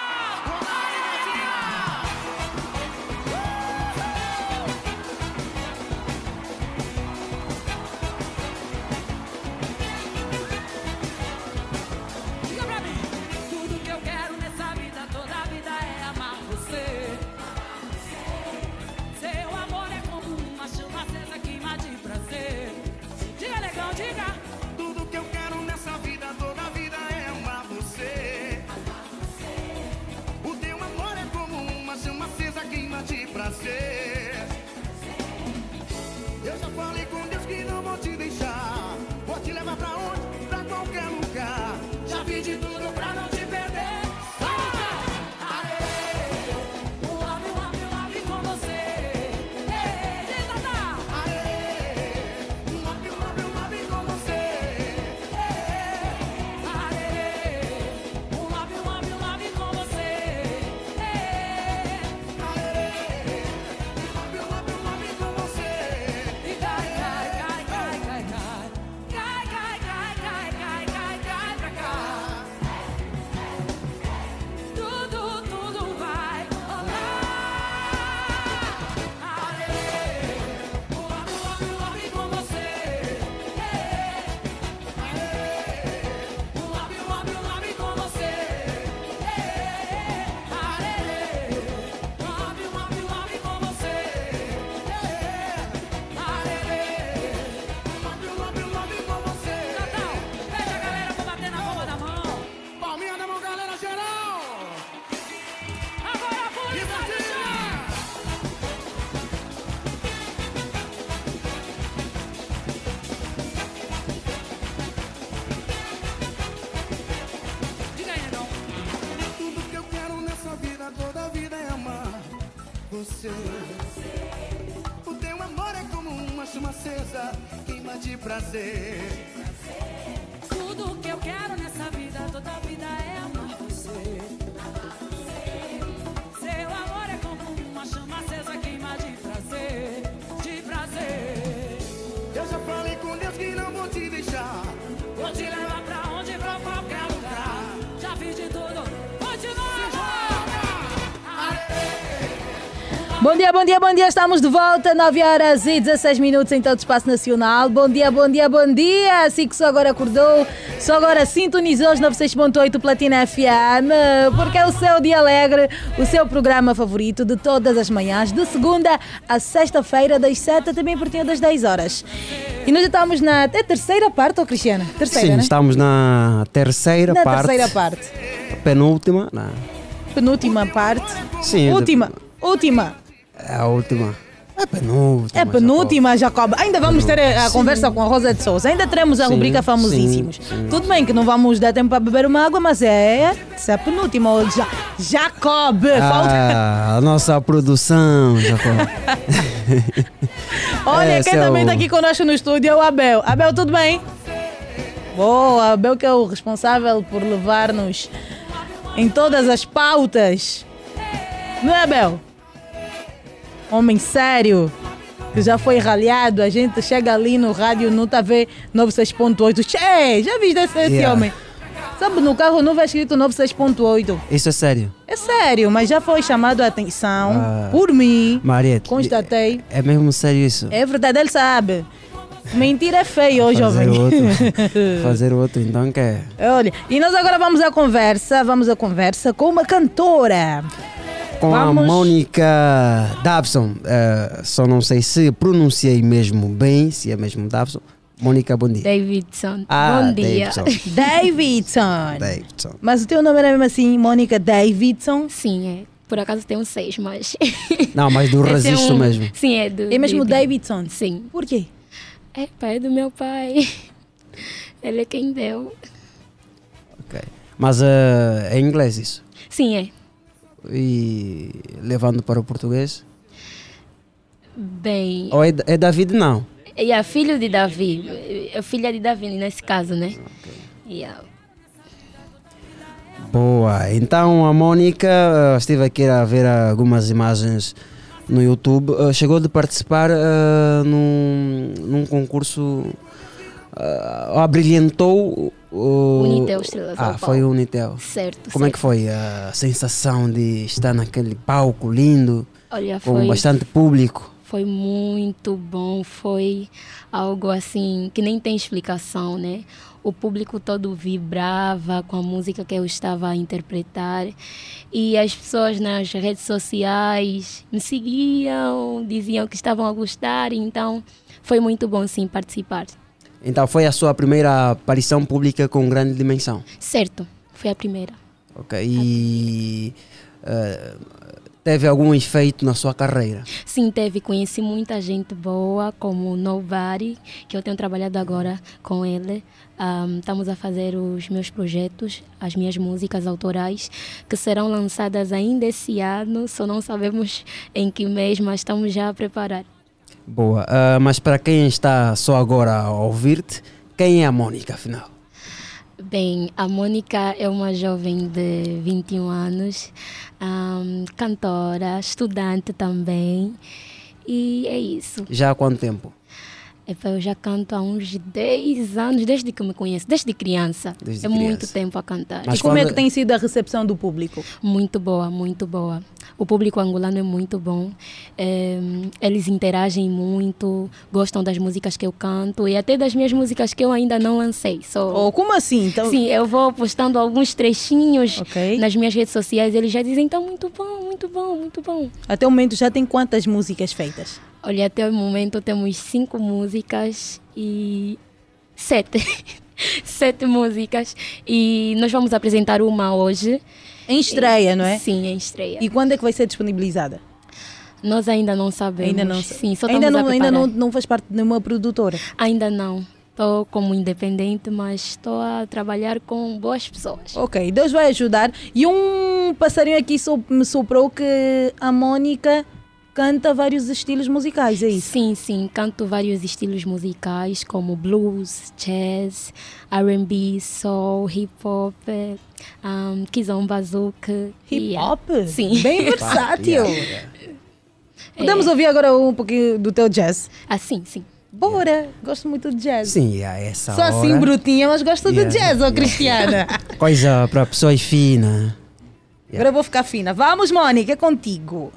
Diga pra mim, tudo que eu quero nessa vida, toda a vida é amar você. Seu amor é como uma chama acesa, queima de prazer. Diga, negão, diga. Tudo que eu quero nessa vida, toda a vida é amar você. O teu amor é como uma chama acesa, queima de prazer. Eu já falei com Deus que não vou te deixar. Vou te levar pra onde? Pra qualquer lugar. Já fiz de tudo pra não te perder. Você. O teu amor é como uma chama acesa, queima de prazer. Tudo que eu quero nessa vida, toda a vida é amar você. Seu amor é como uma chama acesa, queima de prazer, de prazer. Eu já falei com Deus que não vou te deixar. Vou te levar pra onde, pra qualquer lugar. Já fiz de tudo, continua. Bom dia, bom dia, bom dia, estamos de volta, nove horas e dezesseis minutos em todo o espaço nacional. Bom dia, bom dia, bom dia, assim que só agora acordou, só agora sintonizou os noventa e seis ponto oito Platina F M, porque é o seu Dia Alegre, o seu programa favorito de todas as manhãs, de segunda a sexta-feira, das sete até bem pertinho das dez horas. E nós já estamos na é terceira parte, ou Cristiana? Terceira, Sim, né? estamos na terceira na parte. Na terceira parte. Penúltima, não. Penúltima parte. Sim. Última, de... última. É a última. É penúltima. É penúltima, Jacob. Ainda vamos ter a Sim. conversa com a Rosa de Souza. Ainda teremos a Sim, rubrica Famosíssimos. sim, sim. Tudo bem que não vamos dar tempo para beber uma água, mas é, é a penúltima. Oh, Ja- Jacob. Falta... Ah, a nossa produção, Jacob. Olha, É, quem seu- também está aqui conosco no estúdio é o Abel. Abel, tudo bem? Boa, Abel que é o responsável por levar-nos em todas as pautas. Não é, Abel? Homem sério, que já foi ralhado, a gente chega ali no rádio, no T V noventa e seis ponto oito. Che, já viste esse, esse Yeah. homem? Sabe, no carro não vai escrito noventa e seis ponto oito. Isso é sério. É sério, mas já foi chamado a atenção Ah. por mim. Mariette, Constatei. é mesmo sério isso? É verdade, ele sabe. Mentira é feio, oh, jovem. Fazer outro. Fazer outro, então que é. Olha, e nós agora vamos à conversa, vamos à conversa com uma cantora. Com Vamos. a Mônica Dabson. Uh, só não sei se pronunciei mesmo bem, se é mesmo Dabson. Mônica, bom dia. Davidson. Ah, Bom dia. Davidson. Davidson. Davidson. Mas o teu nome era mesmo assim, Mônica Davidson? Sim, é. Por acaso tem um seis, mas... Não, mas do Esse é registro um- mesmo. Sim, é do... É mesmo David. Davidson? Sim. Por quê? É pai do meu pai. Ele é quem deu. Ok. Mas uh, é inglês isso? Sim, é. E levando para o português? Bem... Ou é, é David, não? E a filho de Davi. É filha de Davi nesse caso, né? Yeah. Boa. Então a Mônica, uh, estive aqui a ver algumas imagens no YouTube, uh, chegou de participar uh, num, num concurso, uh, abrilhantou o... Unitel Estrela São Ah, Paulo. foi o Unitel. Certo, Como é certo. que foi a sensação de estar naquele palco lindo, Olha, com foi- bastante público? Foi muito bom, foi algo assim que nem tem explicação, né? O público todo vibrava com a música que eu estava a interpretar e as pessoas nas redes sociais me seguiam, diziam que estavam a gostar, então foi muito bom sim participar. Então foi a sua primeira aparição pública com grande dimensão? Certo, foi a primeira. Ok. E uh, teve algum efeito na sua carreira? Sim, teve. Conheci muita gente boa, como o Nobody, que eu tenho trabalhado agora com ele. Um, estamos a fazer os meus projetos, as minhas músicas autorais, que serão lançadas ainda esse ano. Só não sabemos em que mês, mas estamos já a preparar. Boa. Uh, mas para quem está só agora a ouvir-te, quem é a Mônica, afinal? Bem, a Mônica é uma jovem de vinte e um anos, um, cantora, estudante também, e é isso. Já há quanto tempo? Epa, eu já canto há uns dez anos, desde que eu me conheço, desde criança. Desde é criança. muito tempo a cantar. E como é que tem sido a recepção do público? Muito boa, muito boa. O público angolano é muito bom. É, eles interagem muito, gostam das músicas que eu canto e até das minhas músicas que eu ainda não lancei. Só... Oh, como assim? Então... Sim, eu vou postando alguns trechinhos nas minhas redes sociais. Eles já dizem, então, muito bom, muito bom, muito bom. Até o momento já tem quantas músicas feitas? Olha, até o momento temos cinco músicas e sete. sete músicas. E nós vamos apresentar uma hoje. Em estreia, não é? Sim, em estreia. E quando é que vai ser disponibilizada? Nós ainda não sabemos. Ainda não, Sim, só ainda estamos não, a ainda não, preparar. não faz parte de nenhuma produtora? Ainda não. Estou como independente, mas estou a trabalhar com boas pessoas. Ok, Deus vai ajudar. E um passarinho aqui so- me soprou que a Mônica canta vários estilos musicais, é isso? Sim, sim. Canto vários estilos musicais, como blues, jazz, R and B, soul, hip-hop, um, kizomba, zouk. Hip-hop? Sim. Bem versátil. Yeah, yeah. Podemos ouvir agora um pouquinho do teu jazz? Ah, sim, sim. Bora! Gosto muito de jazz. Sim, a essa Só hora. assim brutinha, mas gosto Yeah, de jazz, ó yeah. Cristiana. Coisa para pessoas finas. Agora eu vou ficar fina. Vamos, Mônica, é contigo.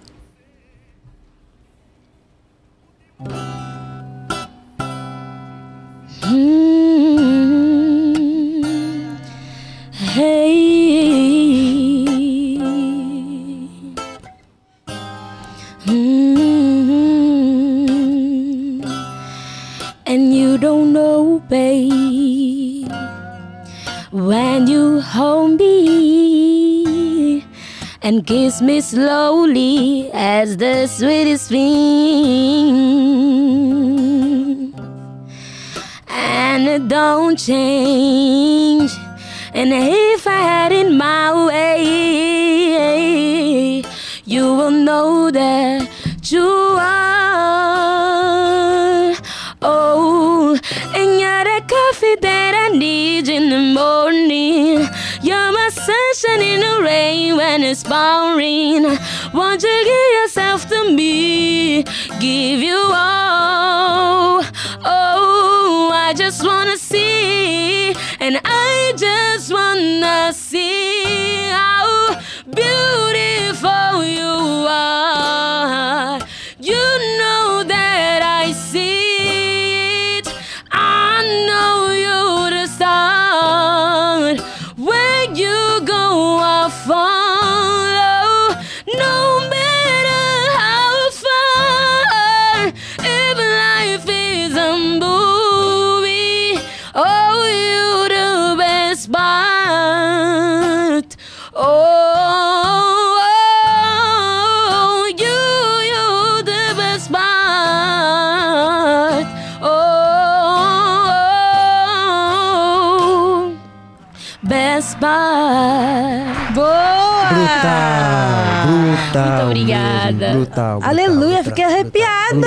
Mm, hey. Mm, and you don't know, babe, when you hold me and kiss me slowly as the sweetest thing. And it don't change. And if I had it my way, you will know that you are. Oh, and you're the coffee that I need in the morning. You're my sunshine in the rain when it's pouring. Won't you give yourself to me? Give you all. Oh, I just wanna see, and I just wanna see how beautiful you are. You know that I see it, Bye. Boa! Brutal, brutal. Muito obrigada. Mesmo, brutal, brutal. Aleluia, brutal, fiquei arrepiada.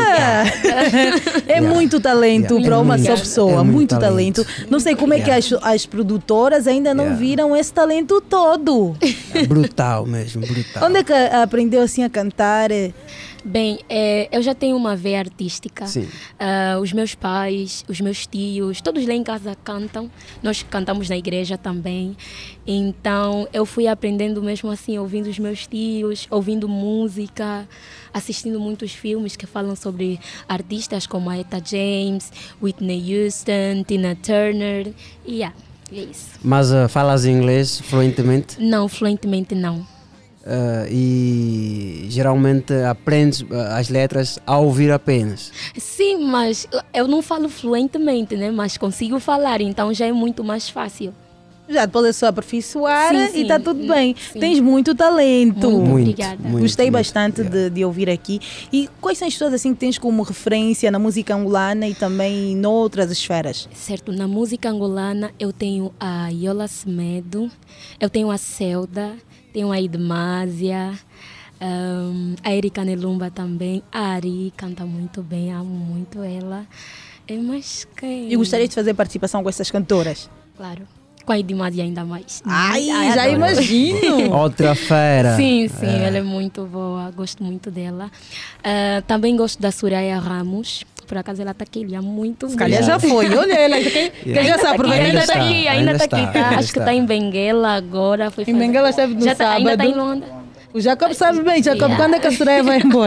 É muito talento Yeah. para uma Muito. só pessoa, É muito, muito talento. Não sei como é que as, as produtoras ainda não Yeah. viram esse talento todo. Brutal mesmo, brutal. Onde é que aprendeu assim a cantar? Bem, é, eu já tenho uma veia artística. Sim. Ah, os meus pais, os meus tios, todos lá em casa cantam. Nós cantamos na igreja também. Então, eu fui aprendendo mesmo assim, ouvindo os meus tios, ouvindo música, assistindo muitos filmes que falam sobre artistas como a Etta James, Whitney Houston, Tina Turner. E yeah, é isso. Mas uh, falas inglês fluentemente? Não, fluentemente não. Uh, e geralmente aprendes uh, as letras a ouvir apenas. Sim, mas eu não falo fluentemente, né? Mas consigo falar, então já é muito mais fácil. Já depois é só aperfeiçoar Sim, e sim. está tudo bem. Sim. Tens muito talento. Muito Muito, obrigada. muito, Gostei muito, bastante de, de ouvir aqui. E quais são as pessoas assim que tens como referência na música angolana e também noutras esferas? Certo, na música angolana eu tenho a Yola Semedo, eu tenho a Celda, tenho a Idmásia, um, a Erika Nelumba também, a Ari canta muito bem, amo muito ela. É mais quem? E gostaria de fazer participação com essas cantoras? Claro, com a Idmásia ainda mais. Ai, Ai, já adoro. imagino! Outra fera. Sim, sim, É. ela é muito boa, gosto muito dela. Ah, também gosto da Soraya Ramos. Por acaso ela está aqui, há muito Se calhar já foi, olha ela, quem, quem já sabe, aproveita. Ainda está aqui, ainda está aqui. ainda Tá? está. Acho que está em Benguela agora. Foi Em fazer- Benguela esteve no já tá, ainda está em sábado. Londres. O Jacob sabe bem, Jacob, Yeah. quando é que a Soraya vai embora?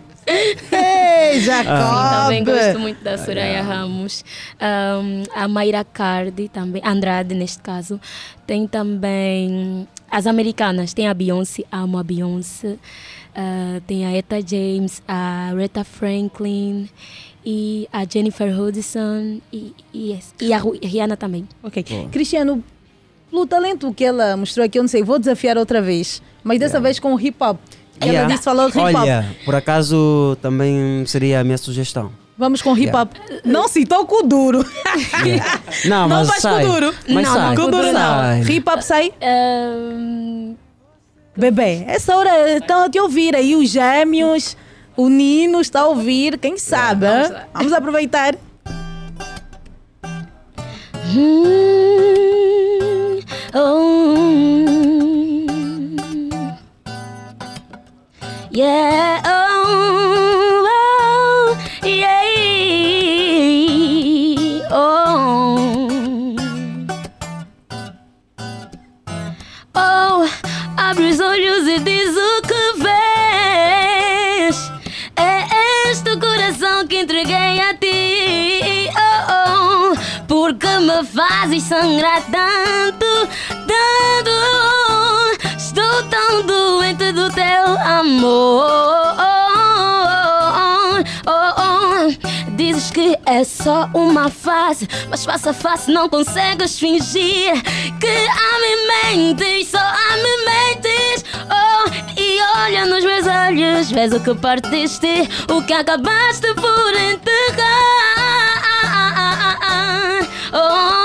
Ei, Jacob! Sim, também gosto muito da Soraya Ramos. Um, a Mayra Cardi também, Andrade neste caso. Tem também as americanas, tem a Beyoncé, amo a Beyoncé. Uh, tem a Etta James, a Aretha Franklin e a Jennifer Hudson e, e, yes, e a Ru- Rihanna também. Ok. Cristiano, pelo talento que ela mostrou aqui, eu não sei, vou desafiar outra vez, mas dessa vez com o hip hop. Ela Yeah. disse falou de hip hop. Olha, por acaso também seria a minha sugestão. Vamos com hip hop. Não citou com o duro. Não, Não mas vais sai. com o duro. Mas não, sai. não, com o duro não. Sai. Hip hop sai? Um... Bebê, essa hora estão a te ouvir aí os gêmeos, o Nino está a ouvir, quem sabe? Vamos hein? lá. Vamos aproveitar. Mm, oh, yeah, oh, oh, yeah, oh, oh, abre os olhos e diz o que vês. É este coração que entreguei a ti, oh, oh, porque me fazes sangrar tanto, tanto. Estou tão doente do teu amor. Oh, oh. Dizes que é só uma fase, mas face a face não consegues fingir que a me mentes, só a me mentes. Oh, e olha nos meus olhos, vês o que partiste, o que acabaste por enterrar. Oh,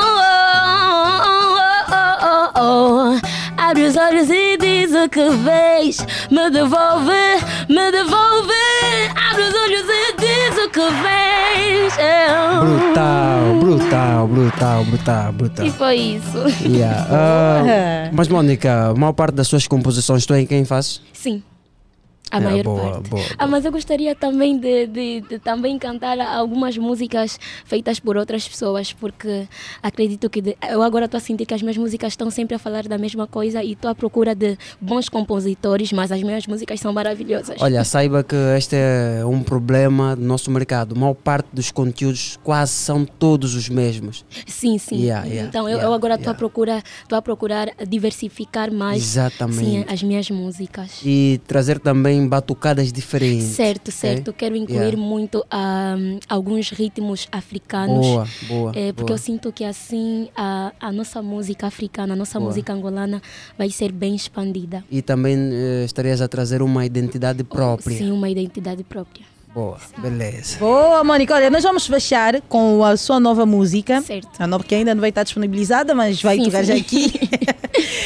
oh, oh, oh, oh, oh. Abre os olhos e diz o que vês. Me devolve, me devolve. Abre os olhos e diz o que vês. Eu. Brutal, brutal, brutal, brutal, brutal. E foi isso. Yeah. Ah, mas Mónica, a maior parte das suas composições tu é quem faz? Sim. A É, maior boa, parte. boa, Ah, mas eu gostaria também de, de, de também cantar algumas músicas feitas por outras pessoas, porque acredito que de- eu agora estou a sentir que as minhas músicas estão sempre a falar da mesma coisa e estou à procura de bons compositores, mas as minhas músicas são maravilhosas. Olha, saiba que este é um problema do nosso mercado. A maior parte dos conteúdos quase são todos os mesmos. Sim, sim. Yeah, yeah, então eu, yeah, eu agora estou yeah. à procura, estou a procurar diversificar mais Exatamente. sim, as minhas músicas. E trazer também batucadas diferentes. Certo, certo. ok? Quero incluir Yeah. muito um, alguns ritmos africanos. Boa, boa, É, porque boa. eu sinto que assim a, a nossa música africana, a nossa Boa. música angolana vai ser bem expandida. E também eh, estarias a trazer uma identidade própria. Sim, uma identidade própria. Boa, beleza. Boa, Mónica. Olha, nós vamos fechar com a sua nova música. Certo. A nova que ainda não vai estar disponibilizada, mas vai Sim, tocar sim. já aqui.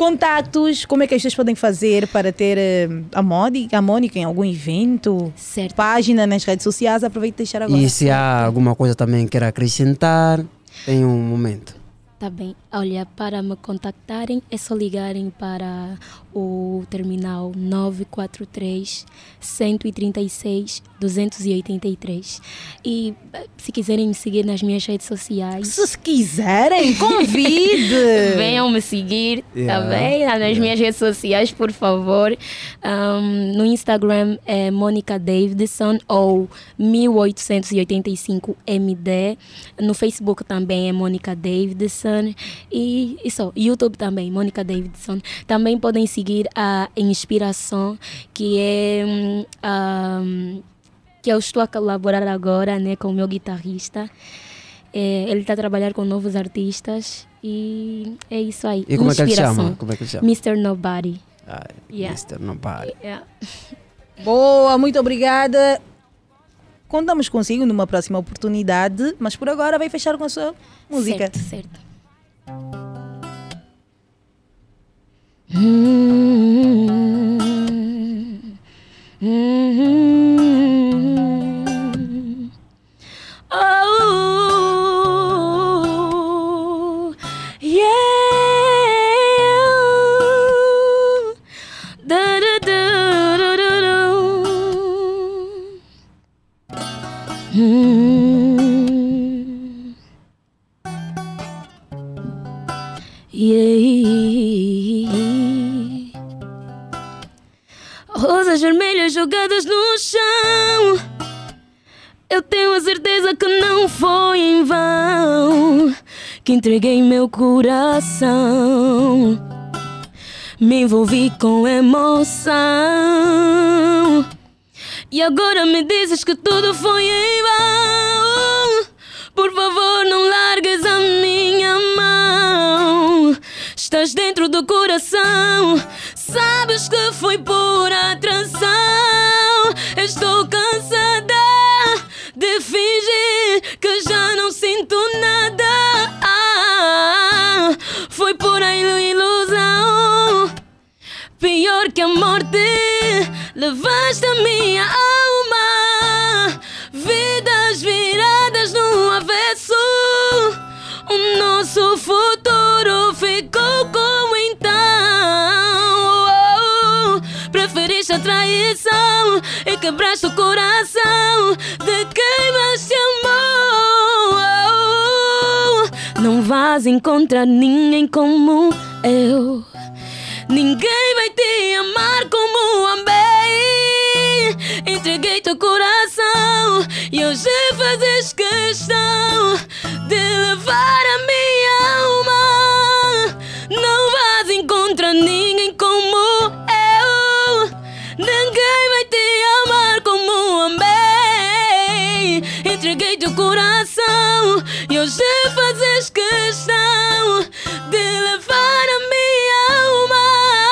Contactos, como é que as pessoas podem fazer para ter uh, a, Mónica, a Mónica em algum evento? Certo. Página nas redes sociais, aproveita e deixar agora. E se há alguma coisa também que queira acrescentar, tem um momento. Tá bem. Olha, para me contactarem é só ligarem para o terminal nove quatro três, um três seis, dois oito três. E se quiserem me seguir nas minhas redes sociais... Se quiserem, convide! Venham me seguir, Yeah. tá bem? Nas Yeah. minhas redes sociais, por favor. Um, no Instagram é Monica Davidson ou mil oitocentos e oitenta e cinco M D. No Facebook também é Monica Davidson. E isso, YouTube também, Monica Davidson. Também podem seguir a Inspiração, que é um, um, que eu estou a colaborar agora, né, com o meu guitarrista. É, ele está a trabalhar com novos artistas e é isso aí. E como é que ele Inspiração. chama? Como é que ele chama? mister Nobody. Ah, Yeah. mister Nobody. Yeah. Boa, muito obrigada. Contamos consigo numa próxima oportunidade, mas por agora vai fechar com a sua música. Certo, certo. Mm-hmm. Mm-hmm. Oh, yeah. Da, da, da, da, da, da. Mm-hmm. Yeah. Rosas vermelhas jogadas no chão. Eu tenho a certeza que não foi em vão que entreguei meu coração. Me envolvi com emoção. E agora me dizes que tudo foi em vão. Por favor, não largues a minha mão. Estás dentro do coração. Sabes que foi por atração. Estou cansada de fingir que já não sinto nada. Ah, foi por ilusão. Pior que a morte, levaste a minha alma. Vidas viradas no avesso. O nosso futuro ficou como então. Preferiste a traição e quebraste o coração de quem mais te amou. Não vais encontrar ninguém como eu. Ninguém vai te amar como amei. Entreguei teu coração e hoje fazes questão de levar a minha alma. Não vais encontrar ninguém como eu. Ninguém vai te amar como amei. Entreguei teu coração e hoje fazes questão de levar a minha alma.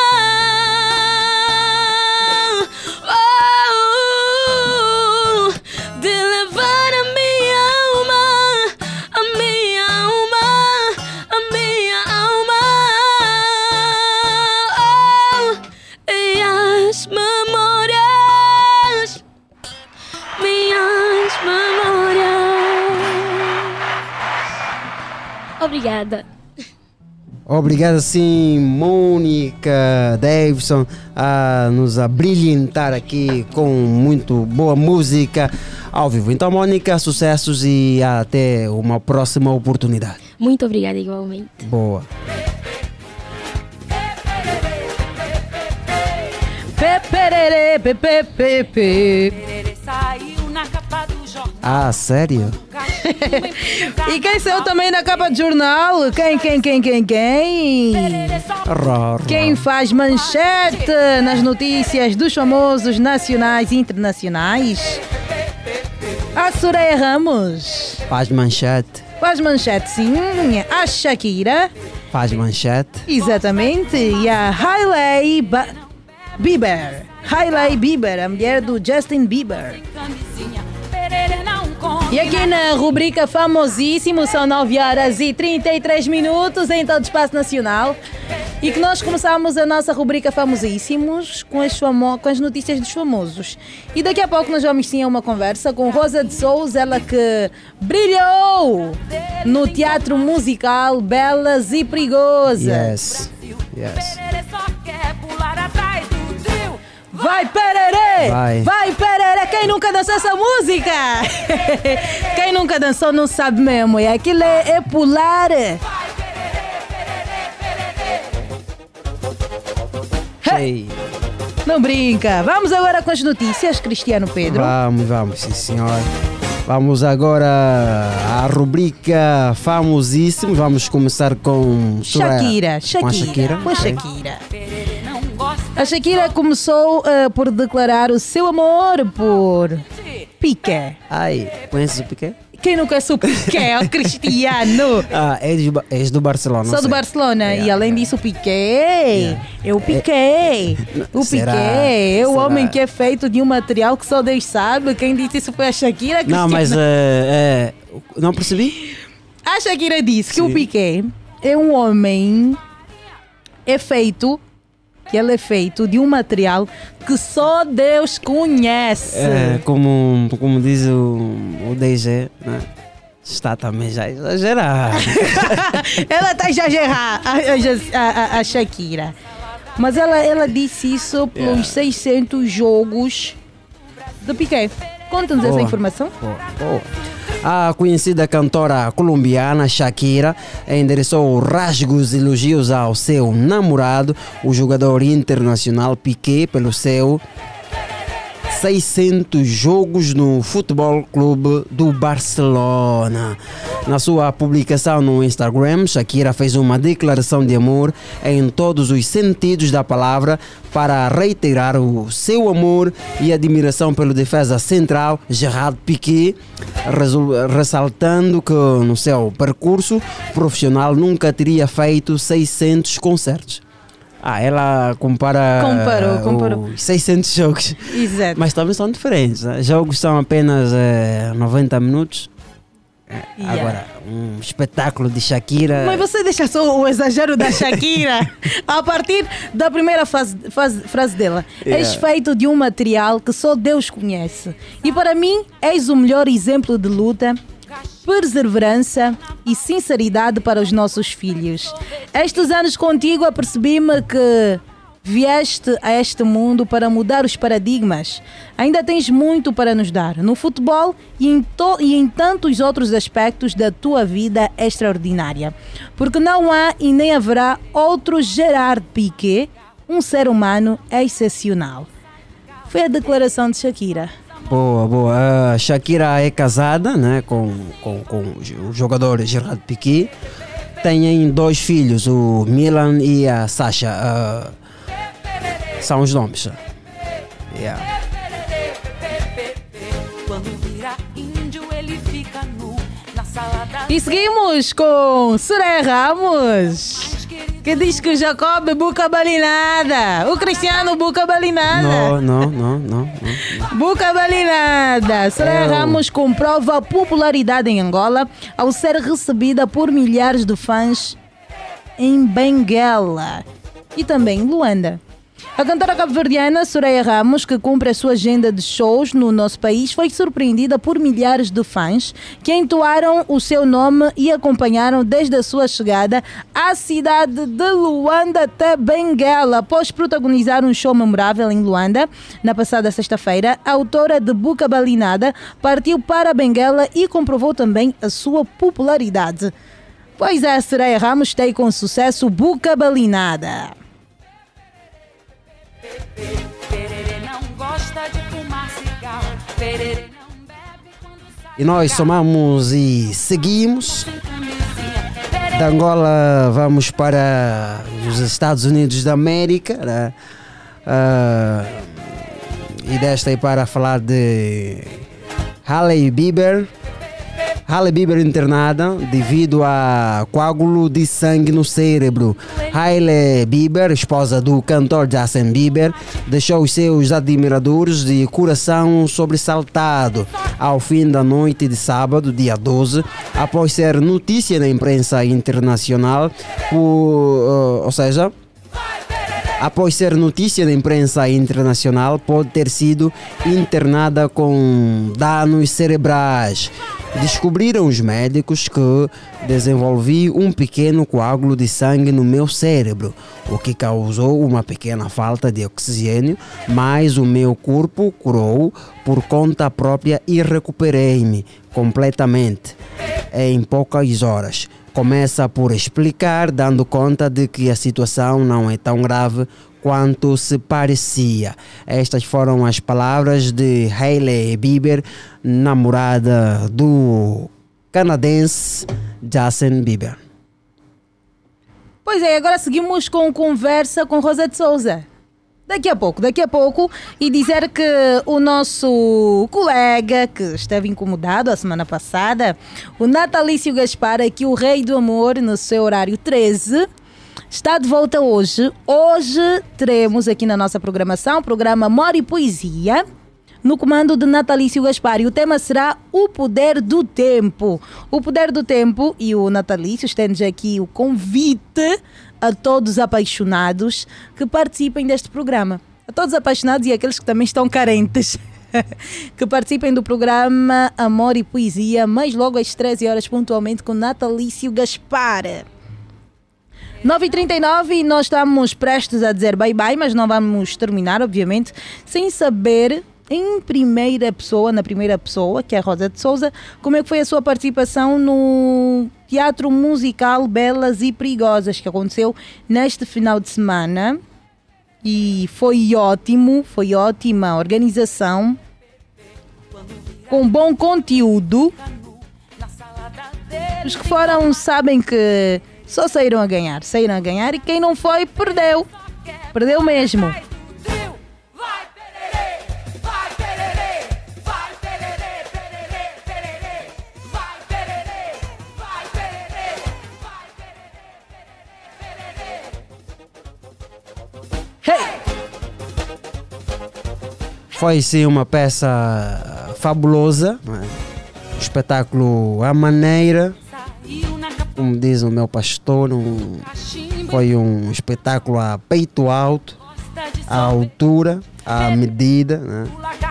Oh, de levar a minha alma, a minha alma, a minha alma. Oh, e as memórias, minhas memórias. Obrigada. Obrigado, sim, Mônica Davidson, a nos abrilhantar aqui com muito boa música ao vivo. Então, Mônica, sucessos e até uma próxima oportunidade. Muito obrigada, igualmente. Boa. Peperere, pepepepe. Ah, sério? E quem saiu também na capa de jornal? Quem, quem, quem, quem, quem? Ró, ró. Quem faz manchete nas notícias dos famosos nacionais e internacionais? A Soraya Ramos. Faz manchete. Faz manchete, sim. A Shakira. Faz manchete. Exatamente. E a Hailey ba Bieber. Hailey Bieber, a mulher do Justin Bieber. E aqui na rubrica famosíssimo são nove horas e trinta e três minutos em todo o espaço nacional. E que nós começamos a nossa rubrica Famosíssimos com as, famo- com as notícias dos famosos. E daqui a pouco nós vamos sim a uma conversa com Rosa de Souza, ela que brilhou no teatro musical Belas e Perigosas. Yes. Yes. Vai pererê! Vai. Vai pererê! Quem nunca dançou essa música? Quem nunca dançou não sabe mesmo. E aquilo é, é pular. Hey. Não brinca. Vamos agora com as notícias, Cristiano Pedro. Vamos, vamos, sim senhor. Vamos agora à rubrica Famosíssimos. Vamos começar com Shakira. Com a Shakira. Shakira. Com a Ok. Shakira. A Shakira começou uh, por declarar o seu amor por Piqué. Ai, conheces o Piqué? Quem não conhece o Piqué? O Cristiano. Ah, és do, és do Barcelona. Sou do sei. Barcelona Yeah, e além yeah. disso o Piqué, é o Piqué, o Será? Piqué é o Será? homem que é feito de um material que só Deus sabe. Quem disse isso foi a Shakira. Não, Cristiano. mas é, é, não percebi? A Shakira disse que Sim. o Piqué é um homem é feito que ele é feito de um material que só Deus conhece. É, como, como diz o, o D G, né? Está também já exagerado. Ela está a exagerar, a, a, a, a Shakira. Mas ela, ela disse isso pelos Yeah. seiscentos jogos do Piqué. Conta-nos essa Boa. informação. Boa, boa. A conhecida cantora colombiana Shakira endereçou rasgos elogios ao seu namorado, o jogador internacional Piqué, pelo seu seiscentos jogos no Futebol Clube do Barcelona. Na sua publicação no Instagram, Shakira fez uma declaração de amor em todos os sentidos da palavra para reiterar o seu amor e admiração pelo defesa central Gerard Piqué, resu- ressaltando que no seu percurso profissional nunca teria feito seiscentos concertos. Ah, ela compara Comparou, uh, comparou. os seiscentos jogos. Exato. Mas também são diferentes. Né? Jogos são apenas eh, noventa minutos. Eh, Yeah. Agora, um espetáculo de Shakira. Mas você deixa só o exagero da Shakira a partir da primeira fase, fase- frase dela. Yeah. És feito de um material que só Deus conhece. E para mim, és o melhor exemplo de luta, perseverança e sinceridade para os nossos filhos. Estes anos contigo apercebi-me que vieste a este mundo para mudar os paradigmas. Ainda tens muito para nos dar no futebol e em, to- e em tantos outros aspectos da tua vida extraordinária. Porque não há e nem haverá outro Gerard Piqué, um ser humano excepcional. Foi a declaração de Shakira. Boa, boa. A Shakira é casada, né, com, com, com o jogador Gerard Piqué. Tem dois filhos, o Milan e a Sasha. Ah, são os nomes. Yeah. E seguimos com Soraya Ramos, que diz que o Jacob buca balinada. O Cristiano buca balinada. Não, não, não, não, não. Buca balinada. Soraya Eu- Ramos comprova a popularidade em Angola ao ser recebida por milhares de fãs em Benguela e também em Luanda. A cantora cabo-verdiana Soraya Ramos, que cumpre a sua agenda de shows no nosso país, foi surpreendida por milhares de fãs que entoaram o seu nome e acompanharam desde a sua chegada à cidade de Luanda até Benguela. Após protagonizar um show memorável em Luanda, na passada sexta-feira, a autora de Buca Balinada partiu para Benguela e comprovou também a sua popularidade. Pois é, a Soraya Ramos tem com sucesso Buca Balinada. E nós somamos e seguimos. Da Angola vamos para os Estados Unidos da América, né? Ah, e desta aí para falar de Hailey Bieber. Hailey Bieber internada devido a coágulo de sangue no cérebro. Hailey Bieber, esposa do cantor Justin Bieber, deixou os seus admiradores de coração sobressaltado ao fim da noite de sábado, dia doze, após ser notícia na imprensa internacional, por, uh, ou seja, após ser notícia da imprensa internacional, pode ter sido internada com danos cerebrais. Descobriram os médicos que desenvolvi um pequeno coágulo de sangue no meu cérebro, o que causou uma pequena falta de oxigênio, mas o meu corpo curou por conta própria e recuperei-me completamente em poucas horas. Começa por explicar, dando conta de que a situação não é tão grave quanto se parecia. Estas foram as palavras de Hailey Bieber, namorada do canadense Justin Bieber. Pois é, agora seguimos com conversa com Rosa de Souza. Daqui a pouco, daqui a pouco, e dizer que o nosso colega que esteve incomodado a semana passada, o Natalício Gaspar, aqui o Rei do Amor, no seu horário treze, está de volta hoje. Hoje teremos aqui na nossa programação o programa Amor e Poesia, no comando de Natalício Gaspar. E o tema será o poder do tempo. O poder do tempo, e o Natalício estende aqui o convite a todos os apaixonados que participem deste programa. A todos os apaixonados e aqueles que também estão carentes. Que participem do programa Amor e Poesia, mas logo às treze horas pontualmente com Natalício Gaspar. nove e trinta e nove e nós estamos prestes a dizer bye-bye, mas não vamos terminar, obviamente, sem saber em primeira pessoa, na primeira pessoa, que é a Rosa de Souza, como é que foi a sua participação no Teatro Musical Belas e Perigosas, que aconteceu neste final de semana. E foi ótimo, foi ótima organização, com bom conteúdo. Os que foram sabem que só saíram a ganhar, saíram a ganhar, e quem não foi, perdeu. Perdeu mesmo. Foi sim uma peça fabulosa, não é? Espetáculo à maneira, como diz o meu pastor, um, foi um espetáculo a peito alto, à altura, à medida, né?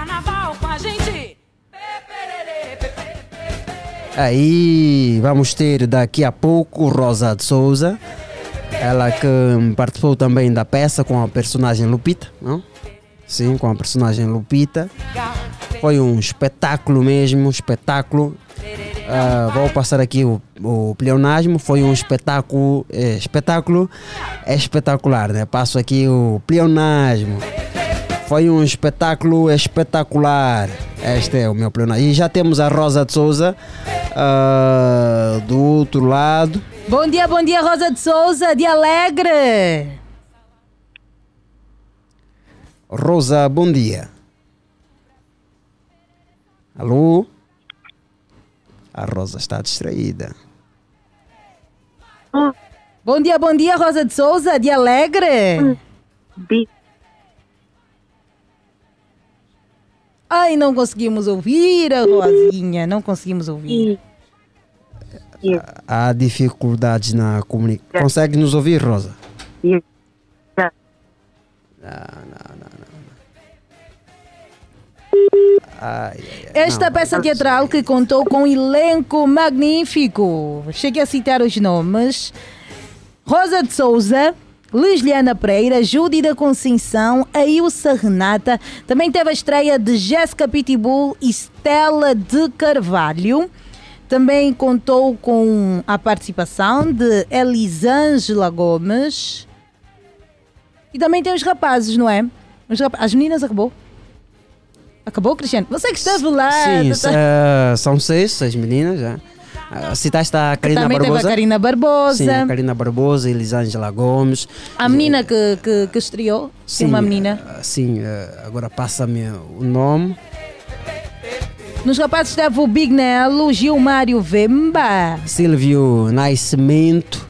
Aí vamos ter daqui a pouco Rosa de Souza, ela que participou também da peça com a personagem Lupita, não? Sim, com a personagem Lupita. Foi um espetáculo mesmo, espetáculo. Uh, vou passar aqui o, o pleonasmo. Foi um espetáculo, é, espetáculo é espetacular, né? Passo aqui o pleonasmo. Foi um espetáculo espetacular. Este é o meu pleonasmo. E já temos a Rosa de Souza uh, do outro lado. Bom dia, bom dia, Rosa de Souza, de Alegre. Rosa, bom dia. Alô? A Rosa está distraída. Bom dia, bom dia, Rosa de Souza, de Alegre. Ai, não conseguimos ouvir a Rosinha, não conseguimos ouvir. Há dificuldades na comunicação. Consegue nos ouvir, Rosa? Não, não, não, não. Ai, ai, ai, Esta não. peça teatral que contou com um elenco magnífico. Cheguei a citar os nomes: Rosa de Souza, Lisliana Pereira, Judy da Conceição, Ailsa Renata. Também teve a estreia de Jéssica Pitbull e Stella de Carvalho. Também contou com a participação de Elisângela Gomes. E também tem os rapazes, não é? Os rap... As meninas acabou? Acabou, Cristiano? Você que esteve lá. Sim, tá... uh, são seis, seis meninas já. Uh, citaste a Karina também Barbosa. Teve a Karina Barbosa. Sim, a Karina Barbosa, Elisângela Gomes. A menina que, que, que estreou. Sim, uma menina. Uh, sim, uh, agora passa-me o nome. Nos rapazes esteve o Big Nelo, Gilmário Vemba, Silvio Nascimento.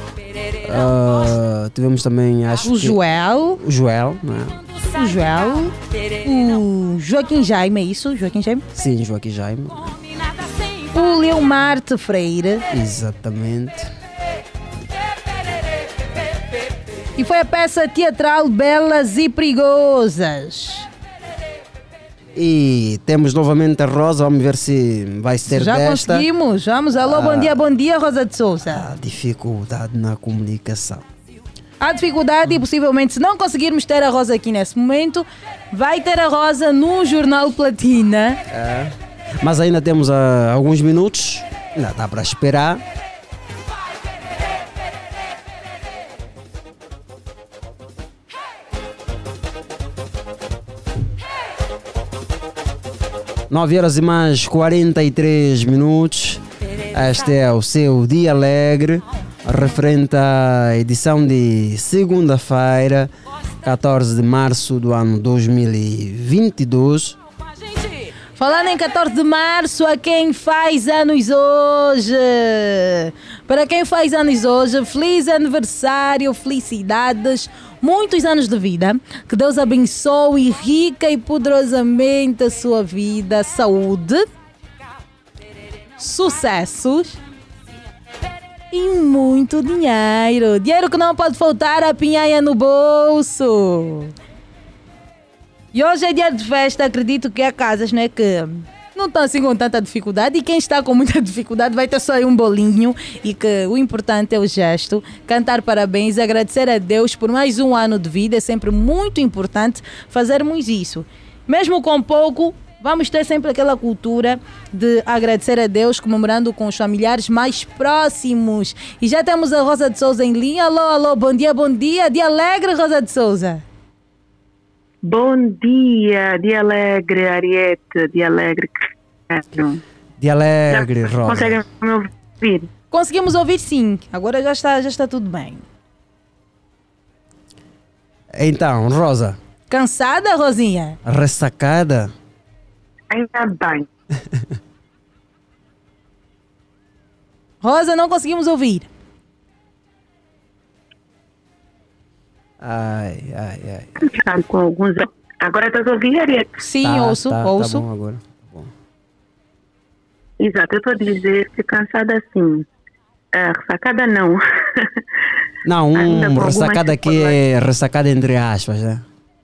Uh, tivemos também, acho o que... Joel. O Joel, não é? O Joel. O Joaquim Jaime, é isso? Joaquim Jaime? Sim, Joaquim Jaime. O Leomarte Freire. Exatamente. E foi a peça teatral Belas e Perigosas. E temos novamente a Rosa, vamos ver se vai ser Já desta. conseguimos, vamos. Alô, Ah. bom dia, bom dia, Rosa de Souza. A dificuldade na comunicação. Há dificuldade e possivelmente, se não conseguirmos ter a Rosa aqui nesse momento, vai ter a Rosa no Jornal Platina. É. Mas ainda temos ah, alguns minutos, ainda dá para esperar. nove horas e mais quarenta e três minutos. Este é o seu Dia Alegre, referente à edição de segunda-feira, catorze de março do ano dois mil e vinte e dois. Falando em catorze de março, a quem faz anos hoje. Para quem faz anos hoje, feliz aniversário, felicidades, muitos anos de vida. Que Deus abençoe rica e poderosamente a sua vida, saúde, sucessos e muito dinheiro. Dinheiro que não pode faltar a pinhanha no bolso. E hoje é dia de festa, acredito que há casas, né, que não estão assim com tanta dificuldade, e quem está com muita dificuldade vai ter só aí um bolinho, e que o importante é o gesto, cantar parabéns, agradecer a Deus por mais um ano de vida. É sempre muito importante fazermos isso. Mesmo com pouco, vamos ter sempre aquela cultura de agradecer a Deus, comemorando com os familiares mais próximos. E já temos a Rosa de Souza em linha. Alô, alô, bom dia, bom dia. Dia alegre, Rosa de Souza. Bom dia, dia alegre, Ariete, dia alegre. Dia alegre, Rosa. Conseguem me ouvir? Conseguimos ouvir, sim. Agora já está, já está tudo bem. Então, Rosa. Cansada, Rosinha? Ressacada? Ainda bem. Rosa, não conseguimos ouvir. Ai, ai, ai. Sabe, com alguns... Agora estás a ouvir, Ariete? Sim, Tá, ouço, tá, ouço. Tá bom agora. Tá bom. Exato, eu estou a dizer que cansada assim. Uh, ressacada não. Não, Ainda um com ressacada algumas aqui é ressacada entre aspas, né?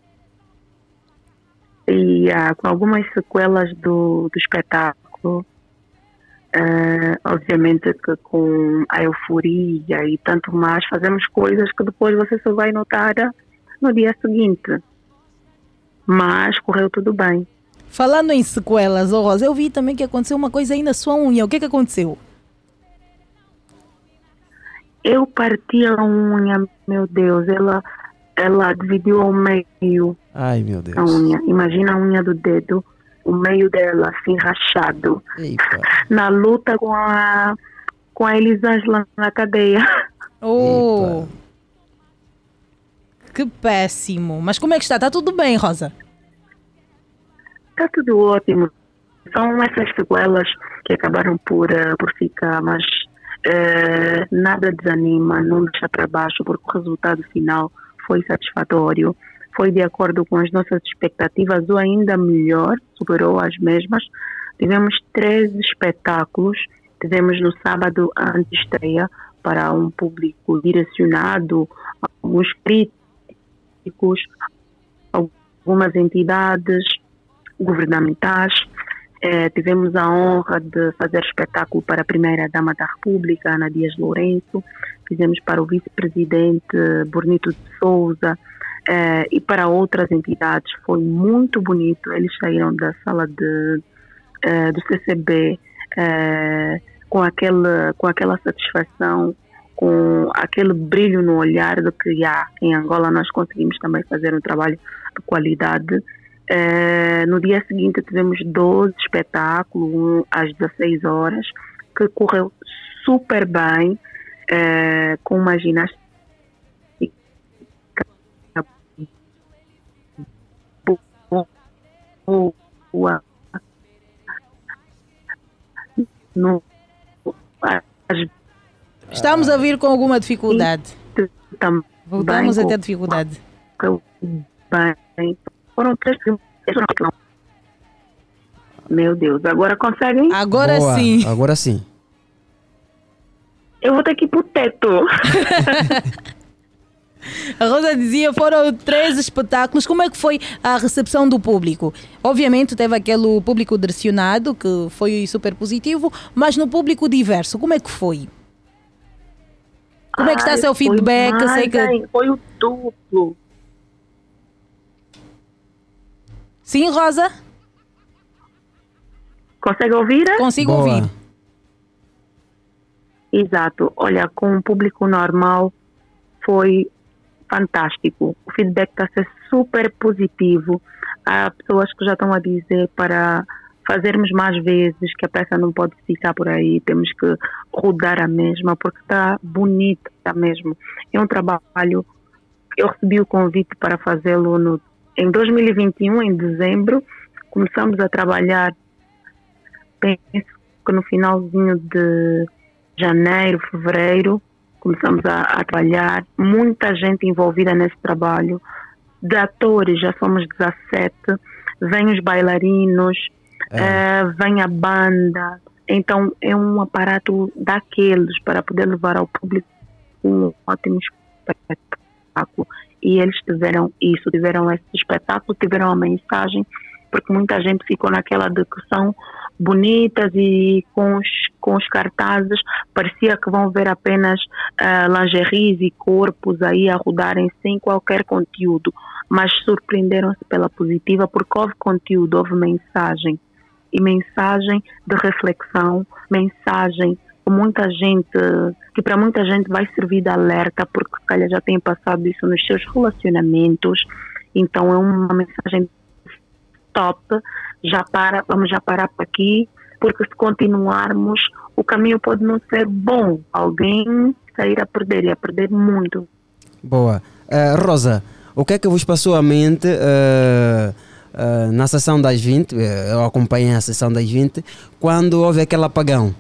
E uh, com algumas sequelas do, do espetáculo. Uh, obviamente que com a euforia e tanto mais, fazemos coisas que depois você só vai notar no dia seguinte. Mas correu tudo bem. Falando em sequelas, oh Rosa, eu vi também que aconteceu uma coisa aí na sua unha. O que é que aconteceu? Eu parti a unha, meu Deus, ela, ela dividiu ao meio. Ai, meu Deus. A unha. Imagina a unha do dedo, o meio dela assim rachado. Eita. Na luta com a com a Elisângela na cadeia. Oh, Eita. Que péssimo. Mas como é que está? Está tudo bem, Rosa? Está tudo ótimo. São essas sequelas que acabaram por, uh, por ficar, mas uh, nada desanima, não deixa para baixo, porque o resultado final foi satisfatório. Foi de acordo com as nossas expectativas, ou ainda melhor, superou as mesmas. Tivemos treze espetáculos. Tivemos no sábado a antestreia para um público direcionado, alguns críticos, algumas entidades governamentais. Eh, tivemos a honra de fazer espetáculo para a primeira-dama da República, Ana Dias Lourenço. Fizemos para o vice-presidente Bonito de Souza. Uh, e para outras entidades. Foi muito bonito. Eles saíram da sala de, uh, do C C B uh, com, aquele, com aquela satisfação, com aquele brilho no olhar de que já, em Angola nós conseguimos também fazer um trabalho de qualidade. Uh, no dia seguinte tivemos doze espetáculos, um às dezasseis horas, que correu super bem, uh, com uma ginástica boa. No, Estamos a vir com alguma dificuldade. Voltamos a ter dificuldade. Bem, foram três. Meu Deus, agora conseguem? Agora Boa, sim. Agora sim. Eu vou ter que ir pro teto. A Rosa dizia, foram três espetáculos. Como é que foi a recepção do público? Obviamente teve aquele público direcionado, que foi super positivo, mas no público diverso, como é que foi? Como é que está Ai, seu feedback? Foi, Sei que... mais, foi o duplo. Sim, Rosa? Consegue ouvir? Consigo Boa. ouvir. Exato. Olha, com o público normal foi fantástico. O feedback está a ser super positivo. Há pessoas que já estão a dizer para fazermos mais vezes, que a peça não pode ficar por aí, temos que rodar a mesma, porque está bonita mesmo. É um trabalho, eu recebi o convite para fazê-lo no, em dois mil e vinte e um, em dezembro. Começamos a trabalhar, penso que no finalzinho de janeiro, fevereiro, começamos a, a trabalhar, muita gente envolvida nesse trabalho, de atores já somos dezassete, vêm os bailarinos, é. uh, vem a banda, então é um aparato daqueles para poder levar ao público um ótimo espetáculo, e eles tiveram isso, tiveram esse espetáculo, tiveram a mensagem, porque muita gente ficou naquela de que são bonitas e com os, com os cartazes parecia que vão ver apenas uh, lingeries e corpos aí a rodarem sem qualquer conteúdo, mas surpreenderam-se pela positiva porque houve conteúdo, houve mensagem, e mensagem de reflexão, mensagem que muita gente, que para muita gente vai servir de alerta, porque se calhar já tem passado isso nos seus relacionamentos, então é uma mensagem top. Já para, vamos já parar por aqui, porque se continuarmos, o caminho pode não ser bom. Alguém sair a perder, e a perder muito. Boa. Uh, Rosa, o que é que vos passou à mente uh, uh, na sessão das vinte? Eu acompanhei a sessão das vinte, quando houve aquele apagão.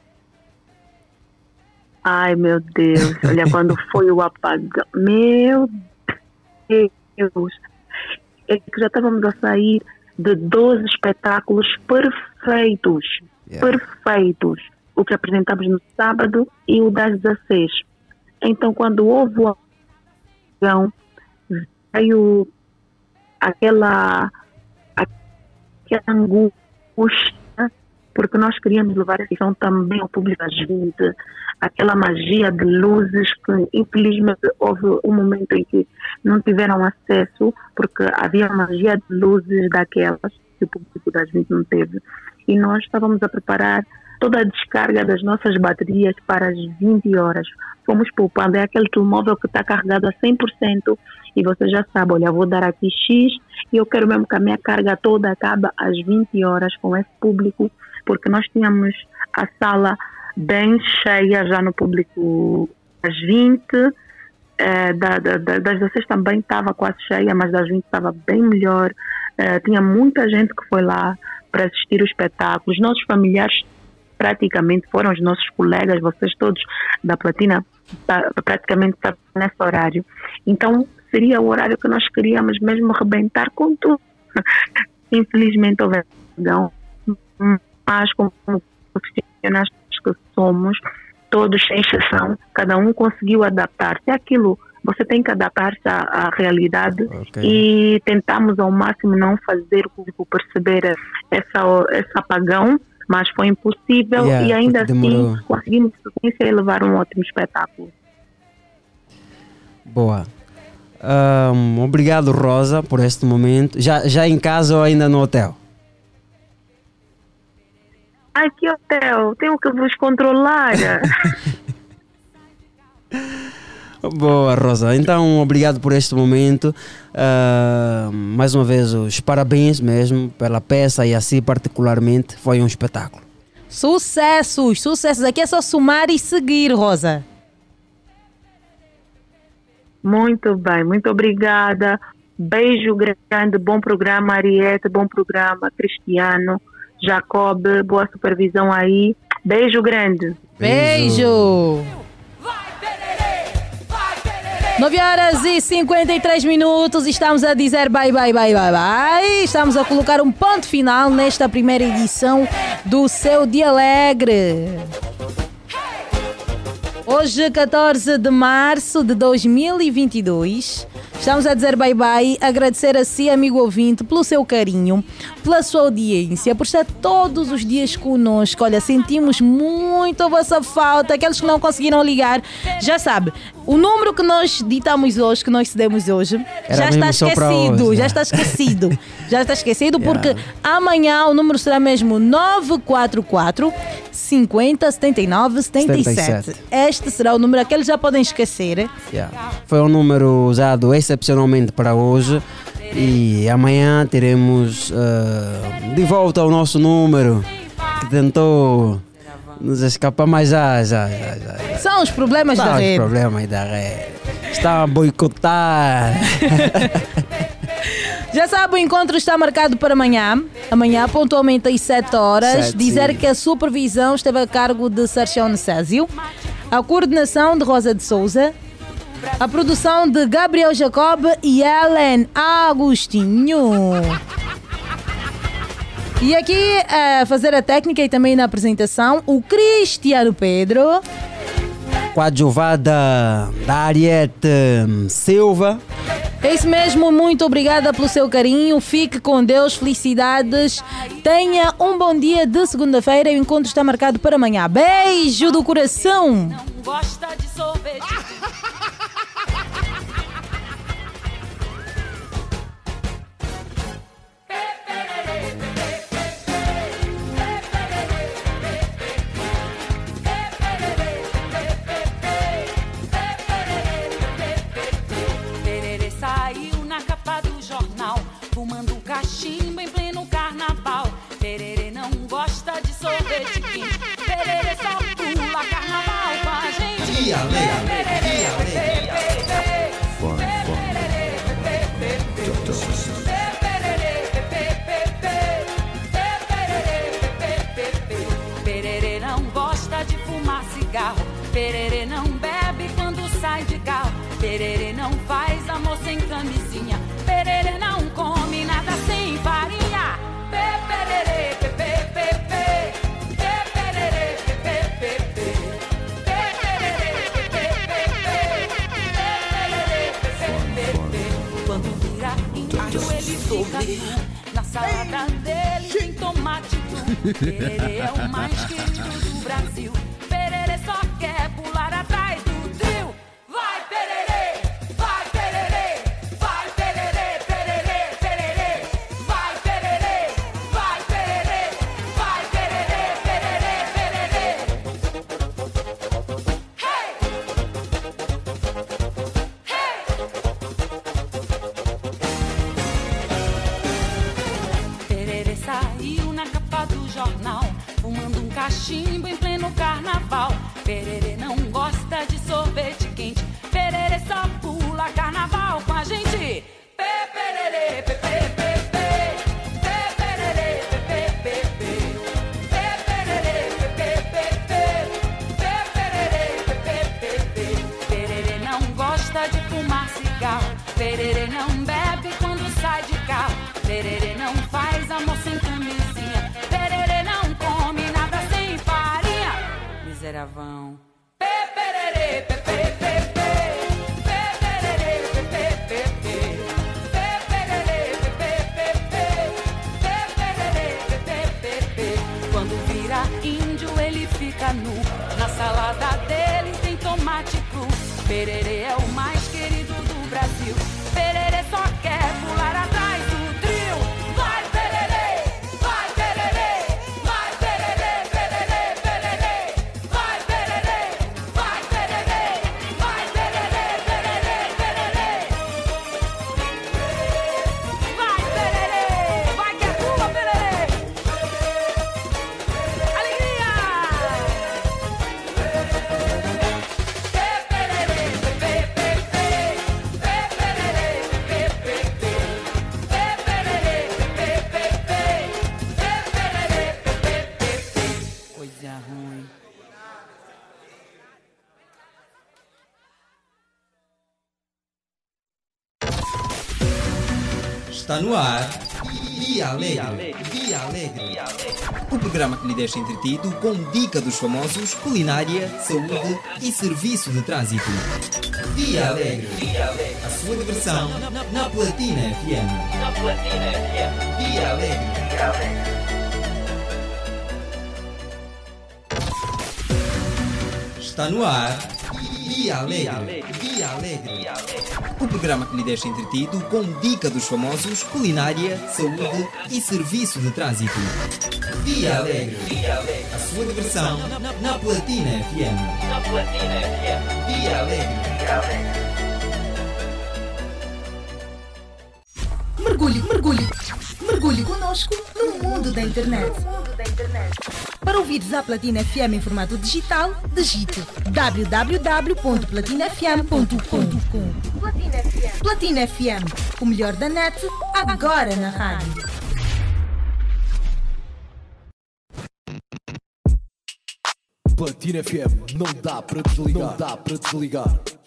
Ai, meu Deus, olha, quando foi o apagão, meu Deus, é que já estávamos a sair de doze espetáculos perfeitos, yeah. perfeitos, o que apresentamos no sábado e o das dezasseis. Então, quando houve o apagão, veio aquela, aquela angústia, porque nós queríamos levar a sessão também ao público das vinte, aquela magia de luzes que infelizmente houve um momento em que não tiveram acesso, porque havia magia de luzes daquelas que o público das vinte não teve. E nós estávamos a preparar toda a descarga das nossas baterias para as vinte horas. Fomos poupando, é aquele telemóvel que está carregado a cem por cento e você já sabe, olha, vou dar aqui X e eu quero mesmo que a minha carga toda acabe às vinte horas com esse público, porque nós tínhamos a sala bem cheia já no público às vinte, eh, da, da, das dezasseis também estava quase cheia, mas das vinte estava bem melhor. Eh, tinha muita gente que foi lá para assistir o espetáculo. Os nossos familiares praticamente foram os nossos colegas, vocês todos da Platina praticamente estavam nesse horário. Então seria o horário que nós queríamos mesmo arrebentar com tudo. Infelizmente houve não, mas como profissionais que somos, todos sem exceção, cada um conseguiu adaptar-se àquilo. Você tem que adaptar-se à, à realidade, okay. E tentamos ao máximo não fazer o público perceber essa, esse apagão, mas foi impossível, yeah, e ainda assim conseguimos levar um ótimo espetáculo. Boa. Um, obrigado, Rosa, por este momento. Já, já em casa ou ainda no hotel? Ai, que hotel, tenho que vos controlar. Boa, Rosa. Então, obrigado por este momento. Uh, mais uma vez, os parabéns mesmo pela peça e assim particularmente foi um espetáculo. Sucessos, sucessos. Aqui é só somar e seguir, Rosa. Muito bem, muito obrigada. Beijo grande, bom programa, Ariete, bom programa, Cristiano, Jacob, boa supervisão aí. Beijo grande. Beijo. nove horas e cinquenta e três minutos, estamos a dizer bye, bye, bye, bye, bye. Estamos a colocar um ponto final nesta primeira edição do Seu Dia Alegre. Hoje, catorze de março de dois mil e vinte e dois, estamos a dizer bye-bye, agradecer a si, amigo ouvinte, pelo seu carinho, pela sua audiência, por estar todos os dias conosco. Olha, sentimos muito a vossa falta. Aqueles que não conseguiram ligar, já sabe, o número que nós ditamos hoje, que nós cedemos hoje, Era já está mesmo só para esquecido, hoje, já né? está esquecido. Já está esquecido porque Yeah. amanhã o número será mesmo nove quatro quatro, cinquenta, setenta e nove, setenta e sete. setenta e sete. Este será o número, aquele já podem esquecer. Yeah. Foi um número usado excepcionalmente para hoje e amanhã teremos uh, de volta o nosso número que tentou nos escapar, mas já, já, já, já. São os problemas São da os rede. problemas da rede. Está a boicotar. Já sabe, o encontro está marcado para amanhã. Amanhã, pontualmente às sete horas. Sete, Dizer sim. que a supervisão esteve a cargo de Sérgio Necésio, a coordenação de Rosa de Souza, a produção de Gabriel Jacob e Ellen Agostinho. E aqui a fazer a técnica e também na apresentação, o Cristiano Pedro. Coadjuvada da Ariete Silva. É isso mesmo, muito obrigada pelo seu carinho. Fique com Deus, felicidades. Tenha um bom dia de segunda-feira. O encontro está marcado para amanhã. Beijo do coração. Gosta de sorvete. Pererê saiu na capa do jornal, fumando um cachimbo em pleno carnaval. Pererê não gosta de sorvete quente. Pererê só pula carnaval com a gente. Dia Alegre, Dia Alegre. Pererê não gosta de fumar cigarro. Pererê não bebe quando sai de carro. Pererê não faz amor sem camisinha. Pererê não come nada sem farinha. Pererê, quando vira índio ele fica nu. Na salada dele tem tomate cru. Pererê é o mais querido do Brasil. Pererê só quer pular atrás do trio. Vai pererê, vai pererê, vai pererê, pererê, pererê. Vai pererê, vai pererê, vai pererê, pererê, pererê. Hey! Pererê saiu na capa do jornal, fumando um cachimbo em pleno carnaval. Pererê não gosta de sorvete quente. Pererê só pula carnaval com a gente. Pé, pererê, pé, pé, pé, pé. Pé, pererê, pé, pé, pé, pé. Pé, pererê, pé, pé, pé, pé. Pé, pererê, pé, pé, pé, pé. Pererê não gosta de fumar cigarro. Pererê não bebe quando sai de carro. Pererê não faz amor sem camisinha. Pererê não come nada sem farinha. Miseravão. Pé, pererê, pé, pé, pé, pé. Pé, pererê, pé, pé, pé, pé. Pé, pererê, pé, pé, pé, pé. Pé, pererê, pé, pé, pé, pé. Quando vira índio ele fica nu. Na salada dele tem tomate cru. Pererê é o mais querido do Brasil. Pererê só quer pular atrás do trio. Vai pererê, vai pererê, vai pererê, pererê, pererê. Vai pererê, vai pererê, vai pererê, pererê, pererê. Vai pererê, vai que é tua, pererê. Alegria! Pé, pererê, pé, pé, pé. Pé, pererê, pé, pé, pé. Pé, pererê, pé, pé, pé. Pé, pererê, pé, pé, pé, pé. Coisa ruim. Está no ar. Dia Alegre. Dia Alegre. O programa que lhe deixa entretido com dica dos famosos, culinária, saúde e serviço de trânsito. Dia Alegre. A sua diversão na Platina F M. Na Platina F M. Dia Alegre. Dia Alegre. Está no ar. Dia Alegre. Dia Alegre. O programa que lhe deixa entretido com dica dos famosos, culinária, saúde e serviço de trânsito. Dia Alegre. A sua diversão na Platina F M. Na Platina F M. Dia Alegre. Dia Alegre. Mergulhe, mergulhe, mergulhe conosco no mundo da internet. Para ouvir Zap Platina F M em formato digital, digite w w w ponto platina f m ponto com. Platina F M, o melhor da net, agora na rádio. Platina F M, não dá para desligar, não dá para desligar.